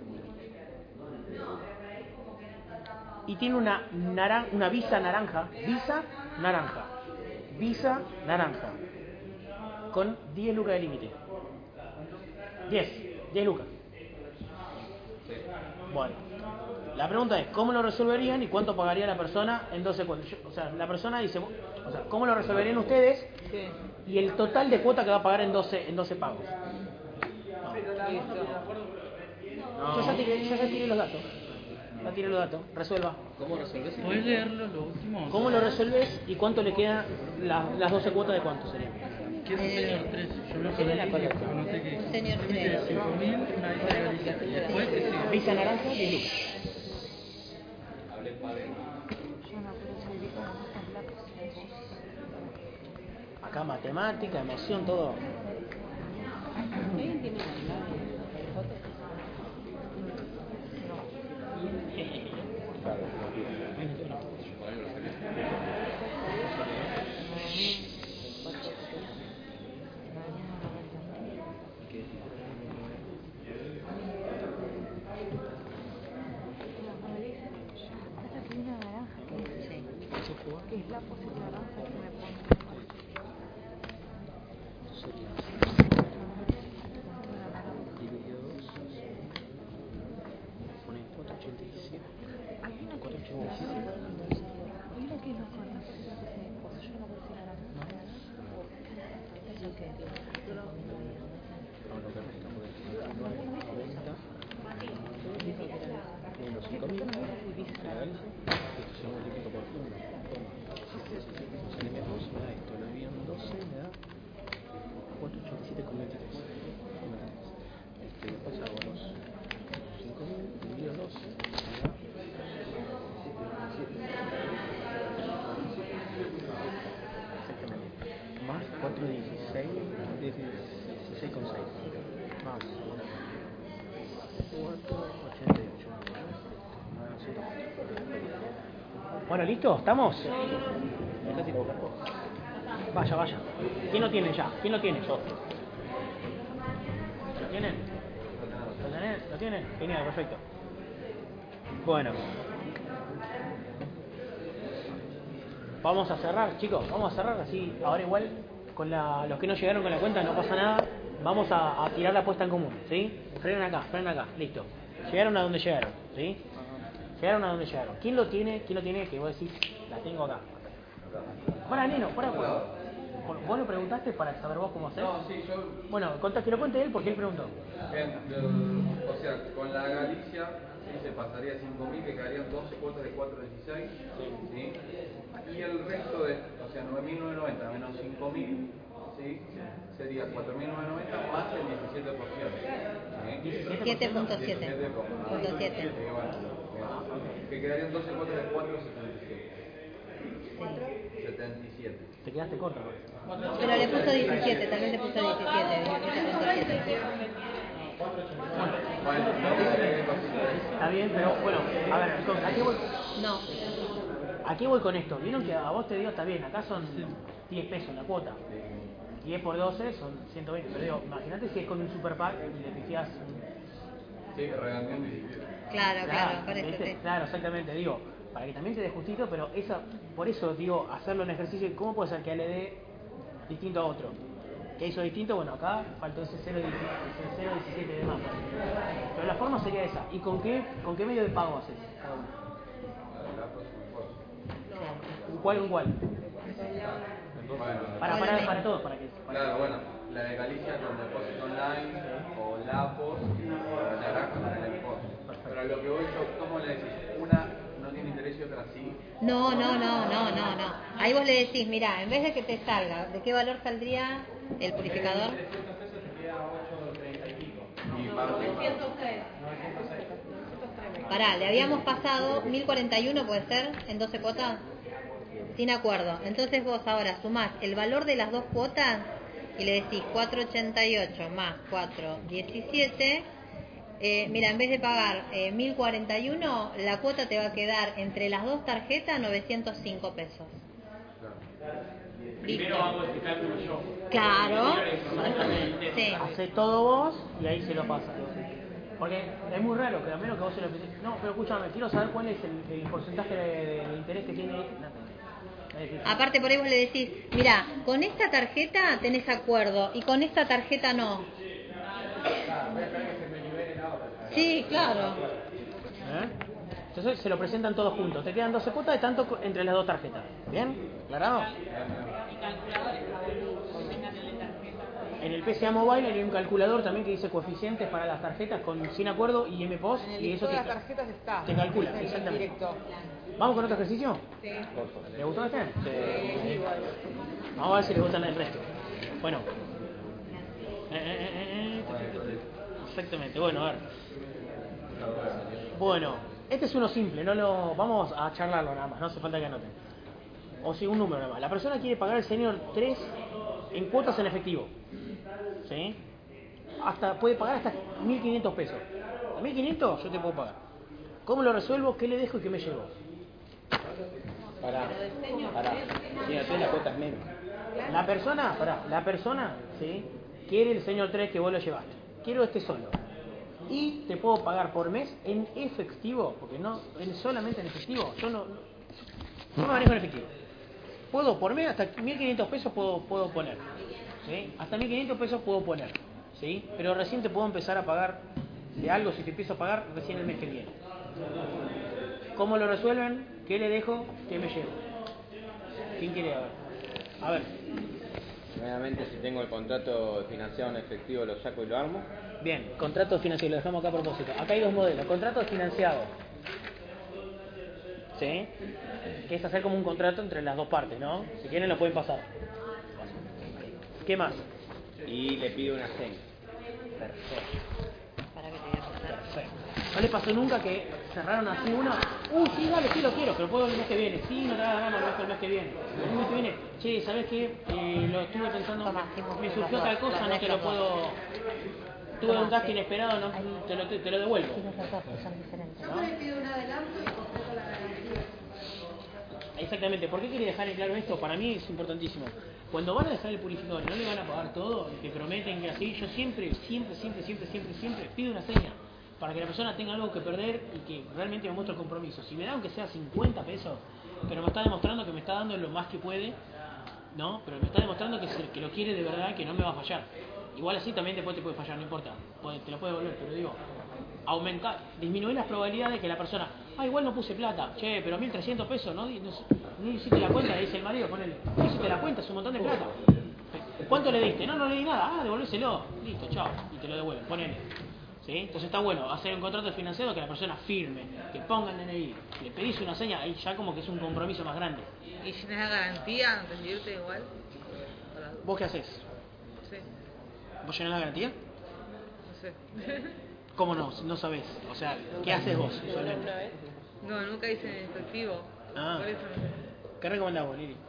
Y tiene una, naran una Visa naranja, Visa naranja, Visa naranja, con diez lucas de límite. diez, diez lucas. Bueno, la pregunta es, ¿cómo lo resolverían y cuánto pagaría la persona en doce cuotas? Yo- o sea, la persona dice, o sea, ¿cómo lo resolverían ustedes? Sí. Y el total de cuota que va a pagar en doce, en doce pagos. Pero la vamos a poner de acuerdo. Yo ya tiré, yo ya tiré los datos. Ya tiré los datos. Resuelva. ¿Cómo resolvés? ¿Podés leerlo lo último? ¿Cómo lo resolves y cuánto le queda la- las doce cuotas de cuánto serían? ¿Qué es un señor tres? Yo lo Tiene la anoté que colección. anoté que Un señor límite de tres. cinco mil, una visa de Galicia. Y después que sigue. Visa naranja, diez lucas. Hablé padre. Acá matemática, emoción, todo. ¿Alguien tiene la clave de fotos? Sí. Es la posible naranja que me pone. Pone cuatrocientos ochenta y siete. Hay una que cuatrocientos ochenta y siete. hay una que no corta, pero yo no sé, pues yo no puedo decir naranja. Es lo que yo lo No, lo que resta porque noventa. Menos cinco mil. Legal. Esto se multiplica por uno. Si le metemos, me da esto. Lo divido en doce, me da cuatrocientos ochenta y siete coma veintitrés. Este, después hago los cinco mil dividido doce. Me da exactamente. Más cuatrocientos dieciséis, dieciséis coma seis. Más cuatrocientos ochenta y ocho. Bueno, ¿listo? ¿Estamos? Vaya, vaya. ¿Quién lo tiene ya? ¿Quién lo tiene? Yo. ¿Lo tienen? ¿Lo tienen? ¿Lo tienen? Genial, perfecto. Bueno. Vamos a cerrar, chicos. Vamos a cerrar así. Ahora igual, con la, los que no llegaron con la cuenta no pasa nada. Vamos a, a tirar la apuesta en común, ¿sí? Frenen acá, frenen acá. Listo. Llegaron a donde llegaron, ¿sí? Llegaron a donde llegaron. ¿Quién lo tiene? ¿Quién lo tiene? Que vos decís, la tengo acá. Para, neno, para juego. ¿Vos lo preguntaste para saber vos cómo hacer? No, sí, yo... Bueno, contá, que lo cuente él porque él preguntó. Bien, lo- o sea, con la Galicia sí, se pasaría cinco mil, que quedarían doce cuotas de cuatrocientos dieciséis. ¿Sí? Y el resto de, o sea, nueve mil novecientos noventa menos cinco mil, ¿sí? Sería cuatro mil novecientos noventa más el diecisiete por ciento. ¿Sí? siete punto siete. Punto siete. Que quedarían doce cuotas de cuatrocientos setenta y siete. setenta y siete. Te quedaste corto. Pero le puso diecisiete, tal vez le puso diecisiete, diecisiete punto siete. Está bien, pero bueno, a ver, entonces, ¿a qué voy? No. ¿A qué voy con esto? Vieron que a vos te digo, está bien, acá son diez pesos la cuota. diez por doce son ciento veinte. Pero digo, imagínate si es con un super pack y le pifiás. Sí, regateando y Claro, claro, por eso ¿viste? sí. Claro, exactamente, digo, para que también se dé justito, pero esa, por eso digo, hacerlo en ejercicio, ¿cómo puede ser que le dé distinto a otro? ¿Qué hizo distinto? Bueno, acá faltó ese cero coma diecisiete de más. Pero la forma sería esa. ¿Y con qué, con qué medio de pago haces cada uno? ¿Cuál con cuál? Para, para, para todos, para que... Para Claro, bueno, la de Galicia con depósito online, o Lapos, o Naranja con el depósito. Pero lo que voy yo, ¿cómo le decís? Una no tiene interés y otra sí. No, no, no, no, no, no. Ahí vos le decís, mira, en vez de que te salga, ¿de qué valor saldría el purificador? Pará, le habíamos pasado mil cuarenta y uno, ¿puede ser? ¿En doce cuotas? Sin acuerdo. Entonces vos ahora sumás el valor de las dos cuotas y le decís cuatrocientos ochenta y ocho más cuatrocientos diecisiete. Eh, mira, en vez de pagar eh, mil cuarenta y uno, la cuota te va a quedar entre las dos tarjetas novecientos cinco pesos. Primero hago este cálculo yo. Claro. Sí. Hace todo vos y ahí se lo pasa. Porque es muy raro que a menos que vos se lo pides. No, pero escúchame, quiero saber cuál es el, el porcentaje de, de interés que tiene. Aparte por ahí vos le decís, mira, con esta tarjeta tenés acuerdo y con esta tarjeta no. Sí, claro. ¿Eh? Entonces se lo presentan todos juntos. Te quedan doce cuotas de tanto co- entre las dos tarjetas. ¿Bien? ¿Aclarado? En el P C A Mobile hay un calculador también que dice coeficientes para las tarjetas con sin acuerdo y M P O S En el y eso listo de te, las tarjetas está. te calcula, Es el exactamente. directo. ¿Vamos con otro ejercicio? Sí. ¿Le gustó este? Sí. Vamos a ver si le gustan el resto. Bueno. Eh, eh, eh, eh. Exactamente. Bueno, a ver. Bueno, este es uno simple, no lo vamos a charlarlo nada más, no hace falta que anoten. O si un número nada más. La persona quiere pagar el senior tres en cuotas en efectivo. ¿Sí? Hasta puede pagar hasta mil quinientos pesos. A mil quinientos yo te puedo pagar. ¿Cómo lo resuelvo? ¿Qué le dejo y qué me llevo? Pará, pará. Sí, la cuota es menos. La persona, pará, la persona, ¿sí? Quiere el señor tres que vos lo llevaste. Quiero este solo. Y te puedo pagar por mes en efectivo, porque no, en, solamente en efectivo. Yo no, no me manejo en efectivo. Puedo por mes hasta mil quinientos pesos puedo, puedo poner. ¿Sí? Hasta mil quinientos pesos puedo poner. ¿Sí? Pero recién te puedo empezar a pagar de algo, si te empiezo a pagar recién el mes que viene. ¿Cómo lo resuelven? ¿Qué le dejo? ¿Qué me llevo? ¿Quién quiere? A ver. A ver. Nuevamente, si tengo el contrato financiado en efectivo, lo saco y lo armo. Bien, contrato financiero, lo dejamos acá a propósito. Acá hay dos modelos. Contrato financiado. ¿Sí? Que es hacer como un contrato entre las dos partes, ¿no? Si quieren lo pueden pasar. ¿Qué más? Y le pido una seña. Perfecto. Perfecto. ¿No le pasó nunca que cerraron así una? Uh, sí, dale, sí lo quiero, pero puedo el mes que viene. Sí, no te da la gana, lo dejo el mes que viene. El mes que viene, che, ¿sabes qué? Eh, lo estuve pensando, me surgió tal cosa, no te lo puedo... Tuve un gasto inesperado, no, te lo, te lo devuelvo. Yo por ahí pido un adelanto y completo la garantía. Exactamente. ¿Por qué quiere dejar en claro esto? Para mí es importantísimo. Cuando van a dejar el purificador y no le van a pagar todo, y te prometen que así, yo siempre, siempre, siempre, siempre, siempre, siempre pido una seña para que la persona tenga algo que perder y que realmente me muestre el compromiso. Si me da aunque sea cincuenta pesos, pero me está demostrando que me está dando lo más que puede, ¿no? Pero me está demostrando que, se, que lo quiere de verdad, que no me va a fallar. Igual así también después te puede fallar, no importa, puede, te lo puede devolver, pero digo, aumentar, disminuir las probabilidades de que la persona, ah, igual no puse plata, che, pero mil trescientos pesos, ¿no? No, no hiciste la cuenta, le dice el marido, ponele, no hiciste la cuenta, es un montón de plata. ¿Cuánto le diste? No, no le di nada, ah, devolvéselo, listo, chao, y te lo devuelven, ponele. ¿Sí? Entonces está bueno hacer un contrato financiero que la persona firme, que ponga el D N I, le pedís una seña, ahí ya como que es un compromiso más grande. ¿Y si no es garantía, recibirte igual? ¿Vos qué haces? No sé, ¿Vos llenás la garantía? no sé. ¿Cómo no? No sabés. O sea, ¿qué haces vos usualmente? No, nunca hice en efectivo. Ah. Por eso no sé. ¿Qué recomendás vos, Lili?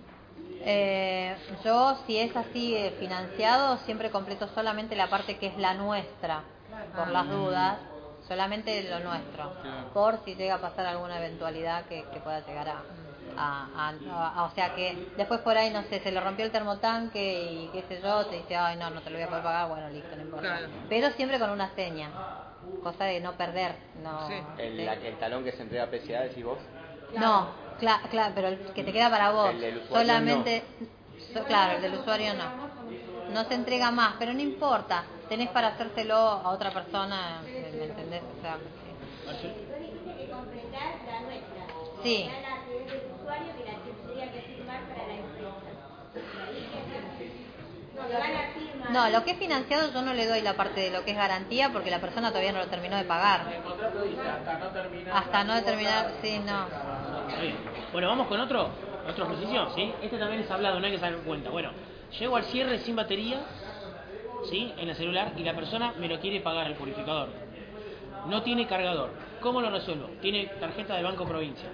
Eh, yo, si es así eh, financiado, siempre completo solamente la parte que es la nuestra, por las dudas, solamente lo nuestro, por si llega a pasar alguna eventualidad que, que pueda llegar a, a, a, a... O sea que después por ahí, no sé, se le rompió el termotanque y qué sé yo, te dice, ay no, no te lo voy a poder pagar, bueno, listo, no importa. Claro. Pero siempre con una seña, cosa de no perder, no... Sí. El, ¿sí? la- el talón que se entrega a P C A, decís vos. No, claro, claro, pero el que te queda para vos, El del usuario solamente, so- claro, el del usuario no. No se entrega más, pero no importa, tenés para hacérselo a otra persona, ¿me entendés? O sea, sí. Vos dijiste que completar la nuestra. Sí. Ya la que es del usuario que la que tendría que firmar para la empresa. Ahí que no, le van a firmar. No, lo que es financiado yo no le doy la parte de lo que es garantía porque la persona todavía no lo terminó de pagar. El contrato dice hasta no terminar. Hasta no terminar, sí, no. Está bien. Bueno, vamos con otro, otro ejercicio, ¿sí? Este también es hablado, no hay que sacar cuenta. Bueno, llego al cierre sin batería, ¿sí? En el celular y la persona me lo quiere pagar el purificador. No tiene cargador. ¿Cómo lo resuelvo? Tiene tarjeta del Banco Provincia.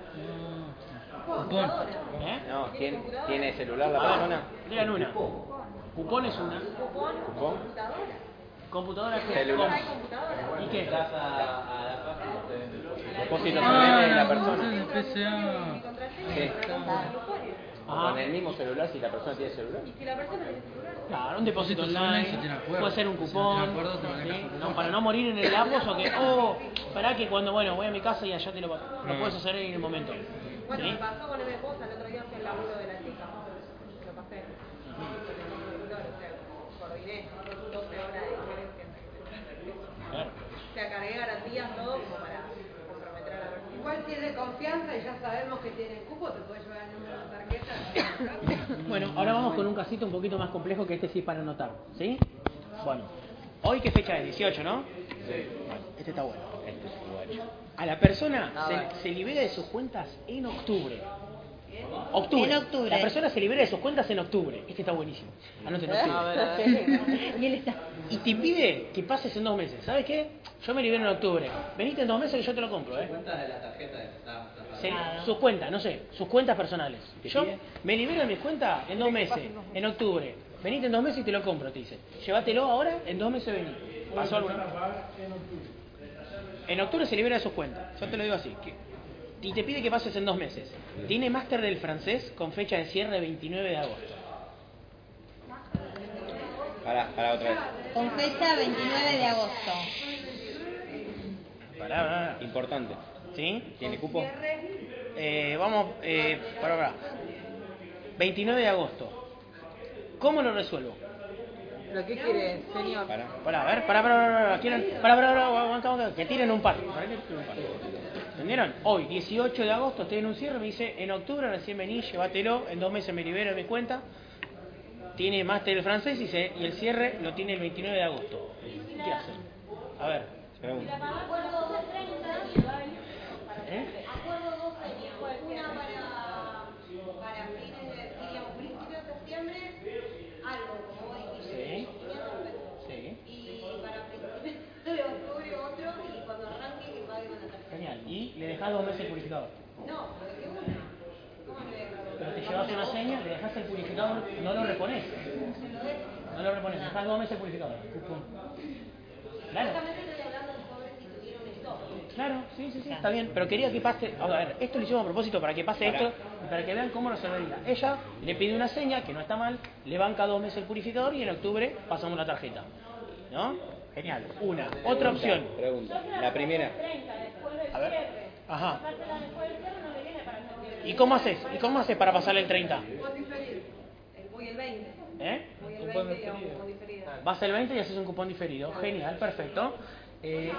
¿Eh? No, ¿tiene, ¿tiene celular la A ver, persona? lean una. Cupón es una. ¿Cupón? Computadora es Celular. ¿Y qué? Depósito solamente de la persona. Ah, el P C A. Sí. Ah. Con el mismo celular si la persona tiene celular. Y si la persona tiene celular. Claro, un depósito Depósito online, si online, tiene acuerdo. puede ser un Si no cupón, tiene acuerdo, te manejas ¿sí? un No, cupón. para no morir en el lapso o que, oh, para que cuando, bueno, voy a mi casa y allá te lo, lo Mm. puedes hacer en el momento. Bueno, ¿Sí? me pasó con M Posa, el otro día fui al laburo de la chica. Lo pasé. Con el conductor, o sea, coordiné doce horas de diferencia. Claro. O sea, cargué garantías, todo como para comprometer a la persona. Bueno, ahora vamos con un casito un poquito más complejo que este sí es para anotar, ¿sí? Bueno, hoy qué fecha es, dieciocho, ¿no? Sí. Bueno, este está bueno. Este es bueno. A la persona A se, ver. se libera de sus cuentas en octubre. Octubre. En octubre. La persona se libera de sus cuentas en octubre. Este está buenísimo. Anoten octubre. A ver, a ver. Y él está. Y te pide que pases en dos meses. ¿Sabes qué? Yo me libero en octubre. Venite en dos meses que yo te lo compro, ¿eh? Cuenta de la tarjeta está, está, Se- está. sus cuentas, no sé, sus cuentas personales. Yo me libero de mis cuentas en dos meses, en octubre. Venite en dos meses y te lo compro, te dice. Llévatelo ahora, en dos meses vení. ¿Pasó alguna? En octubre se libera de sus cuentas. Yo te lo digo así. Que, y te pide que pases en dos meses. Tiene máster del francés con fecha de cierre veintinueve de agosto. Para, para otra vez. Con fecha veintinueve de agosto. Pará, pará. Importante. ¿Sí? ¿Tiene cupo? Eh, vamos, eh, para, para. veintinueve de agosto. ¿Cómo lo resuelvo? ¿Pero qué quiere, señor? Para. Para, a ver, para, para, para, para, quieren, para, para, para, aguanta, aguanta, que tiren un par. Para que tiren un par. ¿Entendieron? Hoy, dieciocho de agosto, estoy en un cierre, me dice, en octubre recién vení, llévatelo, en dos meses me libero de mi cuenta. Tiene máster el francés y, se, y el cierre lo tiene el veintinueve de agosto. ¿Qué hacer? A ver. Pregunta. Acuerdo dos treinta, ¿Eh? acuerdo dos treinta, una para, para fines de, diríamos, principios de septiembre, algo, como vos dijiste, Sí. quinientos pesos. Sí. Y para principios de octubre otro, y cuando arranque que pague con la tarjeta. Genial. Y le dejás dos meses el purificador. No, lo dejé una. ¿Cómo le dejo? Pero te llevas una seña, le dejas el purificador, no lo repones. No lo repones, dejás dos meses el purificador. Claro. Exactamente estoy hablando sobre si tuviera un stock. Claro, sí, sí, sí, está bien. Pero quería que pase. A ver, esto lo hicimos a propósito para que pase esto y para que vean cómo resolvería. Ella le pide una seña, que no está mal, le banca dos meses el purificador y en octubre pasamos la tarjeta. ¿No? Genial. Una. Otra opción. Pregunta. La primera. A ver. Ajá. ¿Y cómo haces? ¿Y cómo haces para pasarle el treinta? Cupón diferido. Voy el veinte. ¿Eh? Voy el veinte y hago un cupón diferido. Vas el veinte y haces un cupón diferido. Genial, perfecto. Eh,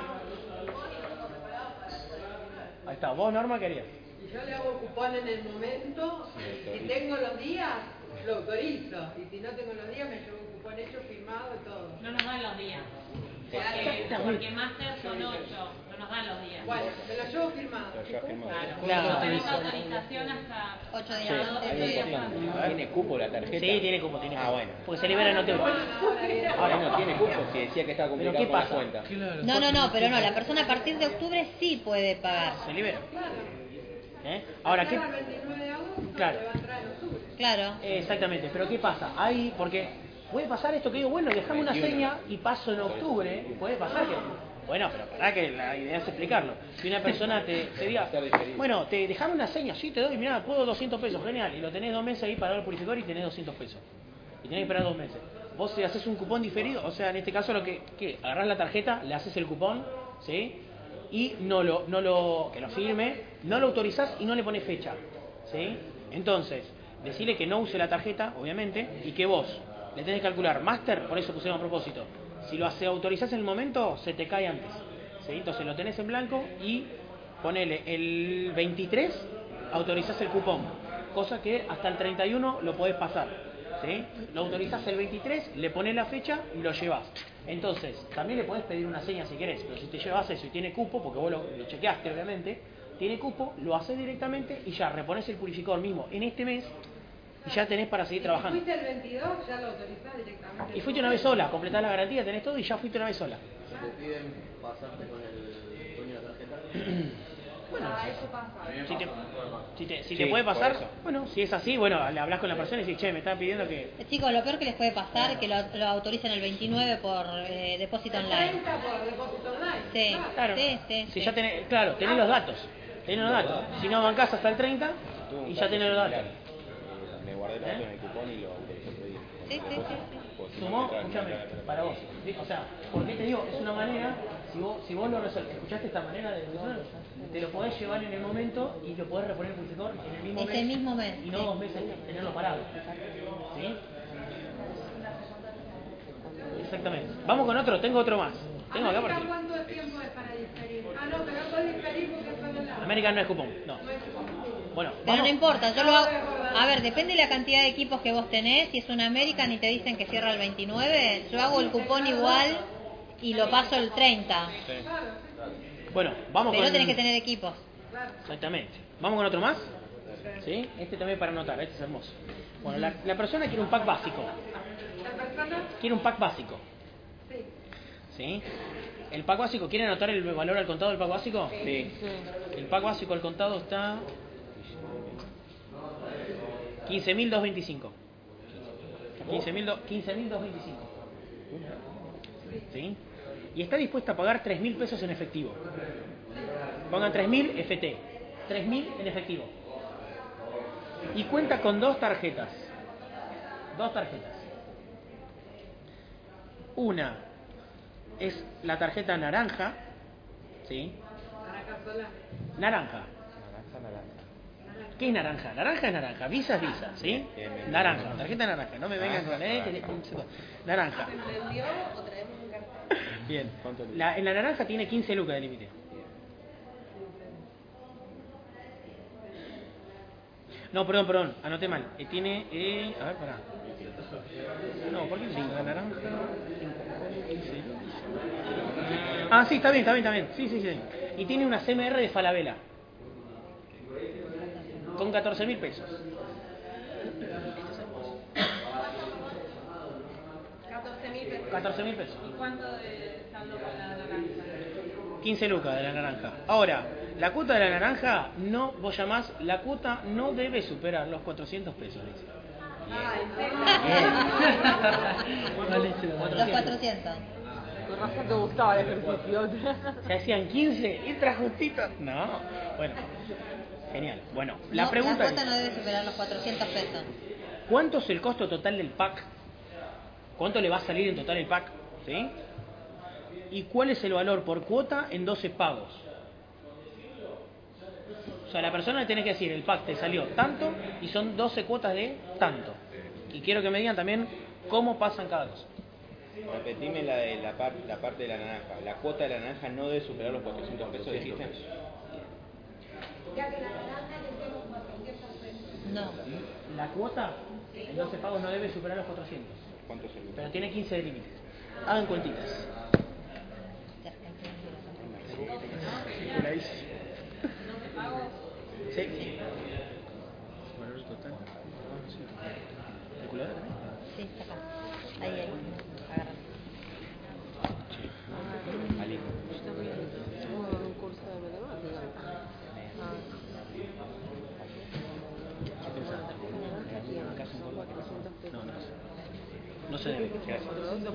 ahí está. ¿Vos, Norma, querías? Si yo le hago cupón en el momento, si tengo los días, lo autorizo. Y si no tengo los días, me llevo un cupón hecho, firmado y todo. No nos dan los días. Porque, porque máster son ocho, no nos dan los días. Bueno, me lo llevo firmado. Lo llevas firmado. Claro. Claro. No tenemos autorización hasta ocho Sí, días. algo importante. ¿Tiene cupo la tarjeta? Sí, tiene cupo, tiene cupo. Ah, bueno. Porque se libera en octubre. Ahora no tiene cupo, si decía que estaba ¿Pero complicado qué con la pasa? cuenta. No, no, no, pero no, la persona a partir de octubre sí puede pagar. Se libera. ¿Eh? Ahora, ¿qué? El veintinueve de agosto Claro. le va a entrar en octubre. Claro. Eh, exactamente, pero ¿qué pasa? Ahí, porque puede pasar esto que digo, bueno, dejame una veintiuno. seña y paso en octubre, puede pasar que... Bueno, pero para que la idea es explicarlo. Si una persona te, te diga, bueno, te dejame una seña, sí, te doy, mira, puedo doscientos pesos, genial, y lo tenés dos meses ahí para el purificador y tenés doscientos pesos. Y tenés que esperar dos meses. Vos si haces un cupón diferido, o sea, en este caso lo que, que agarrás la tarjeta, le haces el cupón, ¿sí? Y no lo, no lo, que lo firme, no lo autorizás y no le pones fecha, ¿sí? Entonces, decirle que no use la tarjeta, obviamente, y que vos le tenés que calcular máster, por eso pusimos a propósito. Si lo hace, autorizás en el momento, se te cae antes, ¿sí? Entonces lo tenés en blanco y ponele el veintitrés, autorizás el cupón, cosa que hasta el treinta y uno lo podés pasar, ¿sí? Lo autorizás el veintitrés, le pones la fecha y lo llevas. Entonces, también le podés pedir una seña si querés, pero si te llevas eso y tiene cupo, porque vos lo, lo chequeaste obviamente, tiene cupo, lo haces directamente y ya repones el purificador mismo en este mes y ya tenés para seguir trabajando. Si fuiste el veintidós, ya lo autorizás directamente. Y fuiste una vez sola, completás la garantía, tenés todo y ya fuiste una vez sola. Si te piden pasarte con el dueño de la tarjeta. Bueno, Ah, eso pasa. si te, si te, si Sí, te puede por pasar, eso. bueno, si es así, bueno, le hablas con la persona y decís, che, me están pidiendo que... Eh, Chicos, lo peor que les puede pasar es que lo, lo autoricen el veintinueve por eh, depósito online. treinta por depósito online. Sí, Claro, sí, sí. si sí. ya tenés, claro, tenés los datos, tenés los datos. Si no bancás hasta el treinta Tuve un y ya caso tenés los similar. datos. Eh, Me guardé los datos en el cupón y lo autorizé otro día. Sí, sí, sí, Pues, si no Sumó, me entraba en escúchame, la- para vos. O sea, ¿por qué te digo? Es una manera, si vos, si vos lo resolvés, ¿escuchaste esta manera de resolverlo? Te lo podés llevar en el momento y lo podés reponer en el purificador en el mismo Ese mes. mismo mes, Y no sí. dos meses tenerlo parado. ¿Sí? Exactamente. Vamos con otro, tengo otro más. Tengo acá por América, aquí. ¿cuánto tiempo es para diferir? Ah, no, pero no puedes diferir porque es solo la... América no es cupón, no. No es cupón. Bueno, Pero vamos. no importa, yo lo hago. A ver, depende de la cantidad de equipos que vos tenés. Si es un American y te dicen que cierra el veintinueve, yo hago el cupón igual y lo paso el treinta. Sí. Bueno, vamos Pero con... tenés que tener equipos. Exactamente. ¿Vamos con otro más? ¿Sí? Este también para anotar, este es hermoso. Bueno, la, la persona quiere un pack básico. ¿La persona? Quiere un pack básico. Sí. ¿Sí? ¿El pack básico, quiere anotar el valor al contado del pack básico? Sí. El pack básico al contado está quince mil doscientos veinticinco. quince mil doscientos veinticinco. ¿Sí? Y está dispuesta a pagar tres mil pesos en efectivo. Pongan tres mil F T. tres mil en efectivo. Y cuenta con dos tarjetas. Dos tarjetas. Una es la tarjeta naranja. ¿Sí? Naranja sola. Naranja. ¿Qué es naranja? Naranja es naranja. Visa es visa. ¿Sí? Naranja. Tarjeta naranja. No me vengan con eh, que- naranja. ¿Se entendió o traemos un cartel? Bien. La, en la naranja tiene quince lucas de límite. No, perdón, perdón, anoté mal. Eh, tiene, eh, a ver, pará. No, ¿por qué cinco? La naranja. quince. Ah, sí, está bien, está bien, está bien. Sí, sí, sí. Y tiene una C M R de Falabella. Con catorce mil pesos. catorce mil pesos. catorce mil pesos. ¿Y cuánto de saldo con la naranja? quince lucas de la naranja. Ahora, la cuota de la naranja, no, vos llamás, la cuota no debe superar los cuatrocientos pesos, dice. Ah, ¿en serio? Los cuatrocientos. Con razón te gustaba el ejercicio. Se hacían quince, entra justito. No, bueno, genial. Bueno, la No, pregunta la cuota es, no debe superar los cuatrocientos pesos. ¿cuánto es el costo total del pack? ¿Cuánto le va a salir en total el pack? ¿Sí? ¿Y cuál es el valor por cuota en doce pagos? O sea, la persona le tiene que decir, el pack te salió tanto y son doce cuotas de tanto. Y quiero que me digan también cómo pasan cada cosa. Repetime la, de la, par- la parte de la naranja. La cuota de la naranja no debe superar los cuatrocientos pesos, dijiste. Ya que la naranja le tenemos cuatrocientos pesos. No. La cuota en doce pagos no debe superar los cuatrocientos. ¿Cuánto es el Pero tiene quince de límites. Hagan cuentitas. Sí. Valor total. ¿Calculadora también? Sí, está acá. Ahí, ahí. Agarra. Ali. Un curso de matemáticas. ¿Qué pensás? Acá son por- No, no. No se debe. Gracias.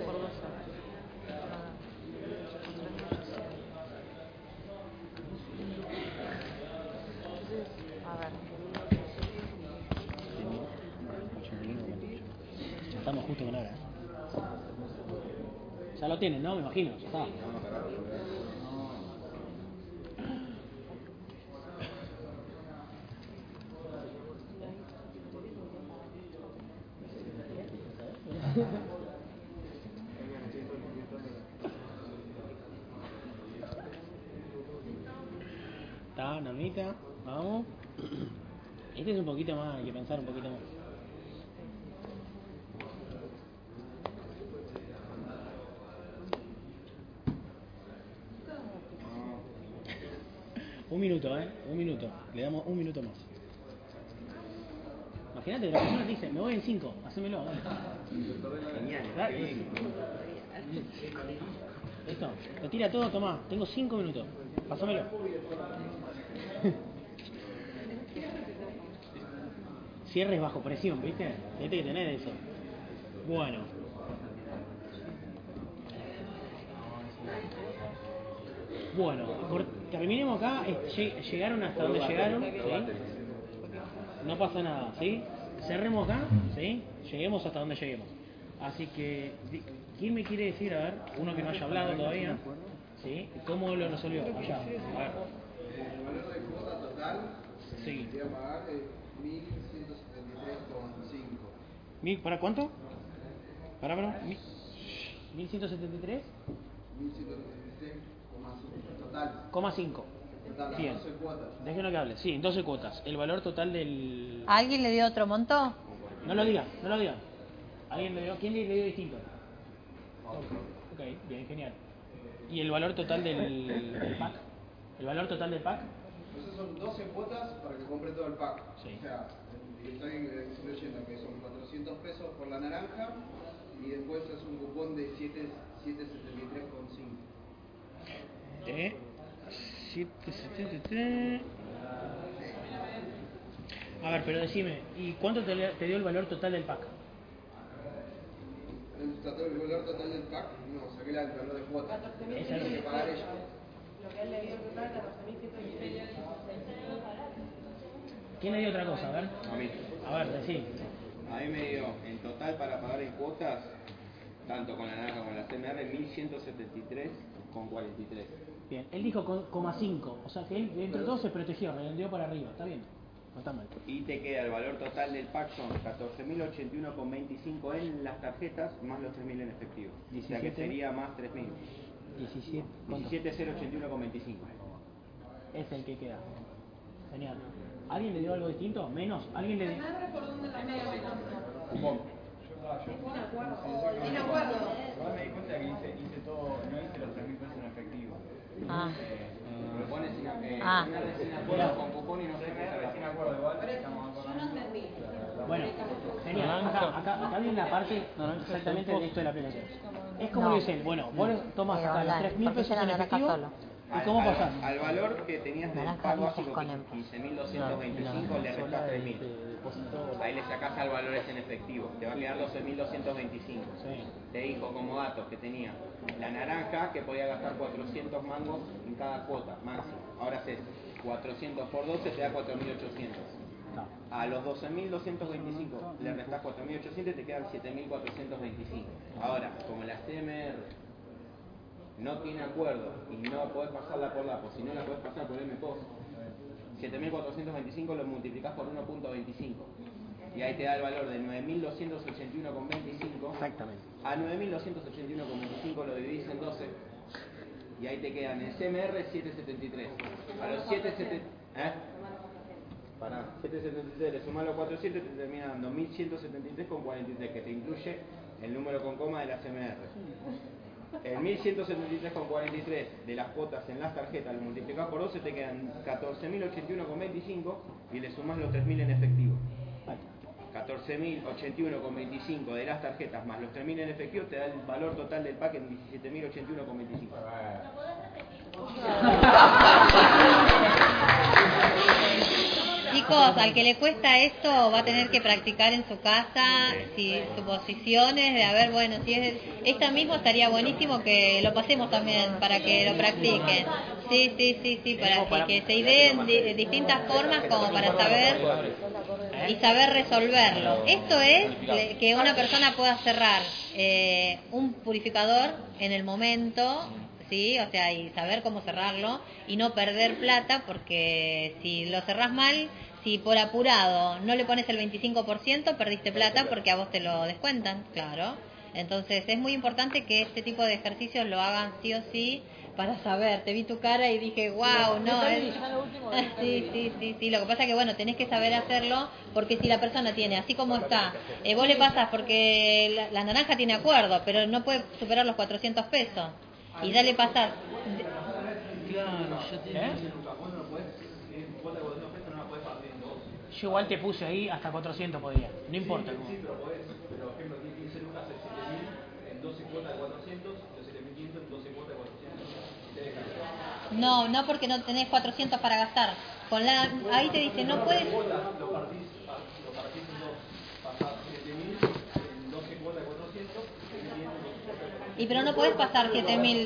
Estamos justo con hora. Ya lo tienen, ¿no? Me imagino. Ya está. Está, Normita. Vamos. Este es un poquito más, hay que pensar un poquito más. Un minuto, ¿eh? Un minuto. Le damos un minuto más. Imagínate, la persona te dice, me voy en cinco, hacémelo. Dale. Genial. Dale. Listo, lo tira todo, tomá. Tengo cinco minutos. Pásamelo. Cierres bajo presión, ¿viste? Fíjate que tenés eso. Bueno. Bueno, cor- terminemos acá. Es- lle- Llegaron hasta donde llegaron, ¿sí? No pasa nada, ¿sí? Cerremos acá, ¿sí? Lleguemos hasta donde lleguemos. Así que, di- ¿quién me quiere decir, a ver, uno que no haya hablado todavía, ¿sí? ¿Cómo lo resolvió? Allá, a ver. El valor de cuota total Sí. sería pagar mil ciento setenta y tres coma cinco. ¿Mil, ¿Para cuánto? ¿Para, para? ¿Mil, ¿mil ciento setenta y tres? mil ciento setenta y tres coma cinco total. Coma cinco. Están las Bien. doce cuotas. Déjenlo que hable. Sí, en doce cuotas. El valor total del... ¿A alguien le dio otro monto? No lo diga, no lo diga. ¿Alguien le dio? ¿Quién le dio distinto? Ok, bien, genial. ¿Y el valor total del, del pack? ¿El valor total del pack? Entonces son doce cuotas para que compre todo el pack. Sí. O sea, estoy incluyendo que son cuatrocientos pesos por la naranja y después es un cupón de siete setenta y tres con cinco. Eh, siete setenta y tres. A ver, pero decime, ¿y cuánto te, te dio el valor total del pack? El, el valor total del pack, no, saqué el valor de cuotas. catorce mil Tiene que pagar ella. Lo que él le dio en total, catorce mil ciento dieciséis. ¿Quién le dio otra cosa? A ver. A mí. A ver, decí. A mí me dio en total para pagar en cuotas, tanto con la naranja como la C M R, mil ciento setenta y tres con cuarenta y tres. Bien, él dijo coma cinco, o sea que él entre todos se protegió, redondeó para arriba, ¿está bien? No está mal. Y te queda el valor total del pack son catorce mil ochenta y uno con veinticinco en las tarjetas más los tres mil en efectivo. O sea que sería más tres mil. diecisiete. diecisiete mil ochenta y uno con veinticinco. Es el que queda. Genial. ¿Alguien le dio algo distinto? ¿Menos? ¿Alguien le dio? ¿Por dónde la medio menos? Cupón. Sin acuerdo. Sin acuerdo. Igual me di cuenta que hice, hice todo, no hice los tres mil pesos en efectivo. Ah. Cupones sin, eh, Ah. sin acuerdo con cupón y no sé qué. Sin acuerdo, igual estamos Yo no entendí. Bueno, genial. Acá, acá, acá viene la parte exactamente de esto de la aplicación. Es como No. lo dicen, bueno, vos tomas Eh, acá los online, tres mil porque pesos ya en la naranja efectivo. solo. ¿Y cómo Al- pasás? Al, al valor que tenías del Naranja pack dices básico, con em- quince mil doscientos veinticinco, le restás tres mil. Ahí le sacás al valor ese en efectivo. Te va a quedar doce mil doscientos veinticinco. Te dijo como datos que tenía la naranja, que podía gastar cuatrocientos mangos en cada cuota, máximo. Ahora haces cuatrocientos por doce, te da cuatro mil ochocientos. A los doce mil doscientos veinticinco le restás cuatro mil ochocientos y te quedan siete mil cuatrocientos veinticinco. Ahora, como la C M R no tiene acuerdo y no podés pasarla por la P O S, si no la podés pasar por M P O S, siete mil cuatrocientos veinticinco lo multiplicás por uno punto veinticinco y ahí te da el valor de nueve mil doscientos ochenta y uno con veinticinco. Exactamente. A nueve mil doscientos ochenta y uno con veinticinco lo dividís en doce y ahí te quedan en C M R setecientos setenta y tres. A los setecientos setenta y tres, ¿eh? Para setecientos setenta y tres le sumás los cuatrocientos y te termina dando mil ciento setenta y tres con cuarenta y tres, que te incluye el número con coma de la C M R. El mil ciento setenta y tres con cuarenta y tres de las cuotas en las tarjetas lo multiplicás por doce, te quedan catorce mil ochenta y uno con veinticinco y le sumás los tres mil en efectivo. catorce mil ochenta y uno con veinticinco de las tarjetas más los tres mil en efectivo te da el valor total del pack en diecisiete mil ochenta y uno con veinticinco. Chicos, al que le cuesta esto va a tener que practicar en su casa si suposiciones de a ver, bueno, si es esta mismo estaría buenísimo que lo pasemos también para que lo practiquen. Sí, sí, sí, sí, para que, que se ideen de distintas formas como para saber y saber resolverlo. Esto es le- que una persona pueda cerrar eh, un purificador en el momento, sí, o sea, y saber cómo cerrarlo y no perder plata, porque si lo cerrás mal, si por apurado no le pones el veinticinco por ciento, perdiste plata porque a vos te lo descuentan, claro. Entonces es muy importante que este tipo de ejercicios lo hagan sí o sí para saber. Te vi tu cara y dije, wow, no, es... Sí, sí, sí, sí. Lo que pasa es que, bueno, tenés que saber hacerlo, porque si la persona tiene, así como está, eh, vos le pasas porque la, la naranja tiene acuerdo, pero no puede superar los cuatrocientos pesos. Y dale pasar. ¿Eh? Yo igual te puse ahí hasta cuatrocientos podía, no importa. Sí, sí, pero podés, pero por ejemplo, tiene quince lucas en siete mil, en doce cuotas de cuatrocientos, en siete mil quinientos, en doce cuotas de cuatrocientos. Y te deja. No, no porque no tenés cuatrocientos para gastar. Con la, ahí te dice, no puedes... Lo partís, lo partís en dos, pasás siete mil en doce cuotas de cuatrocientos, siete mil quinientos en doce cuotas de cuatrocientos. Y pero no podés pasar siete mil...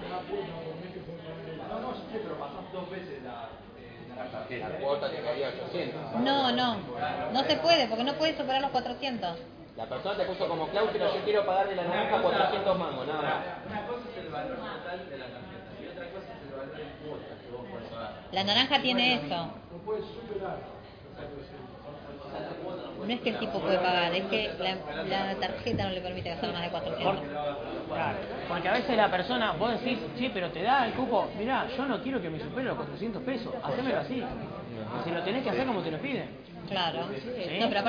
No, no, yo sé, pero pasás dos veces la... La cuota te quedaría ochocientos. No, no, no se puede, porque no puedes superar los cuatrocientos. La persona te puso como cláusula, yo quiero pagar de la naranja cuatrocientos mangos, nada más. Una cosa es el valor total de la tarjeta y otra cosa es el valor en cuotas que vos podés pagar. La naranja tiene eso. No puedes superar. No es que el tipo puede pagar, es que la, la tarjeta no le permite gastar más de cuatrocientos. Por- claro, porque a veces la persona, vos decís, sí, pero te da el cupo, mirá, yo no quiero que me supere los cuatrocientos pesos, hacémelo así. Y si lo tenés que hacer como te lo piden. Claro. ¿Sí? No, pero